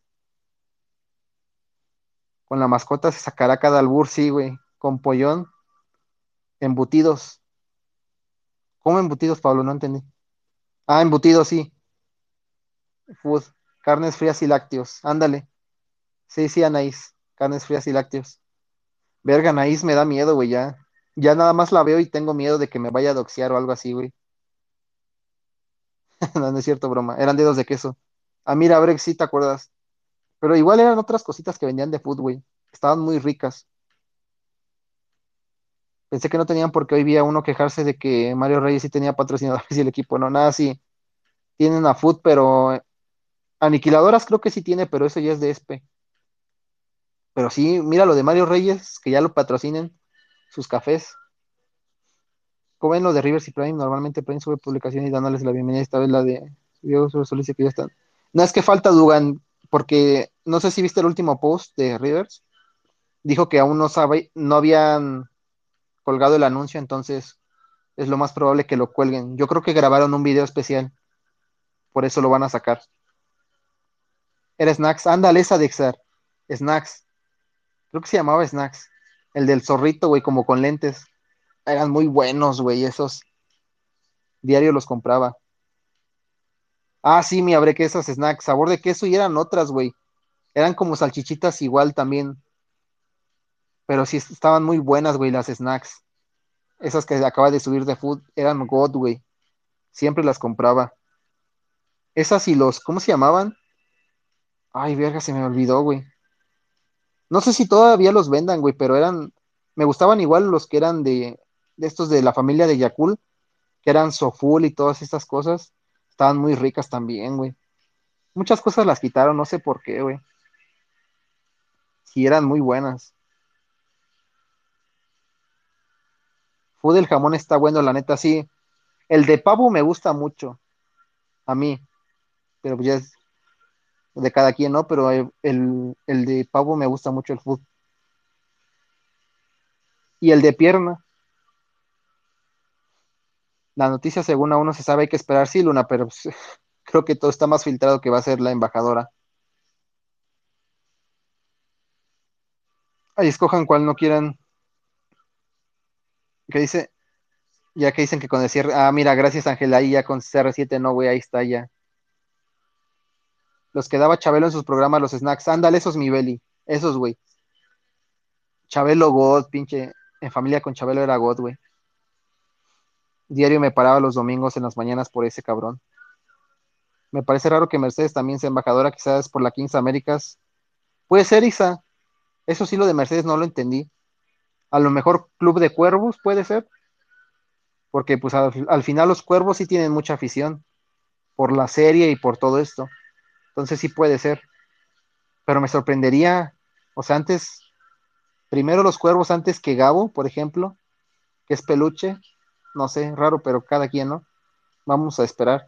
Con la mascota se sacará cada albur, sí, güey. Con pollón, embutidos. ¿Cómo embutidos, Pablo? No entendí. Ah, embutidos, sí. Food. Carnes frías y lácteos. Ándale. Sí, sí, Anaís. Carnes frías y lácteos. Verga, Anaís me da miedo, güey, ya. Ya nada más la veo y tengo miedo de que me vaya a doxear o algo así, güey. No, no es cierto, broma. Eran dedos de queso. Ah, mira, Brex, sí te acuerdas. Pero igual eran otras cositas que vendían de food, güey. Estaban muy ricas. Pensé que no tenían porque hoy vi a uno quejarse de que Mario Reyes sí tenía patrocinadores y el equipo no. Nada, sí. Tienen a food, pero aniquiladoras creo que sí tiene, pero eso ya es de ESPE. Pero sí, mira lo de Mario Reyes, que ya lo patrocinen sus cafés. Como ven lo de Rivers y Prime, normalmente Prime sube publicación y dándoles la bienvenida. Esta vez la de Diego solo dice que ya están. No es que falta Dugan, porque no sé si viste el último post de Rivers. Dijo que aún no sabe, no habían colgado el anuncio, entonces es lo más probable que lo cuelguen. Yo creo que grabaron un video especial, por eso lo van a sacar. Era Snacks, ándale esa de Exar. Snacks, creo que se llamaba Snacks. El del zorrito, güey, como con lentes. Eran muy buenos, güey, esos. Diario los compraba. Ah, sí, mi abre quesos snacks, sabor de queso y eran otras, güey. Eran como salchichitas igual también, pero sí estaban muy buenas, güey, las snacks. Esas que acaba de subir de food eran God, güey. Siempre las compraba. Esas y los, ¿cómo se llamaban? Ay, verga, se me olvidó, güey. No sé si todavía los vendan, güey, pero eran, me gustaban igual los que eran de estos de la familia de Yakul, que eran Soful y todas estas cosas. Estaban muy ricas también, güey. Muchas cosas las quitaron, no sé por qué, güey. Sí, eran muy buenas. Food el jamón está bueno, la neta, sí. El de pavo me gusta mucho, a mí, pero pues ya es de cada quien, ¿no? Pero el de pavo me gusta mucho el food. Y el de pierna, la noticia según aún no se sabe, hay que esperar, sí, Luna, pero pues, creo que todo está más filtrado que va a ser la embajadora. Ahí escojan cuál no quieran. Que dice, ya que dicen que con el cierre, ah, mira, gracias Ángela, ahí ya con CR7 no, güey, ahí está ya. Los que daba Chabelo en sus programas, los snacks, ándale, esos mi Beli, esos, güey. Chabelo God, pinche, en familia con Chabelo era God, güey. Diario me paraba los domingos en las mañanas por ese cabrón. Me parece raro que Mercedes también sea embajadora, quizás por la Kings Américas. Puede ser, Isa. Eso sí, lo de Mercedes no lo entendí. A lo mejor Club de Cuervos, puede ser. porque pues al final los Cuervos sí tienen mucha afición por la serie y por todo esto. Entonces sí puede ser, pero me sorprendería, o sea, antes, primero los Cuervos antes que Gabo, por ejemplo, que es peluche, no sé, raro, pero cada quien, ¿no? Vamos a esperar.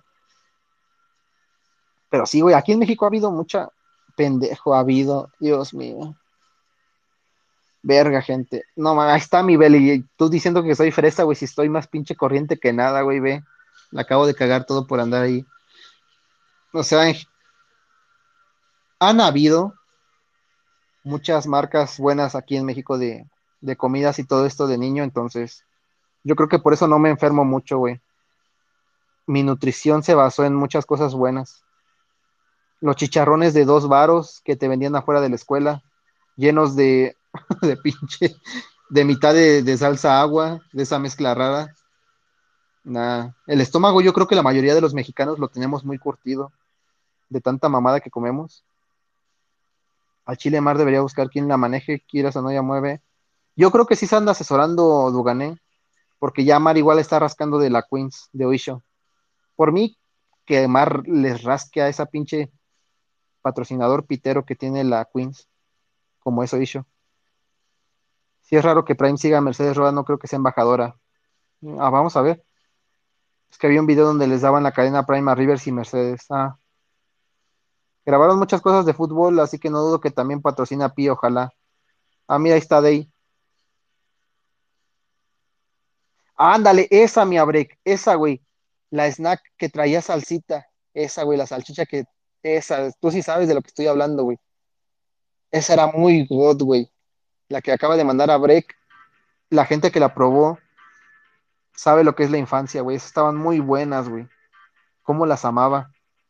Pero sí, güey, aquí en México ha habido mucha pendejo, ha habido, Dios mío, verga, gente. No, ahí está mi Beli, y tú diciendo que soy fresa, güey, si estoy más pinche corriente que nada, güey, ve. La acabo de cagar todo por andar ahí. O sea, han habido muchas marcas buenas aquí en México de comidas y todo esto de niño, entonces yo creo que por eso no me enfermo mucho, güey. Mi nutrición se basó en muchas cosas buenas. Los chicharrones de 2 varos que te vendían afuera de la escuela, llenos de, de pinche, de mitad de salsa agua, de esa mezcla rara. Nah. El estómago yo creo que la mayoría de los mexicanos lo tenemos muy curtido de tanta mamada que comemos. Al Chile Mar debería buscar quien la maneje, quieras o no ya mueve. Yo creo que sí se anda asesorando Dugané, porque ya Mar igual está rascando de la Queens, de Oisho. Por mí, que Mar les rasque a esa pinche patrocinador pitero que tiene la Queens, como es Oisho. Si es raro que Prime siga a Mercedes Roa, no creo que sea embajadora. Vamos a ver. Es que había un video donde les daban la cadena Prime a Rivers y Mercedes. Grabaron muchas cosas de fútbol, así que no dudo que también patrocina a Pi, ojalá. Mira, ahí está Day. Ándale, esa mi abrek, esa, güey. La snack que traía salsita. Esa, güey, la salchicha que. Esa, tú sí sabes de lo que estoy hablando, güey. Esa era muy god, güey. La que acaba de mandar a Break. La gente que la probó sabe lo que es la infancia, güey. Esas estaban muy buenas, güey. Cómo las amaba.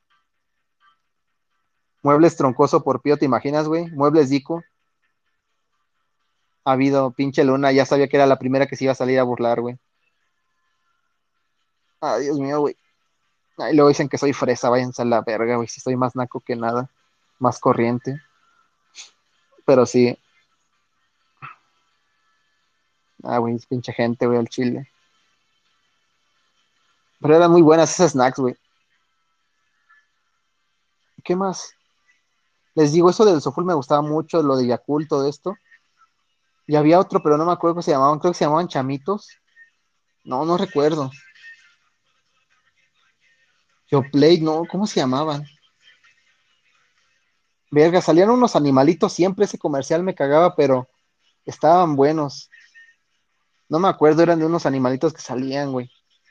Muebles troncoso por Pío, ¿te imaginas, güey? Muebles Dico. Ha habido pinche Luna, ya sabía que era la primera que se iba a salir a burlar, güey. Dios mío, güey. Ahí luego dicen que soy fresa, váyanse a la verga, güey. Si estoy más naco que nada, más corriente. Pero sí, güey, es pinche gente, güey, al chile. Pero eran muy buenas esas snacks, güey. ¿Qué más? Les digo, eso del Soful me gustaba mucho, lo de Yakult, todo esto. Y había otro, pero no me acuerdo cómo se llamaban. Creo que se llamaban Chamitos. No, no recuerdo. Yoplait, no, ¿cómo se llamaban? Verga, salían unos animalitos siempre, ese comercial me cagaba, pero estaban buenos. No me acuerdo, eran de unos animalitos que salían, güey.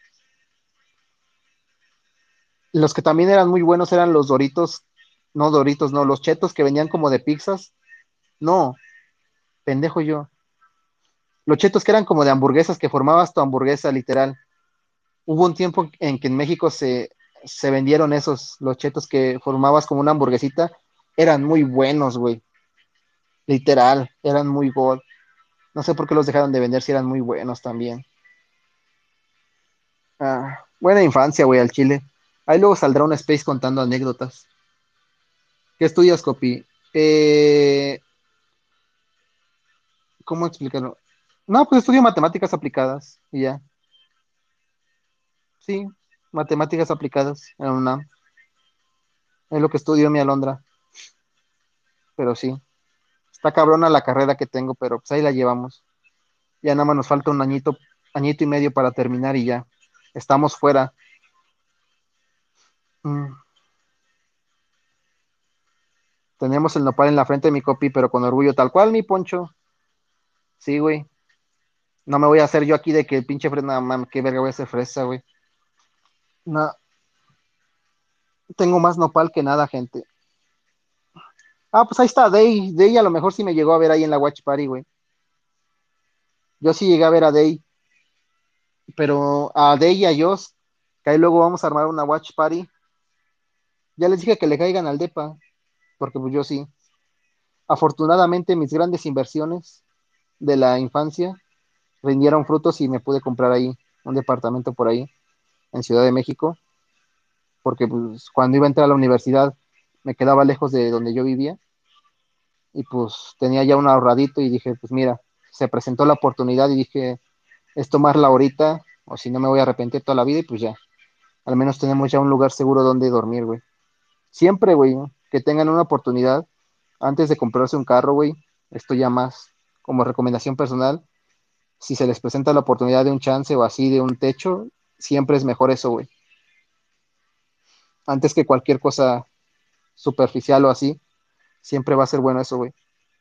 Los que también eran muy buenos eran los Doritos, no Doritos, no, los chetos que venían como de pizzas. No, pendejo yo. Los chetos que eran como de hamburguesas, que formabas tu hamburguesa, literal. Hubo un tiempo en que en México se vendieron esos, los chetos que formabas como una hamburguesita. Eran muy buenos, güey. Literal, eran muy god. No sé por qué los dejaron de vender si eran muy buenos también. Buena infancia, güey, al chile. Ahí luego saldrá un Space contando anécdotas. ¿Qué estudias, Copi? Eh, ¿Cómo explicarlo? No, pues estudio matemáticas aplicadas y ya. Sí, matemáticas aplicadas en UNAM. Es lo que estudio mi Alondra, pero sí. Está cabrona la carrera que tengo, pero pues ahí la llevamos. Ya nada más nos falta un añito, añito y medio para terminar y ya. Estamos fuera. Mm, Tenemos el nopal en la frente de mi Copi, pero con orgullo, tal cual, mi Poncho. Sí, güey. No me voy a hacer yo aquí de que el pinche fresa, mames, qué verga voy a hacer fresa, güey. No, tengo más nopal que nada, gente. Pues ahí está, Day. Day a lo mejor sí me llegó a ver ahí en la Watch Party, güey. Yo sí llegué a ver a Day, pero a Day y a Joss, que ahí luego vamos a armar una Watch Party. Ya les dije que le caigan al DEPA, porque pues yo sí. Afortunadamente mis grandes inversiones de la infancia rindieron frutos y me pude comprar ahí un departamento por ahí en Ciudad de México, porque pues cuando iba a entrar a la universidad me quedaba lejos de donde yo vivía y pues tenía ya un ahorradito y dije, pues mira, se presentó la oportunidad y dije, es tomarla ahorita o si no me voy a arrepentir toda la vida y pues ya, al menos tenemos ya un lugar seguro donde dormir, güey. Siempre, güey, ¿no? Que tengan una oportunidad antes de comprarse un carro, güey, esto ya más como recomendación personal, si se les presenta la oportunidad de un chance o así de un techo, siempre es mejor eso, güey, antes que cualquier cosa superficial o así, siempre va a ser bueno eso, güey.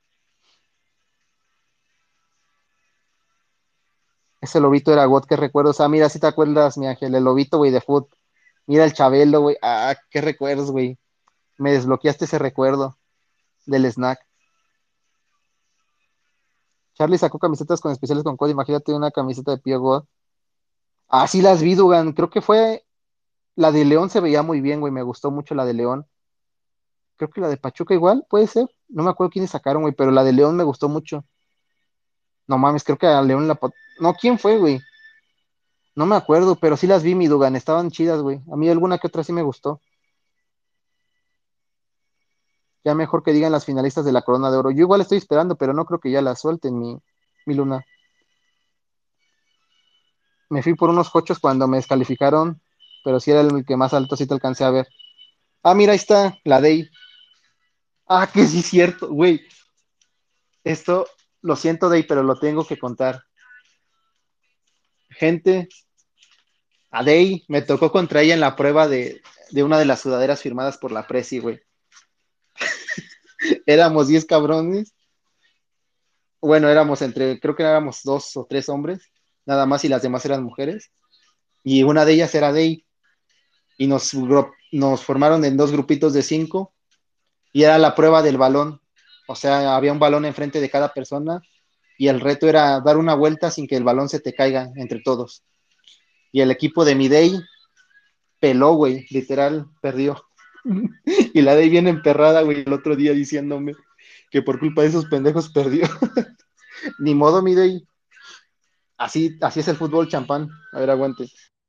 Ese lobito era God, qué recuerdos. Ah, mira, si te acuerdas, mi ángel, el lobito, güey, de foot. Mira el Chabelo, güey. Ah, qué recuerdos, güey. Me desbloqueaste ese recuerdo del snack. Charlie sacó camisetas con especiales con código. Imagínate una camiseta de Pio God. Ah, sí las vi, Dugan. Creo que fue la de León se veía muy bien, güey. Me gustó mucho la de León. Creo que la de Pachuca igual, puede ser. No me acuerdo quiénes sacaron, güey, pero la de León me gustó mucho. No mames, creo que a León No, ¿quién fue, güey? No me acuerdo, pero sí las vi, mi Dugan. Estaban chidas, güey. A mí alguna que otra sí me gustó. Ya mejor que digan las finalistas de la Corona de Oro. Yo igual estoy esperando, pero no creo que ya la suelten, mi Luna. Me fui por unos cochos cuando me descalificaron, pero sí era el que más alto sí te alcancé a ver. Ah, mira, ahí está, la Day. Ah, que sí es cierto, güey. Esto, lo siento, Day, pero lo tengo que contar. Gente, a Day me tocó contra ella en la prueba de una de las sudaderas firmadas por la Presi, güey. Éramos 10 cabrones. Bueno, creo que éramos dos o tres hombres, nada más, y las demás eran mujeres. Y una de ellas era Day. Y nos formaron en dos grupitos de cinco y era la prueba del balón. O sea, había un balón enfrente de cada persona y el reto era dar una vuelta sin que el balón se te caiga entre todos. Y el equipo de mi Day peló, güey, literal, perdió. Y la Day viene emperrada, güey, el otro día diciéndome que por culpa de esos pendejos perdió. Ni modo, mi Day. Así es el fútbol champán. A ver, aguante.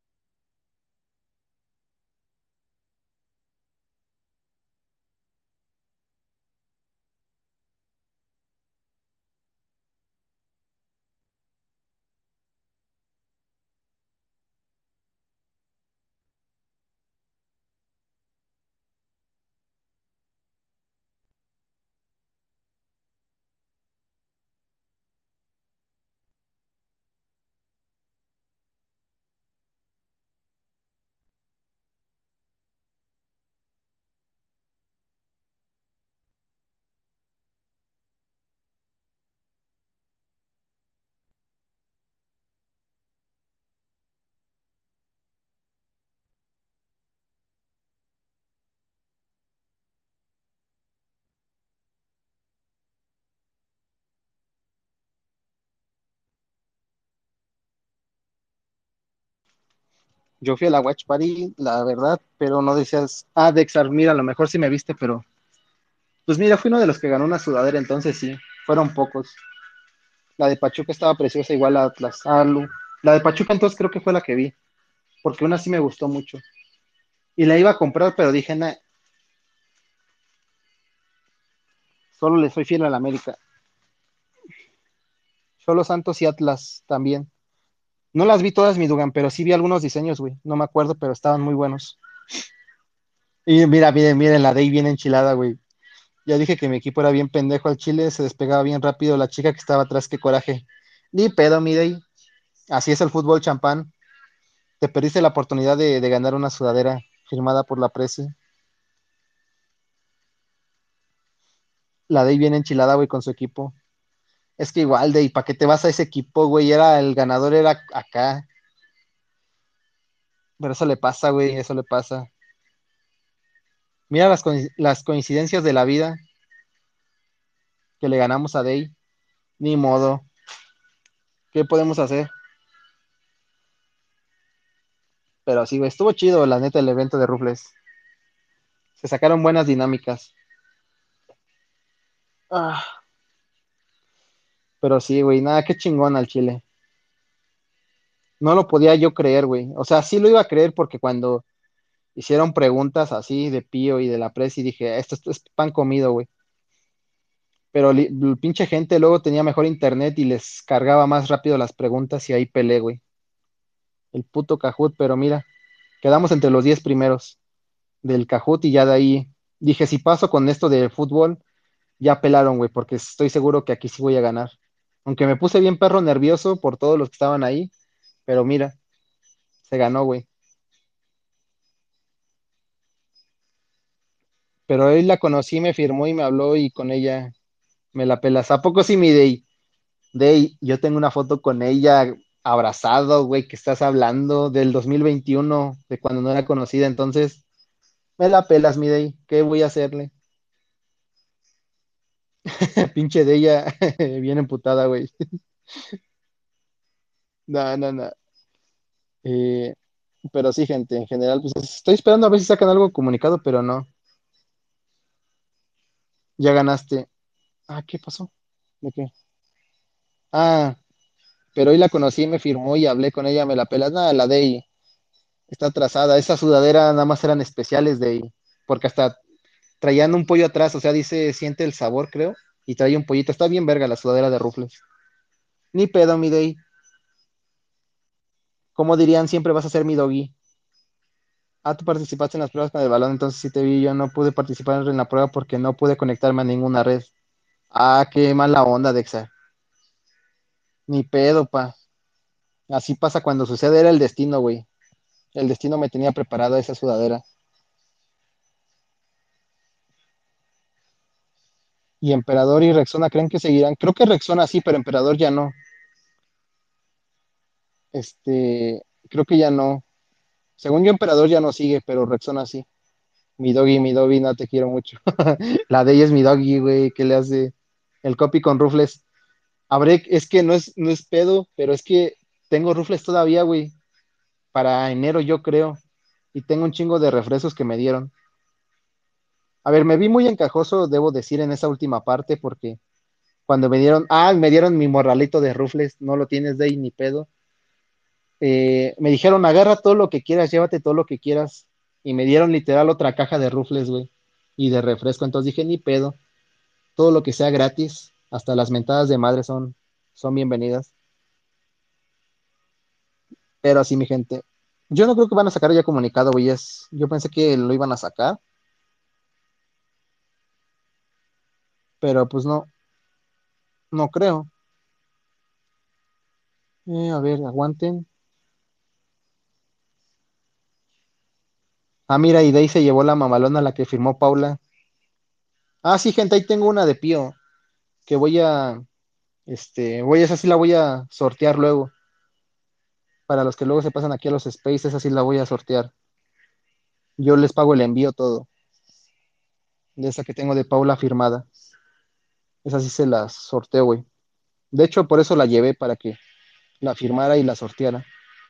Yo fui a la Watch Party, la verdad, pero no decías, ah, Dexar, mira, a lo mejor sí me viste, pero pues mira, fui uno de los que ganó una sudadera, entonces sí, fueron pocos. La de Pachuca estaba preciosa, igual a Atlas. La de Pachuca entonces creo que fue la que vi, porque una sí me gustó mucho. Y la iba a comprar, pero dije, nah, solo le soy fiel a la América. Solo Santos y Atlas también. No las vi todas, mi Dugan, pero sí vi algunos diseños, güey. No me acuerdo, pero estaban muy buenos. Y mira, miren, la de ahí bien enchilada, güey. Ya dije que mi equipo era bien pendejo al Chile, se despegaba bien rápido la chica que estaba atrás, qué coraje. Ni pedo, mi Day. Así es el fútbol champán. Te perdiste la oportunidad de ganar una sudadera firmada por la Presi. La Day bien enchilada, güey, con su equipo. Es que igual, Day, ¿para qué te vas a ese equipo, güey? El ganador era acá. Pero eso le pasa, güey, eso le pasa. Mira las coincidencias de la vida que le ganamos a Day. Ni modo. ¿Qué podemos hacer? Pero sí, güey, estuvo chido, la neta, el evento de Rufles. Se sacaron buenas dinámicas. Ah, pero sí, güey, nada, qué chingón al Chile. No lo podía yo creer, güey. O sea, sí lo iba a creer porque cuando hicieron preguntas así de Pío y de la Presi, dije, esto es pan comido, güey. Pero el pinche gente luego tenía mejor internet y les cargaba más rápido las preguntas y ahí pelé, güey. el puto Kahoot, pero mira, quedamos entre los 10 primeros del Kahoot y ya de ahí dije, si paso con esto de fútbol, ya pelaron, güey, porque estoy seguro que aquí sí voy a ganar. Aunque me puse bien perro nervioso por todos los que estaban ahí, pero mira, se ganó, güey. Pero él la conocí, me firmó y me habló y con ella me la pelas. ¿A poco sí, mi Day? Day, yo tengo una foto con ella abrazado, güey, que estás hablando del 2021, de cuando no era conocida, entonces me la pelas, mi Day. ¿Qué voy a hacerle? Pinche de ella, bien emputada, güey. No, no, no. Eh, pero sí, gente, en general, pues estoy esperando a ver si sacan algo comunicado, pero no. Ya ganaste. Ah, ¿qué pasó? ¿De qué? Ah, pero hoy la conocí, me firmó y hablé con ella, me la pelas. Nada, la Day está atrasada. Esa sudadera nada más eran especiales de, porque hasta traían un pollo atrás, o sea, dice, siente el sabor, creo, y trae un pollito. Está bien verga la sudadera de Rufles. Ni pedo, mi Day. Como dirían, siempre vas a ser mi doggy. Ah, tú participaste en las pruebas con el balón, entonces sí te vi. Yo no pude participar en la prueba porque no pude conectarme a ninguna red. Ah, qué mala onda, Dexa. Ni pedo, pa. Así pasa cuando sucede, era el destino, güey. El destino me tenía preparada esa sudadera. Y Emperador y Rexona creen que seguirán. Creo que Rexona sí, pero Emperador ya no. Creo que ya no. Según yo, Emperador ya no sigue, pero Rexona sí. Mi doggy, no te quiero mucho. La de ella es mi doggy, güey. ¿Qué le hace? El copy con Rufles. Abre, es que no es pedo, pero es que tengo Rufles todavía, güey. Para enero, yo creo. Y tengo un chingo de refrescos que me dieron. A ver, me vi muy encajoso, debo decir, en esa última parte, porque cuando me dieron mi morralito de Rufles, no lo tienes de ahí ni pedo. Me dijeron, agarra todo lo que quieras, llévate todo lo que quieras. Y me dieron literal otra caja de Rufles, güey. Y de refresco. Entonces dije, ni pedo. Todo lo que sea gratis, hasta las mentadas de madre son bienvenidas. Pero así, mi gente. Yo no creo que van a sacar ya comunicado, güey. Yo pensé que lo iban a sacar, pero pues no, no creo. A ver, aguanten. Ah, mira, y de ahí se llevó la mamalona la que firmó Paula. Ah, sí, gente, ahí tengo una de Pío, que esa sí la voy a sortear luego. Para los que luego se pasan aquí a los spaces, esa sí la voy a sortear. Yo les pago el envío todo, de esa que tengo de Paula firmada. Esa sí se la sorteo, güey. De hecho, por eso la llevé para que la firmara y la sorteara.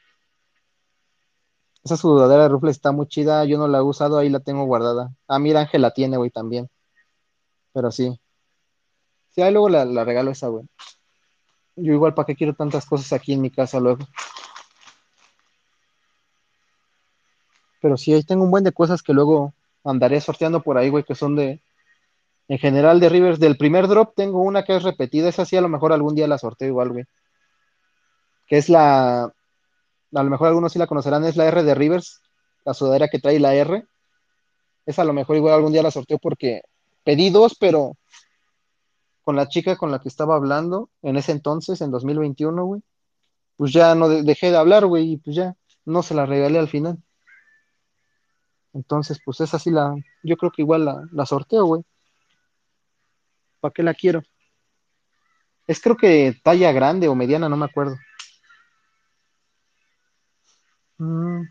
Esa sudadera de Ruffles está muy chida, yo no la he usado, ahí la tengo guardada. Ah, mira, Ángel la tiene, güey, también. Pero sí. Sí, ahí luego la regalo esa, güey. Yo igual, ¿para qué quiero tantas cosas aquí en mi casa luego? Pero sí, ahí tengo un buen de cosas que luego andaré sorteando por ahí, güey, que son en general de Rivers. Del primer drop tengo una que es repetida, esa sí a lo mejor algún día la sorteo igual, güey. Que es a lo mejor algunos sí la conocerán, es la R de Rivers, la sudadera que trae la R. Esa a lo mejor igual algún día la sorteo porque pedí dos, pero con la chica con la que estaba hablando en ese entonces, en 2021, güey, pues ya no dejé de hablar, güey, y pues ya no se la regalé al final. Entonces, pues esa sí yo creo que igual la sorteo, güey. ¿Para qué la quiero? Es creo que talla grande o mediana, no me acuerdo. Mm,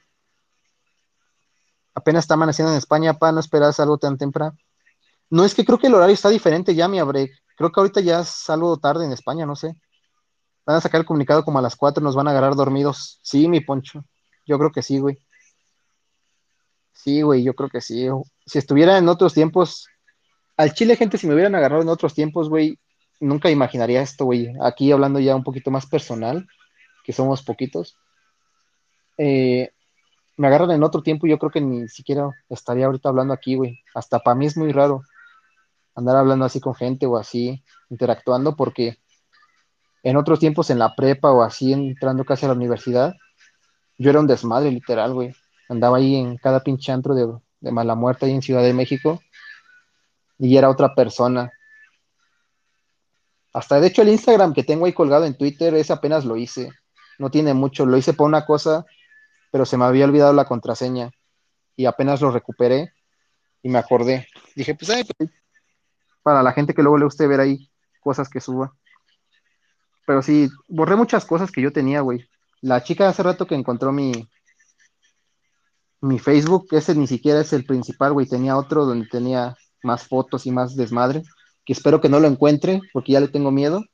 apenas está amaneciendo en España, pa, no esperas algo tan temprano. No, es que creo que el horario está diferente ya, mi break. Creo que ahorita ya es algo tarde en España, no sé. Van a sacar el comunicado como a las 4, nos van a agarrar dormidos. Sí, mi Poncho. Yo creo que sí, güey. Sí, güey, yo creo que sí. Si estuviera en otros tiempos, al Chile, gente, si me hubieran agarrado en otros tiempos, güey, nunca imaginaría esto, güey. Aquí hablando ya un poquito más personal, que somos poquitos. Eh, Me agarran en otro tiempo y yo creo que ni siquiera estaría ahorita hablando aquí, güey. Hasta para mí es muy raro andar hablando así con gente o así, interactuando, porque en otros tiempos en la prepa o así, entrando casi a la universidad, Yo era un desmadre, literal, güey. Andaba ahí en cada pinche antro de mala muerte ahí en Ciudad de México y era otra persona. Hasta de hecho el Instagram que tengo ahí colgado en Twitter, ese apenas lo hice. No tiene mucho, lo hice por una cosa, pero se me había olvidado la contraseña y apenas lo recuperé y me acordé. Dije, pues, ay, pues, para la gente que luego le guste ver ahí cosas que suba. Pero sí, borré muchas cosas que yo tenía, güey. La chica hace rato que encontró mi Facebook, ese ni siquiera es el principal, güey. Tenía otro donde tenía más fotos y más desmadre, que espero que no lo encuentre porque ya le tengo miedo.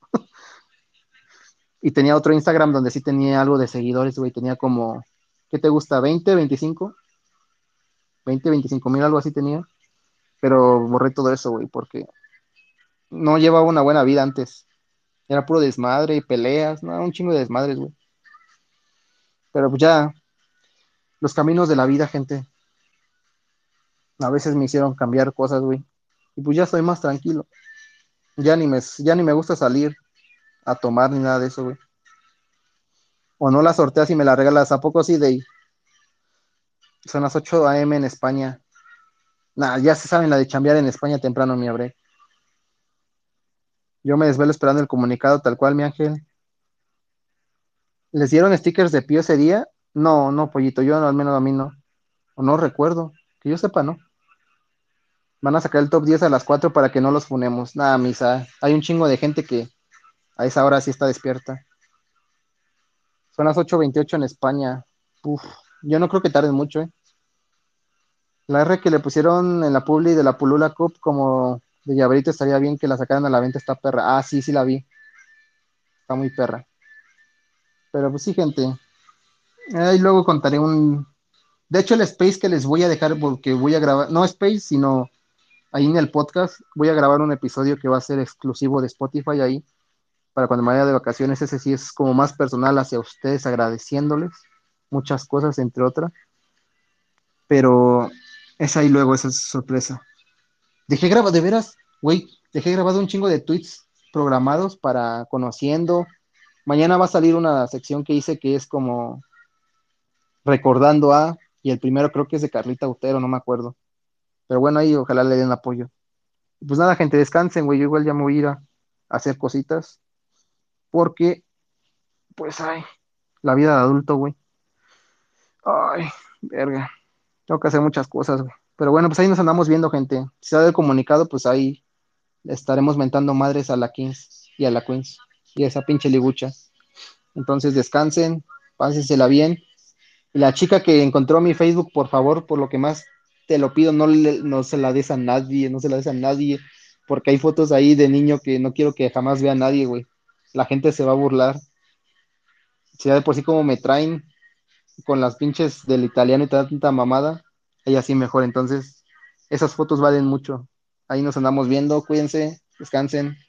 Y tenía otro Instagram donde sí tenía algo de seguidores, güey. Tenía como, ¿qué te gusta? ¿20, 25 mil, algo así tenía. Pero borré todo eso, güey, porque no llevaba una buena vida antes. Era puro desmadre y peleas, no, un chingo de desmadres, güey. Pero pues ya, los caminos de la vida, gente, a veces me hicieron cambiar cosas, güey. Y pues ya estoy más tranquilo. Ya ni me gusta salir a tomar ni nada de eso, güey. O no la sorteas y me la regalas. ¿A poco sí, de son las 8 a.m. en España? Nah, ya se saben la de chambear en España temprano, mi abre. Yo me desvelo esperando el comunicado tal cual, mi ángel. ¿Les dieron stickers de Pío ese día? No, no, pollito, yo al menos a mí no. O no recuerdo. Que yo sepa, ¿no? Van a sacar el top 10 a las 4 para que no los funemos. Nada, misa. Hay un chingo de gente que a esa hora sí está despierta. Son las 8:28 en España. Uf, yo no creo que tarden mucho, ¿eh? La R que le pusieron en la publi de la Pulula Cup como de llaverito estaría bien que la sacaran a la venta esta perra. Ah, sí, sí la vi. Está muy perra. Pero pues sí, gente. Ahí luego contaré un... De hecho, el space que les voy a dejar porque voy a grabar, no space, sino ahí en el podcast, voy a grabar un episodio que va a ser exclusivo de Spotify ahí, para cuando me vaya de vacaciones. Ese sí es como más personal hacia ustedes, agradeciéndoles muchas cosas, entre otras. Pero es ahí luego, esa es sorpresa. Dejé grabado, de veras, güey, dejé grabado un chingo de tweets programados para conociendo. Mañana va a salir una sección que hice que es como recordando a, y el primero creo que es de Carlita Utero, no me acuerdo. Pero bueno, ahí ojalá le den apoyo. Pues nada, gente, descansen, güey. Yo igual ya me voy a ir a hacer cositas porque, pues, ay, la vida de adulto, güey. Ay, verga. Tengo que hacer muchas cosas, güey. Pero bueno, pues ahí nos andamos viendo, gente. Si sale el comunicado, pues ahí estaremos mentando madres a la Kings y a la Queens y a esa pinche ligucha. Entonces descansen, pásensela bien. Y la chica que encontró mi Facebook, por favor, por lo que más te lo pido, no se la des a nadie, no se la des a nadie, porque hay fotos ahí de niño que no quiero que jamás vea a nadie, güey. La gente se va a burlar. Si ya de por sí como me traen con las pinches del italiano y tanta mamada, ella sí mejor. Entonces, esas fotos valen mucho. Ahí nos andamos viendo, cuídense, descansen.